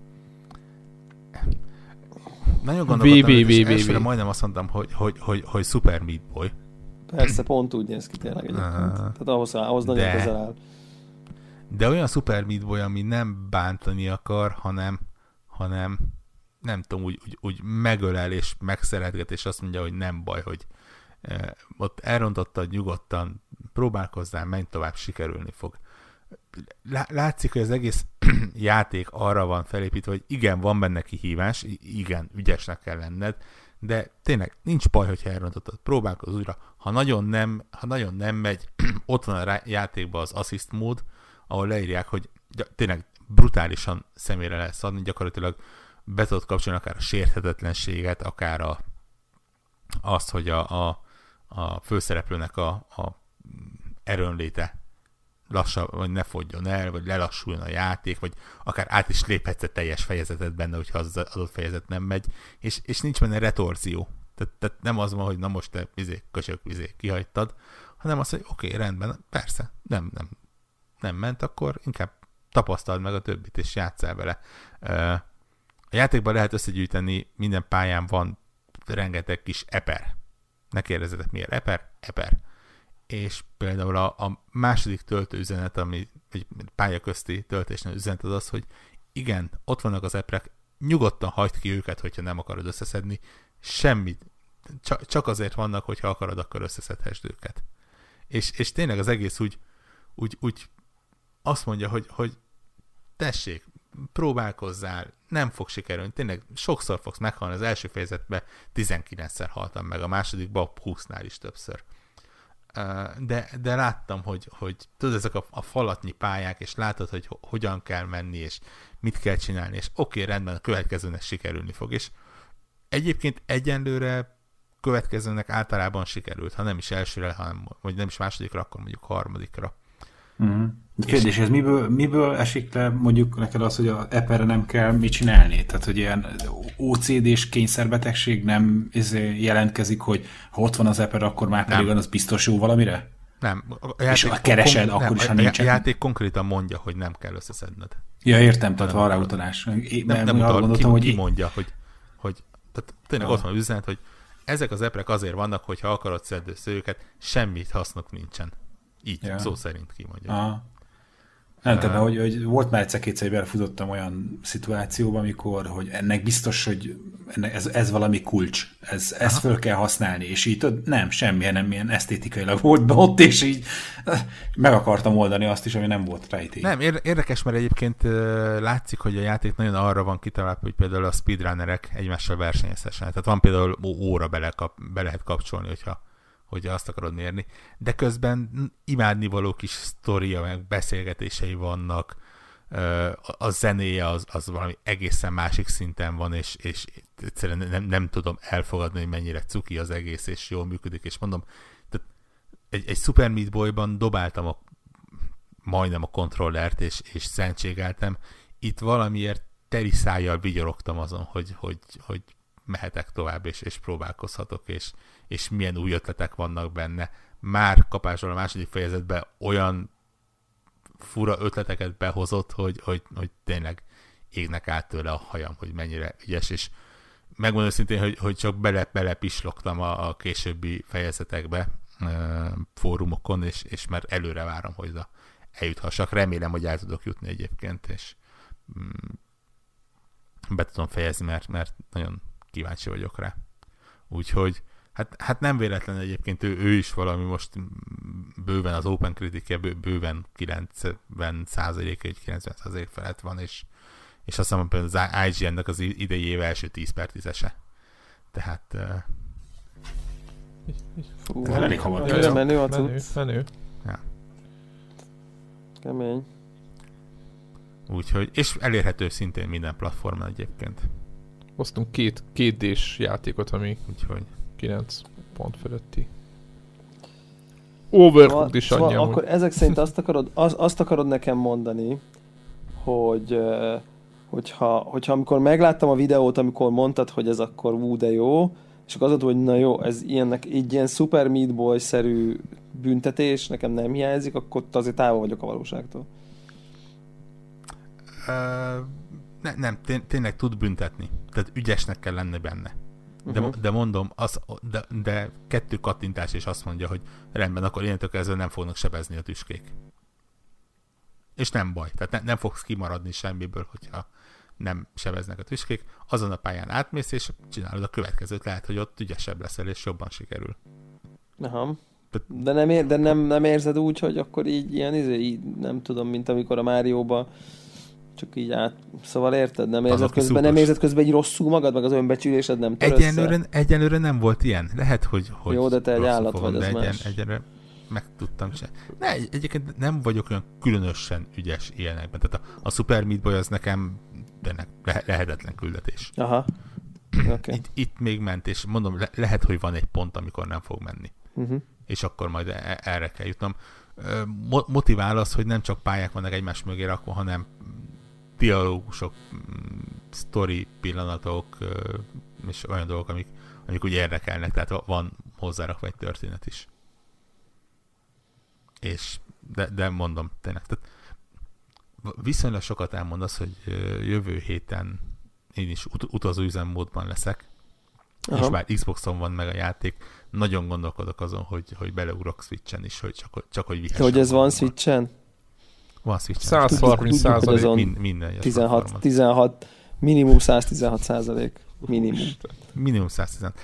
Nagyon gondolkodtam, és elsőre majdnem azt mondtam, hogy, hogy, hogy, hogy Super Meat Boy. Persze, pont úgy néz ki tényleg egyébként. Uh, Tehát ahhoz, ahhoz nagyon de, közel áll. De olyan Super Meat Boy, ami nem bántani akar, hanem, hanem nem tudom, úgy, úgy, úgy megölel és megszeretget, és azt mondja, hogy nem baj, hogy eh, ott elrontottad nyugodtan, próbálkozzál, menj tovább, sikerülni fog. Látszik, hogy az egész játék arra van felépítve, hogy igen, van benne kihívás, igen, ügyesnek kell lenned, de tényleg nincs baj, hogyha elrontottad, próbálkozz újra. Ha nagyon nem, ha nagyon nem megy, ott van a játékban az assist mód, ahol leírják, hogy tényleg brutálisan személyre lesz adni, gyakorlatilag be tudod kapcsolni akár a sérthetetlenséget, akár a, azt, hogy a, a, a főszereplőnek a, a erőnléte lassan, vagy ne fogjon el, vagy lelassuljon a játék, vagy akár át is léphetsz egy teljes fejezetet benne, hogyha az adott fejezet nem megy, és, és nincs benne retorzió. Tehát, tehát nem az van, hogy na most te vizé, köcsök vizé, kihagytad, hanem az, hogy oké, okay, rendben, persze, nem, nem, nem ment, akkor inkább tapasztald meg a többit, és játsszál vele. A játékban lehet összegyűjteni, minden pályán van rengeteg kis eper. Ne kérdezzetek miért eper? Eper. és például a, a második töltőüzenet, ami egy pályaközti töltésnél üzenet az az, hogy igen, ott vannak az eprek, nyugodtan hagyd ki őket, hogyha nem akarod összeszedni, semmit, csak, csak azért vannak, hogyha akarod, akkor összeszedhessd őket. És, és tényleg az egész úgy, úgy, úgy azt mondja, hogy, hogy tessék, próbálkozzál, nem fog sikerülni, tényleg sokszor fogsz meghalni, az első fejezetben tizenkilencszer haltam meg, a másodikban húsznál is többször. De, de láttam, hogy, hogy tudod, ezek a, a falatnyi pályák, és látod, hogy hogyan kell menni, és mit kell csinálni, és oké, okay, rendben, a következőnek sikerülni fog, és egyébként egyenlőre következőnek általában sikerült, ha nem is elsőre, hanem, vagy nem is másodikra, akkor mondjuk harmadikra. Mm-hmm. De kérdés, ez miből, miből esik le mondjuk neked az, hogy az eperre nem kell mit csinálni? Tehát, hogy ilyen ó cé dés kényszerbetegség nem jelentkezik, hogy ha ott van az eper, akkor már pedig van, az biztos jó valamire? Nem. A és ha keresed, kon- akkor nem, is, ha nincsen. A játék konkrétan mondja, hogy nem kell összeszedned. Ja, értem, tehát van rá utalás. Nem, nem, nem utal, gondoltam, ki, hogy... ki mondja, hogy, hogy tehát tényleg ah. ott van az üzenet, hogy ezek az eprek azért vannak, hogy ha akarod szedni őket, semmit hasznuk nincsen. Így, ja. Szó szerint kimondja. Aha. Nem uh, tudom, hogy, hogy volt már egyszer-kétszer, hogy belefutottam olyan szituációba, amikor, hogy ennek biztos, hogy ennek ez, ez valami kulcs, ez, ezt föl kell használni, és így tudod, nem, semmi, nem ilyen esztétikailag volt be ott, és így meg akartam oldani azt is, ami nem volt rejtély. Nem, érdekes, mert egyébként látszik, hogy a játék nagyon arra van kitalálva, hogy például a speedrunnerek egymással versenyezhessenek. Tehát van például óra bele, kap, be lehet kapcsolni, hogyha hogy azt akarod mérni, de közben imádnivaló kis sztoria, meg beszélgetései vannak, a zenéje az, az valami egészen másik szinten van, és, és egyszerűen nem, nem tudom elfogadni, hogy mennyire cuki az egész, és jól működik, és mondom, tehát egy, egy Super Meat Boy-ban dobáltam a, majdnem a kontrollert, és, és szentségeltem, itt valamiért teli szájjal vigyorogtam azon, hogy, hogy, hogy mehetek tovább, és, és próbálkozhatok, és, és milyen új ötletek vannak benne. Már kapásról a második fejezetben olyan fura ötleteket behozott, hogy, hogy, hogy tényleg égnek át tőle a hajam, hogy mennyire ügyes, és megmondom őszintén, hogy, hogy csak bele, bele pislogtam a, a későbbi fejezetekbe e, fórumokon, és, és már előre várom, hogy oda eljuthassak. Remélem, hogy el tudok jutni egyébként, és mm, be tudom fejezni, mert, mert nagyon kíváncsi vagyok rá. Úgyhogy hát, hát nem véletlen egyébként ő, ő is valami most bőven az Open Critic-e bőven kilencven százalék, egy kilencven százalék felett van, és, és azt mondom, például az I G N-nek az idei év első tíz per tízese. Tehát Fú, tehát elég hamar. Menő, menő a cucc. Menő. Ja. Kemény. Úgyhogy, és elérhető szintén minden platformon egyébként. Hoztunk két, két dés játékot, ami úgyhogy kilenc pont fölötti. Overcooked is annyi. Szóval akkor ezek szerint azt akarod, az, azt akarod nekem mondani, hogy hogyha, hogyha amikor megláttam a videót, amikor mondtad, hogy ez akkor ú, de jó, és akkor az, hogy na jó, ez ilyennek, így ilyen Super Meat Boy-szerű büntetés nekem nem hiányzik, akkor azért távol vagyok a valóságtól. Uh, ne, nem, té- tényleg tud büntetni. Tehát ügyesnek kell lenni benne. De, uh-huh. de mondom, az, de, de kettő kattintás és azt mondja, hogy rendben, akkor innentől kezdve nem fognak sebezni a tüskék. És nem baj. Tehát ne, nem fogsz kimaradni semmiből, hogyha nem sebeznek a tüskék. Azon a pályán átmész, és csinálod a következőt. Lehet, hogy ott ügyesebb leszel, és jobban sikerül. Aha. De, nem, ér, de nem, nem érzed úgy, hogy akkor így ilyen, így, nem tudom, mint amikor a Márióban csak így át. Szóval érted? Nem érzed, közben, nem érzed közben egy rosszul magad, meg az önbecsülésed nem tör egyenlőre, egyenlőre nem volt ilyen. Lehet, hogy, hogy jó, de te egy állat fogom, vagy, ez egyen, más. Egyenlőre meg tudtam sem. Ne, egyébként nem vagyok olyan különösen ügyes ilyenekben. Tehát a, a Super Meat Boy az nekem de le, lehetetlen küldetés. Aha. Okay. Itt, itt még ment, és mondom, le, lehet, hogy van egy pont, amikor nem fog menni. Uh-huh. És akkor majd e, erre kell jutnom. Mo- motivál az, hogy nem csak pályák vannak egymás mögé rakva, hanem dialógusok, sztori pillanatok, és olyan dolgok, amik, amik úgy érdekelnek, tehát van hozzárakva egy történet is. És, de, de mondom, tényleg, tehát viszonylag sokat elmond az, hogy jövő héten én is ut- utazó üzemmódban leszek. Aha. És már Xboxon van meg a játék, nagyon gondolkodok azon, hogy, hogy beleugrok Switchen is, hogy csak, csak hogy vihessem. Hogy ez van Switchen? Van Switchen. száz harminc százalék Min, minden tizenhat, tizenhat, minimum száz tizenhat százalék. Minimum. Minimum száz tizenhat.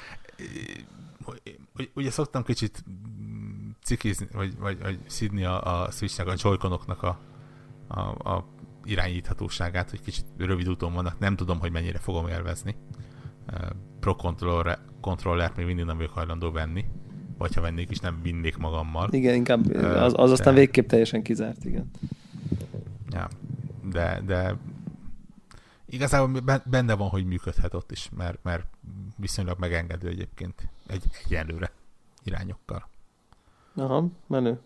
Ugye szoktam kicsit cikizni, vagy, vagy, vagy szidni a, a Switchnek, a Joy-Conoknak a, a, a irányíthatóságát, hogy kicsit rövid úton vannak, nem tudom, hogy mennyire fogom élvezni. Pro controller, controllert még mindig nem vagyok hajlandó venni, vagy ha vennék is, nem vinnék magammal. Igen, inkább az, az aztán de, végképp teljesen kizárt, igen. Ja, de, de igazából benne van, hogy működhet ott is, mert, mert viszonylag megengedő egyébként egy egyenlőre irányokkal. Aha, menő.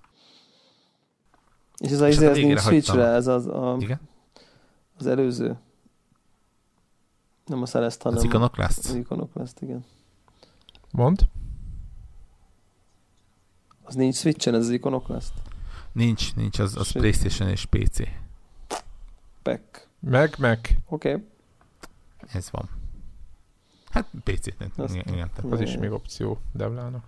És ez a izé, ez nincs Switchre, ez az a, az előző. Nem a Celeste, hanem az Iconoclast. Az Iconoclast, igen. Mondd. Az nincs Switchen, ez az Iconoclast? Nincs, nincs, az, az PlayStation és pé cé. Pek. Meg, meg. Oké. Okay. Ez van. Hát pé cé, nem. Igen, az is még opció Devlának.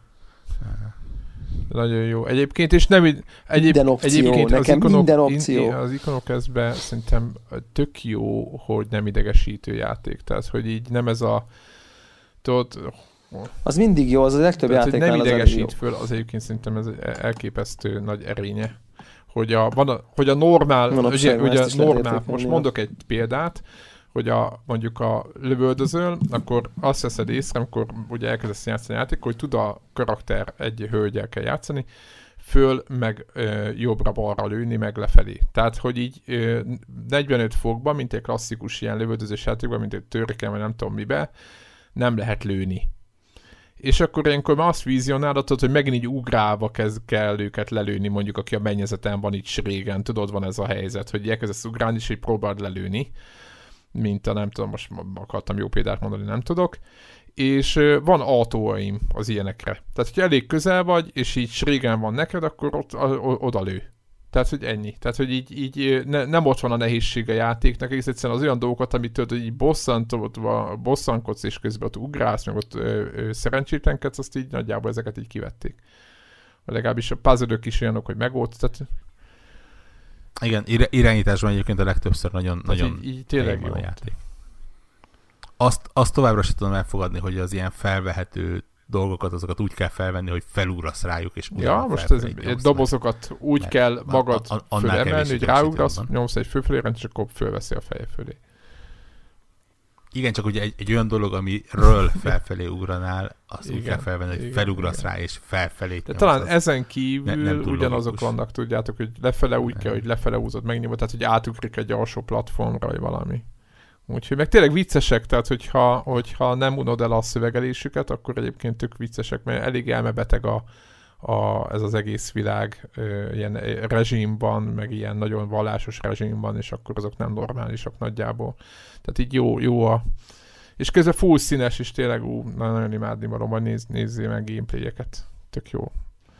Nagyon jó. Egyébként, és nem egyéb, minden opció, egyébként nekem az ikonok, minden opció. E az Iconoclastben szerintem tök jó, hogy nem idegesítő játék. Tehát, hogy így nem ez a tudod, az mindig jó, az a legtöbb tehát, játéknál nem az idegesít föl, az egyébként szerintem ez elképesztő nagy erénye. Hogy a, van a, hogy a normál, ugye, ugye normál, most mondok egy példát, hogy a, mondjuk a lövöldözöl, akkor azt veszed észre, amikor ugye elkezdesz játszani a játék, hogy tud a karakter egy hölgyel kell játszani, föl, meg ö, jobbra-balra lőni, meg lefelé. Tehát, hogy így ö, negyvenöt fokban, mint egy klasszikus ilyen lövöldözős játékban, mint egy töröken, vagy nem tudom miben, nem lehet lőni. És akkor ilyenkor már azt vizionálhatod, hogy megint így ugrálva kezd kell őket lelőni, mondjuk aki a mennyezeten van itt régen, tudod, van ez a helyzet, hogy elkezdesz ugrálni, és így próbáld lelőni, mint a nem tudom, most akartam jó példát mondani, nem tudok, és uh, van autóaim az ilyenekre. Tehát, hogy elég közel vagy, és így régen van neked, akkor ott a, o, oda lő. Tehát, hogy ennyi. Tehát, hogy így, így ne, nem ott van a nehézség a játéknak, egész egyszerűen az olyan dolgokat, amit tudod, hogy így bosszantod, bosszankodsz, és közben ott ugrálsz, meg ott ö, ö, szerencsétlenkedsz, azt így nagyjából ezeket így kivették. Legalábbis a puzzle-ök is olyanok, hogy megold. Tehát... Igen, irányításban egyébként a legtöbbször nagyon, nagyon így, így tényleg jó a játék. Azt, azt továbbra sem tudom elfogadni, hogy az ilyen felvehető dolgokat, azokat úgy kell felvenni, hogy felúrasz rájuk, és ja, most ez dobozokat úgy mert kell magad a, a, fölemelni, hogy ráugrasz, nyomsz egy főfölére, és akkor fölveszi a feje fölé. Igen, csak ugye egy, egy olyan dolog, amiről felfelé ugranál, azt úgy kell felvenni, hogy igen, felugrasz igen. rá, és felfelé. De talán ezen kívül ne, nem ugyanazok logikus. Vannak, tudjátok, hogy lefele úgy nem. kell, hogy lefele húzod megnyomod, tehát hogy átugrik egy alsó platformra, vagy valami. Úgyhogy meg tényleg viccesek, tehát hogyha, hogyha nem unod el a szövegelésüket, akkor egyébként tök viccesek, mert elég elmebeteg a, a, ez az egész világ ö, ilyen rezsimban, meg ilyen nagyon vallásos rezsimban, és akkor azok nem normálisak nagyjából. Tehát így jó, jó a... És közben full színes is, tényleg ú, nagyon imádni való, majd néz, nézzél meg gameplayeket. Tök jó.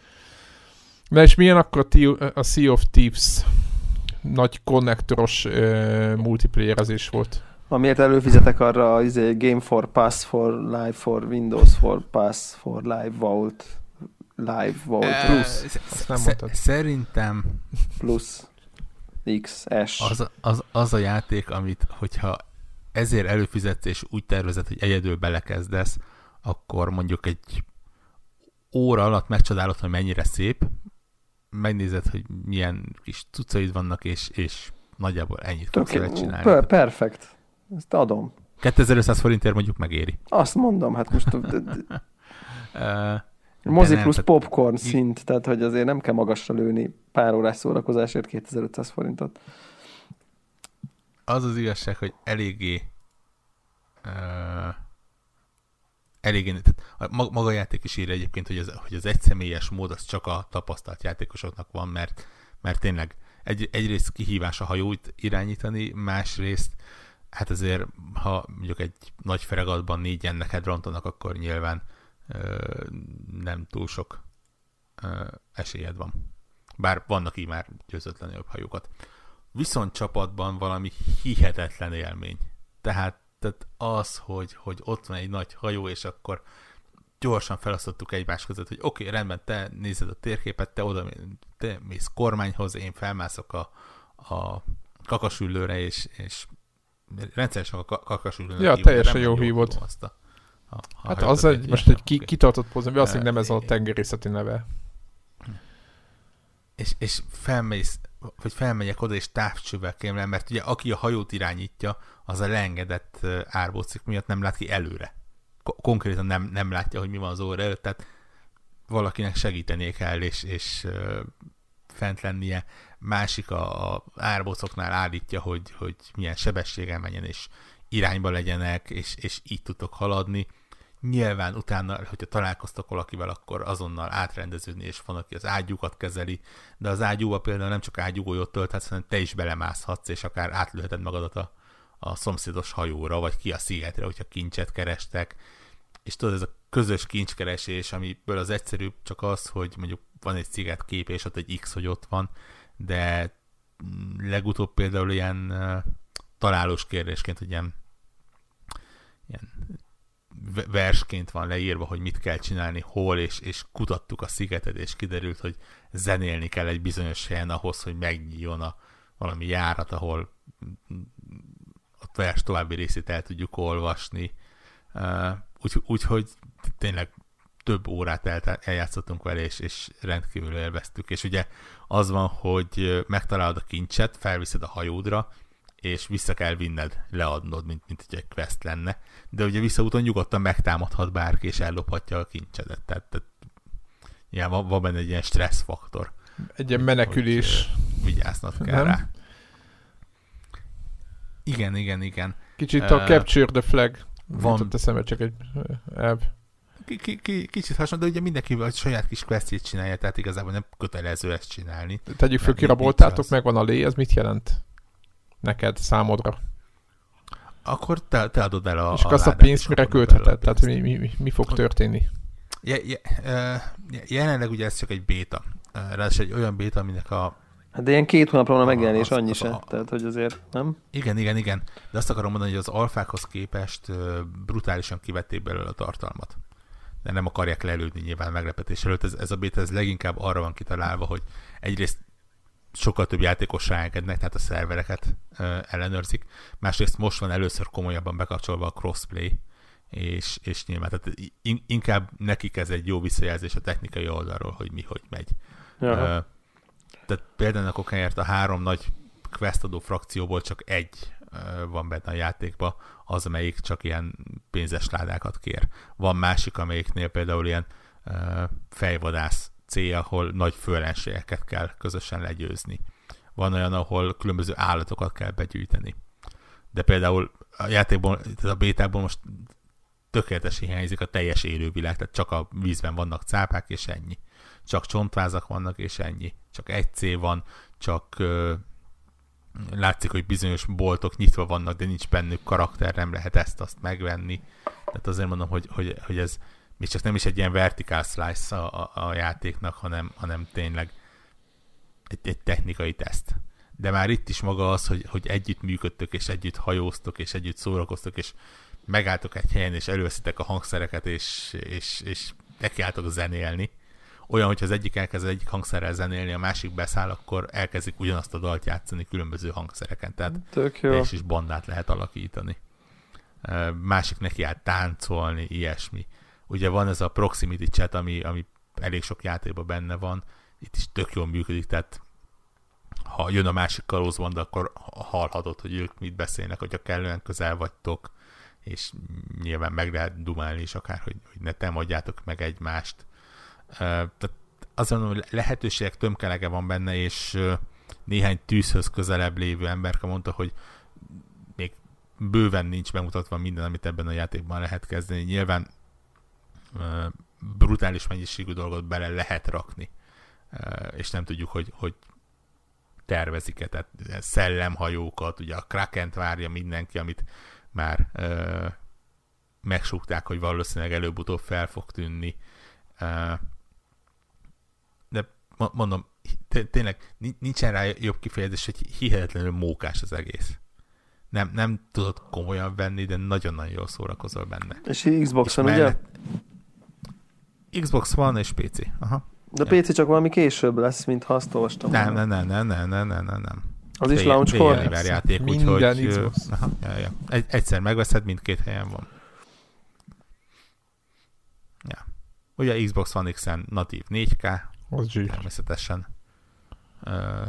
Na és milyen akkor a Sea of Thieves nagy konnektoros ö, multiplayerezés volt? Amiért előfizetek arra az izé, Game for Pass for Live for Windows for Pass for Live Vault Live Vault Plus. Azt nem mondtad. Szerintem Plus X S. Az, az, az a játék, amit hogyha ezért előfizetsz és úgy tervezed, hogy egyedül belekezdesz, akkor mondjuk egy óra alatt megcsodálod, hogy mennyire szép, megnézed, hogy milyen kis cuccaid vannak, és, és nagyjából ennyit fogsz vele csinálni. Per- perfekt. Ezt adom. kétezer-ötszáz forintért mondjuk megéri. Azt mondom, hát most mozi plusz tehát... popcorn szint, tehát hogy azért nem kell magasra lőni pár órás szórakozásért kétezer-ötszáz forintot. Az az igazság, hogy eléggé uh, eléggé, tehát maga a játék is írja egyébként, hogy az, hogy az egyszemélyes mód az csak a tapasztalt játékosoknak van, mert, mert tényleg egy, egyrészt kihívás a hajót irányítani, másrészt hát azért, ha mondjuk egy nagy fregatban négyen neked rontanak, akkor nyilván ö, nem túl sok ö, esélyed van. Bár vannak így már győzötlenül jobb hajókat. Viszont csapatban valami hihetetlen élmény. Tehát tehát az, hogy, hogy ott van egy nagy hajó, és akkor gyorsan felosztottuk egymás között, hogy oké, okay, rendben, te nézed a térképet, te oda te mész kormányhoz, én felmászok a, a kakasüllőre, és, és rendszeresen a kakasüllőnek ja, hívod. Teljesen jó hívod. Azt a, a, a hát az egy, most egy ki, kitartott pózom, valószínűleg nem ez a tengerészeti neve. És, és felmész, vagy felmegyek oda, és távcsővel kémlem, mert ugye aki a hajót irányítja, az a leengedett árbócik miatt nem lát ki előre. Konkrétan nem, nem látja, hogy mi van az óra előtt, tehát valakinek segítenie kell, és, és uh, fent lennie. Másik a, a árbocoknál állítja, hogy, hogy milyen sebességgel menjen, és irányba legyenek, és, és így tudtok haladni. Nyilván utána, hogyha találkoztok valakivel, akkor azonnal átrendeződni, és van, aki az ágyúkat kezeli, de az ágyúba például nem csak ágyúgolyót tölthetsz, hanem te is belemászhatsz, és akár átlőheted magadat a, a szomszédos hajóra, vagy ki a szigetre, hogyha kincset kerestek. És tudod, ez a közös kincskeresés, amiből az egyszerűbb csak az, hogy mondjuk van egy sziget kép, és ott egy X, hogy ott van, de legutóbb például ilyen uh, találós kérdésként, hogy ilyen, ilyen versként van leírva, hogy mit kell csinálni, hol, és, és kutattuk a szigetet, és kiderült, hogy zenélni kell egy bizonyos helyen ahhoz, hogy megnyíljon a valami járat, ahol a vers további részét el tudjuk olvasni. Uh, Úgyhogy úgy, hogy tényleg több órát el, eljátszottunk vele, és, és rendkívül élveztük. És ugye az van, hogy megtalálod a kincset, felviszed a hajódra, és vissza kell vinned, leadnod, mint, mint egy quest lenne. De ugye visszaúton nyugodtan megtámadhat bárki, és ellophatja a kincsedet. Tehát, tehát ja, van, van benne egy ilyen stressz faktor. Egy ilyen menekülés. Vigyáznod kell nem? Rá. Igen, igen, igen. Kicsit a uh, Capture the Flag. Van. Teszem, csak egy elv. Kicsit hasonló, de ugye mindenki a saját kis questjét csinálja, tehát igazából nem kötelező ezt csinálni. Tegyük föl, kiraboltátok, megvan a lé, ez mit jelent neked, számodra? Akkor te, te adod el a és a azt a pénzt mire költheted? Tehát mi, mi, mi fog történni? Je, je, uh, jelenleg ugye ez csak egy béta. Uh, ráadásul egy olyan béta, aminek a hát de ilyen két hónapra van a megjelenés, annyi se. Tehát, hogy azért, nem? Igen, igen, igen. De azt akarom mondani, hogy az alfákhoz képest uh, brutálisan kivették belőle a tartalmat. De nem akarják lelődni nyilván meglepetés előtt. Ez, ez a beta ez leginkább arra van kitalálva, hogy egyrészt sokkal több játékosra engednek, tehát a szervereket uh, ellenőrzik. Másrészt most van először komolyabban bekapcsolva a crossplay, és, és nyilván tehát in, inkább nekik ez egy jó visszajelzés a technikai oldalról, hogy mi hogy megy. Uh, tehát például a kokáért a három nagy questadó frakcióból csak egy uh, van benne a játékban, az, amelyik csak ilyen pénzes ládákat kér. Van másik, amelyiknél például ilyen uh, fejvadász cél, ahol nagy főellenségeket kell közösen legyőzni. Van olyan, ahol különböző állatokat kell begyűjteni. De például a játékból, a bétából most tökéletesen hiányzik a teljes élővilág, tehát csak a vízben vannak cápák, és ennyi. Csak csontvázak vannak, és ennyi. Csak egy cél van, csak uh, látszik, hogy bizonyos boltok nyitva vannak, de nincs bennük karakter, nem lehet ezt-azt megvenni. Tehát azért mondom, hogy, hogy, hogy ez még csak nem is egy ilyen vertical slice a, a, a játéknak, hanem, hanem tényleg egy, egy technikai teszt. De már itt is maga az, hogy, hogy együtt működtök, és együtt hajóztok, és együtt szórakoztok, és megálltok egy helyen, és előveszitek a hangszereket, és, és, és nekiálltok zenélni. Olyan, hogyha az egyik elkezd az egyik hangszerrel zenélni, a másik beszáll, akkor elkezdik ugyanazt a dalt játszani különböző hangszereken. Tehát és is bandát lehet alakítani. Másik neki áll táncolni, ilyesmi. Ugye van ez a proximity chat, ami, ami elég sok játékban benne van. Itt is tök jól működik, tehát ha jön a másik kalózbanda, akkor hallhatod, hogy ők mit beszélnek, hogyha kellően közel vagytok, és nyilván meg lehet dumálni is akár, hogy, hogy ne támadjátok meg egymást. Uh, tehát azt mondom, hogy lehetőségek tömkelege van benne, és uh, néhány tűzhöz közelebb lévő emberke mondta, hogy még bőven nincs bemutatva minden, amit ebben a játékban lehet kezdeni. Nyilván uh, brutális mennyiségű dolgot bele lehet rakni, uh, és nem tudjuk, hogy, hogy tervezik-e, tehát szellemhajókat, ugye a Krakent várja mindenki, amit már uh, megsúgták, hogy valószínűleg előbb-utóbb fel fog tűnni. Uh, de mondom, tényleg nincsen rá jobb kifejezés, hogy hihetetlenül mókás az egész. nem, nem tudod komolyan venni, de nagyon-nagyon jól szórakozol benne. És Xboxon, és ugye? Xbox One és pé cé. Aha. De ja. pé cé csak valami később lesz, mint ha azt olvastam. Nem, nem, nem, nem, nem, nem, nem, nem. Az is launchkor? játék, úgyhogy aha, ja, ja. Egy, egyszer megveszed, mindkét helyen van. Ja. Ugye Xbox One X-en natív négy ká, természetesen. Uh,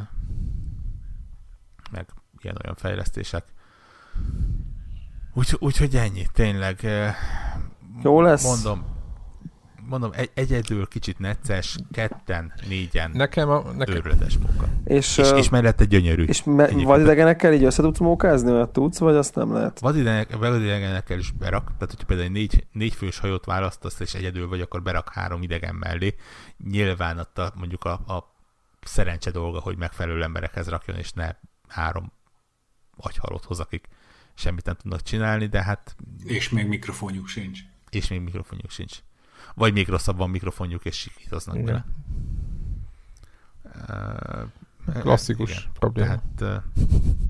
meg ilyen-olyan fejlesztések. Úgyhogy úgy, ennyi, tényleg. Jó lesz. Mondom, mondom egy, egyedül kicsit necces, ketten, négyen nekem a, nekem... őrületes móka. És, és, és mellette gyönyörű. És me- vadidegenekkel így össze tudsz mókázni, olyat tudsz, vagy azt nem lehet? Vadidegenekkel is berak, tehát hogyha például négy, négy fős hajót választasz, és egyedül vagy, akkor berak három idegen mellé. Nyilván a, mondjuk a, a szerencse dolga, hogy megfelelő emberekhez rakjon, és ne három agyhalót hoz, akik semmit nem tudnak csinálni, de hát... És még mikrofonjuk sincs. És még mikrofonjuk sincs. Vagy még rosszabban mikrofonjuk, és sikítoznak igen. Bele. Uh, Klasszikus igen. probléma. Tehát, uh,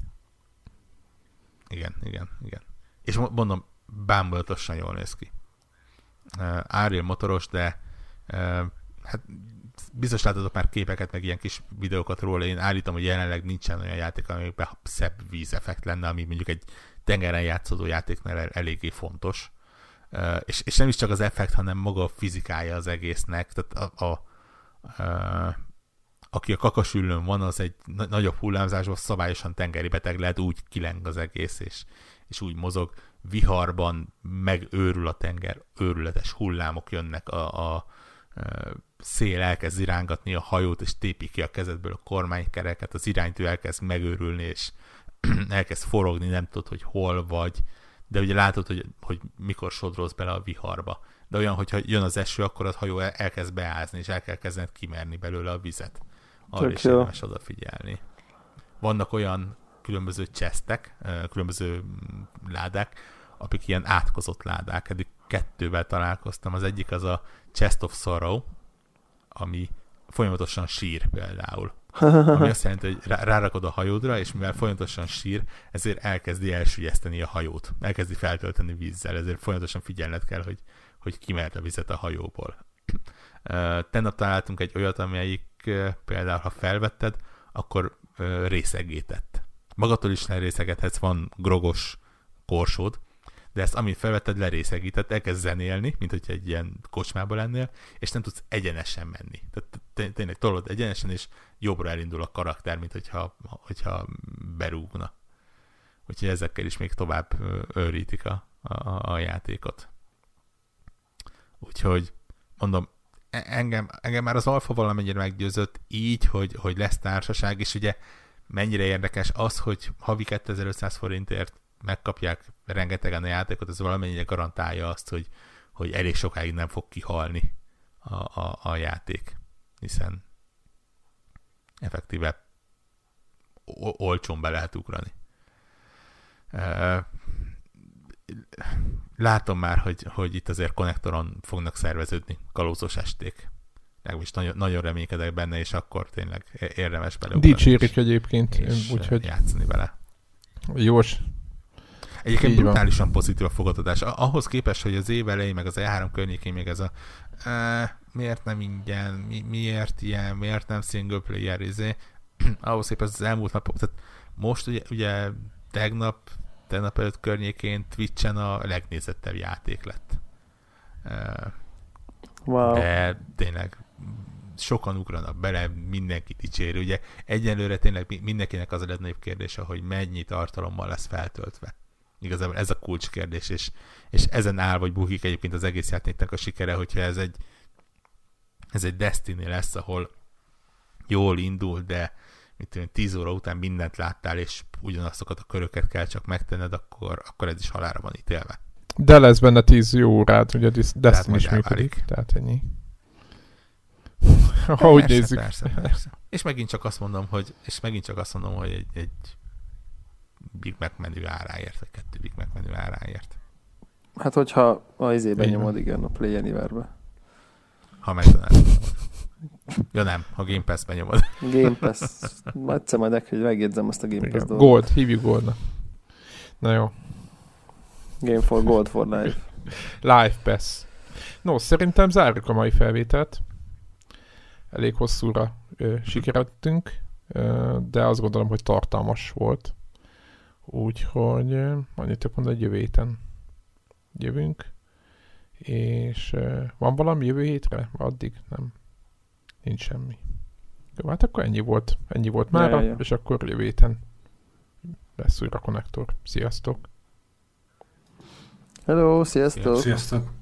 igen, igen, igen. És mondom, bámulatosan jól néz ki. Uh, Ariel motoros, de uh, hát biztos láttatok már képeket, meg ilyen kis videókat róla. Én állítom, hogy jelenleg nincsen olyan játék, amiben szebb vízeffekt lenne, ami mondjuk egy tengeren játszódó játéknál eléggé fontos. Uh, és, és nem is csak az effekt, hanem maga a fizikája az egésznek. Tehát a, a, a, aki a kakasüllőn van, az egy na- nagyobb hullámzásban szabályosan tengeri beteg lehet, úgy kileng az egész, és, és úgy mozog. Viharban megőrül a tenger, őrületes hullámok jönnek, a, a, a szél elkezd irángatni a hajót, és tépi ki a kezedből a kormánykereket, az iránytű elkezd megőrülni, és elkezd forogni, nem tudod, hogy hol vagy, de ugye látod, hogy, hogy mikor sodródsz bele a viharba. De olyan, hogyha jön az eső, akkor az hajó elkezd beázni, és el kell kezdened kimerni belőle a vizet. Arra is érdemes odafigyelni. Vannak olyan különböző chestek, különböző ládák, amik ilyen átkozott ládák. Eddig kettővel találkoztam. Az egyik az a Chest of Sorrow, ami folyamatosan sír például. Ami azt jelenti, hogy rárakod a hajódra, és mivel folyamatosan sír, ezért elkezdi elsüllyeszteni a hajót. Elkezdi feltölteni vízzel, ezért folyamatosan figyelned kell, hogy, hogy kimert a vizet a hajóból. Tegnap találtunk egy olyat, amelyik például, ha felvetted, akkor részegített. Magadtól is lerészegethetsz, van grogos korsód, de ezt amint felvetted, lerészegített, elkezd zenélni, mint hogyha egy ilyen kocsmában lennél, és nem tudsz egyenesen menni. Tehát tényleg tolod egyenesen, és jobbra elindul a karakter, mint hogyha, hogyha berúgna. Úgyhogy ezekkel is még tovább őrítik a, a, a játékot. Úgyhogy mondom, engem, engem már az alfa valamennyire meggyőzött így, hogy, hogy lesz társaság, és ugye mennyire érdekes az, hogy havi kétezer-ötszáz forintért megkapják rengetegen a játékot, ez valamennyire garantálja azt, hogy, hogy elég sokáig nem fog kihalni a, a, a játék, hiszen effektíve olcsón be lehet ugrani. Látom már, hogy, hogy itt azért konnektoron fognak szerveződni kalózos esték. Legalábbis nagyon, nagyon reménykedek benne, és akkor tényleg érdemes beleugrani. Dicsérik egyébként, úgyhogy játszani vele. Jós. Egyébként így brutálisan van. Pozitív a fogadtatás. Ahhoz képest, hogy az év elején, meg az E három környékén még ez a e, miért nem ingyen, mi, miért ilyen, miért nem single player, izé. Ahhoz képest az elmúlt napok, tehát most ugye, ugye tegnap, tegnap előtt környékén Twitchen a legnézettebb játék lett. E, wow. De tényleg sokan ugranak bele, mindenki dicséri. Ugye egyelőre tényleg mindenkinek az a legnagyobb kérdése, hogy mennyi tartalommal lesz feltöltve. Igazából ez a kulcskérdés, és, és ezen áll, vagy bukik egyébként az egész játéknak a sikere, hogyha ez egy ez egy Destiny lesz, ahol jól indul, de mit tudom, tíz óra után mindent láttál, és ugyanazokat a köröket kell csak megtenned, akkor, akkor ez is halálra van ítélve. De lesz benne tíz jó órát, ugye Destiny is működik, tehát ennyi. Ha úgy nézzük. Persze, persze. És megint csak azt mondom, hogy, és megint csak azt mondom, hogy egy, egy Big Mac menü áráért, vagy kettő Big Mac menü áráért. Hát, hogyha a izében nyomod, igen, a Play Anywhere-be. Ha McDonald's nyomod. Ja nem, ha Game Pass-ben nyomod. Game Pass. Egyszer majd hogy megjegyzem azt a Game Pass dolgot. Gold, hívjuk Goldnak. Na jó. Game for Gold for Life. Life Pass. No, szerintem zárjuk a mai felvételt. Elég hosszúra ö, sikeredtünk, ö, de azt gondolom, hogy tartalmas volt. Úgyhogy ö, annyit több mondani, hogy jövő héten jövünk. És ö, van valami jövő hétre? Addig nem. Nincs semmi. Jó, hát akkor ennyi volt. Ennyi volt mára, ja, ja, ja. És akkor jövő héten lesz újra konnektor. Sziasztok! Hello, sziasztok! Sziasztok!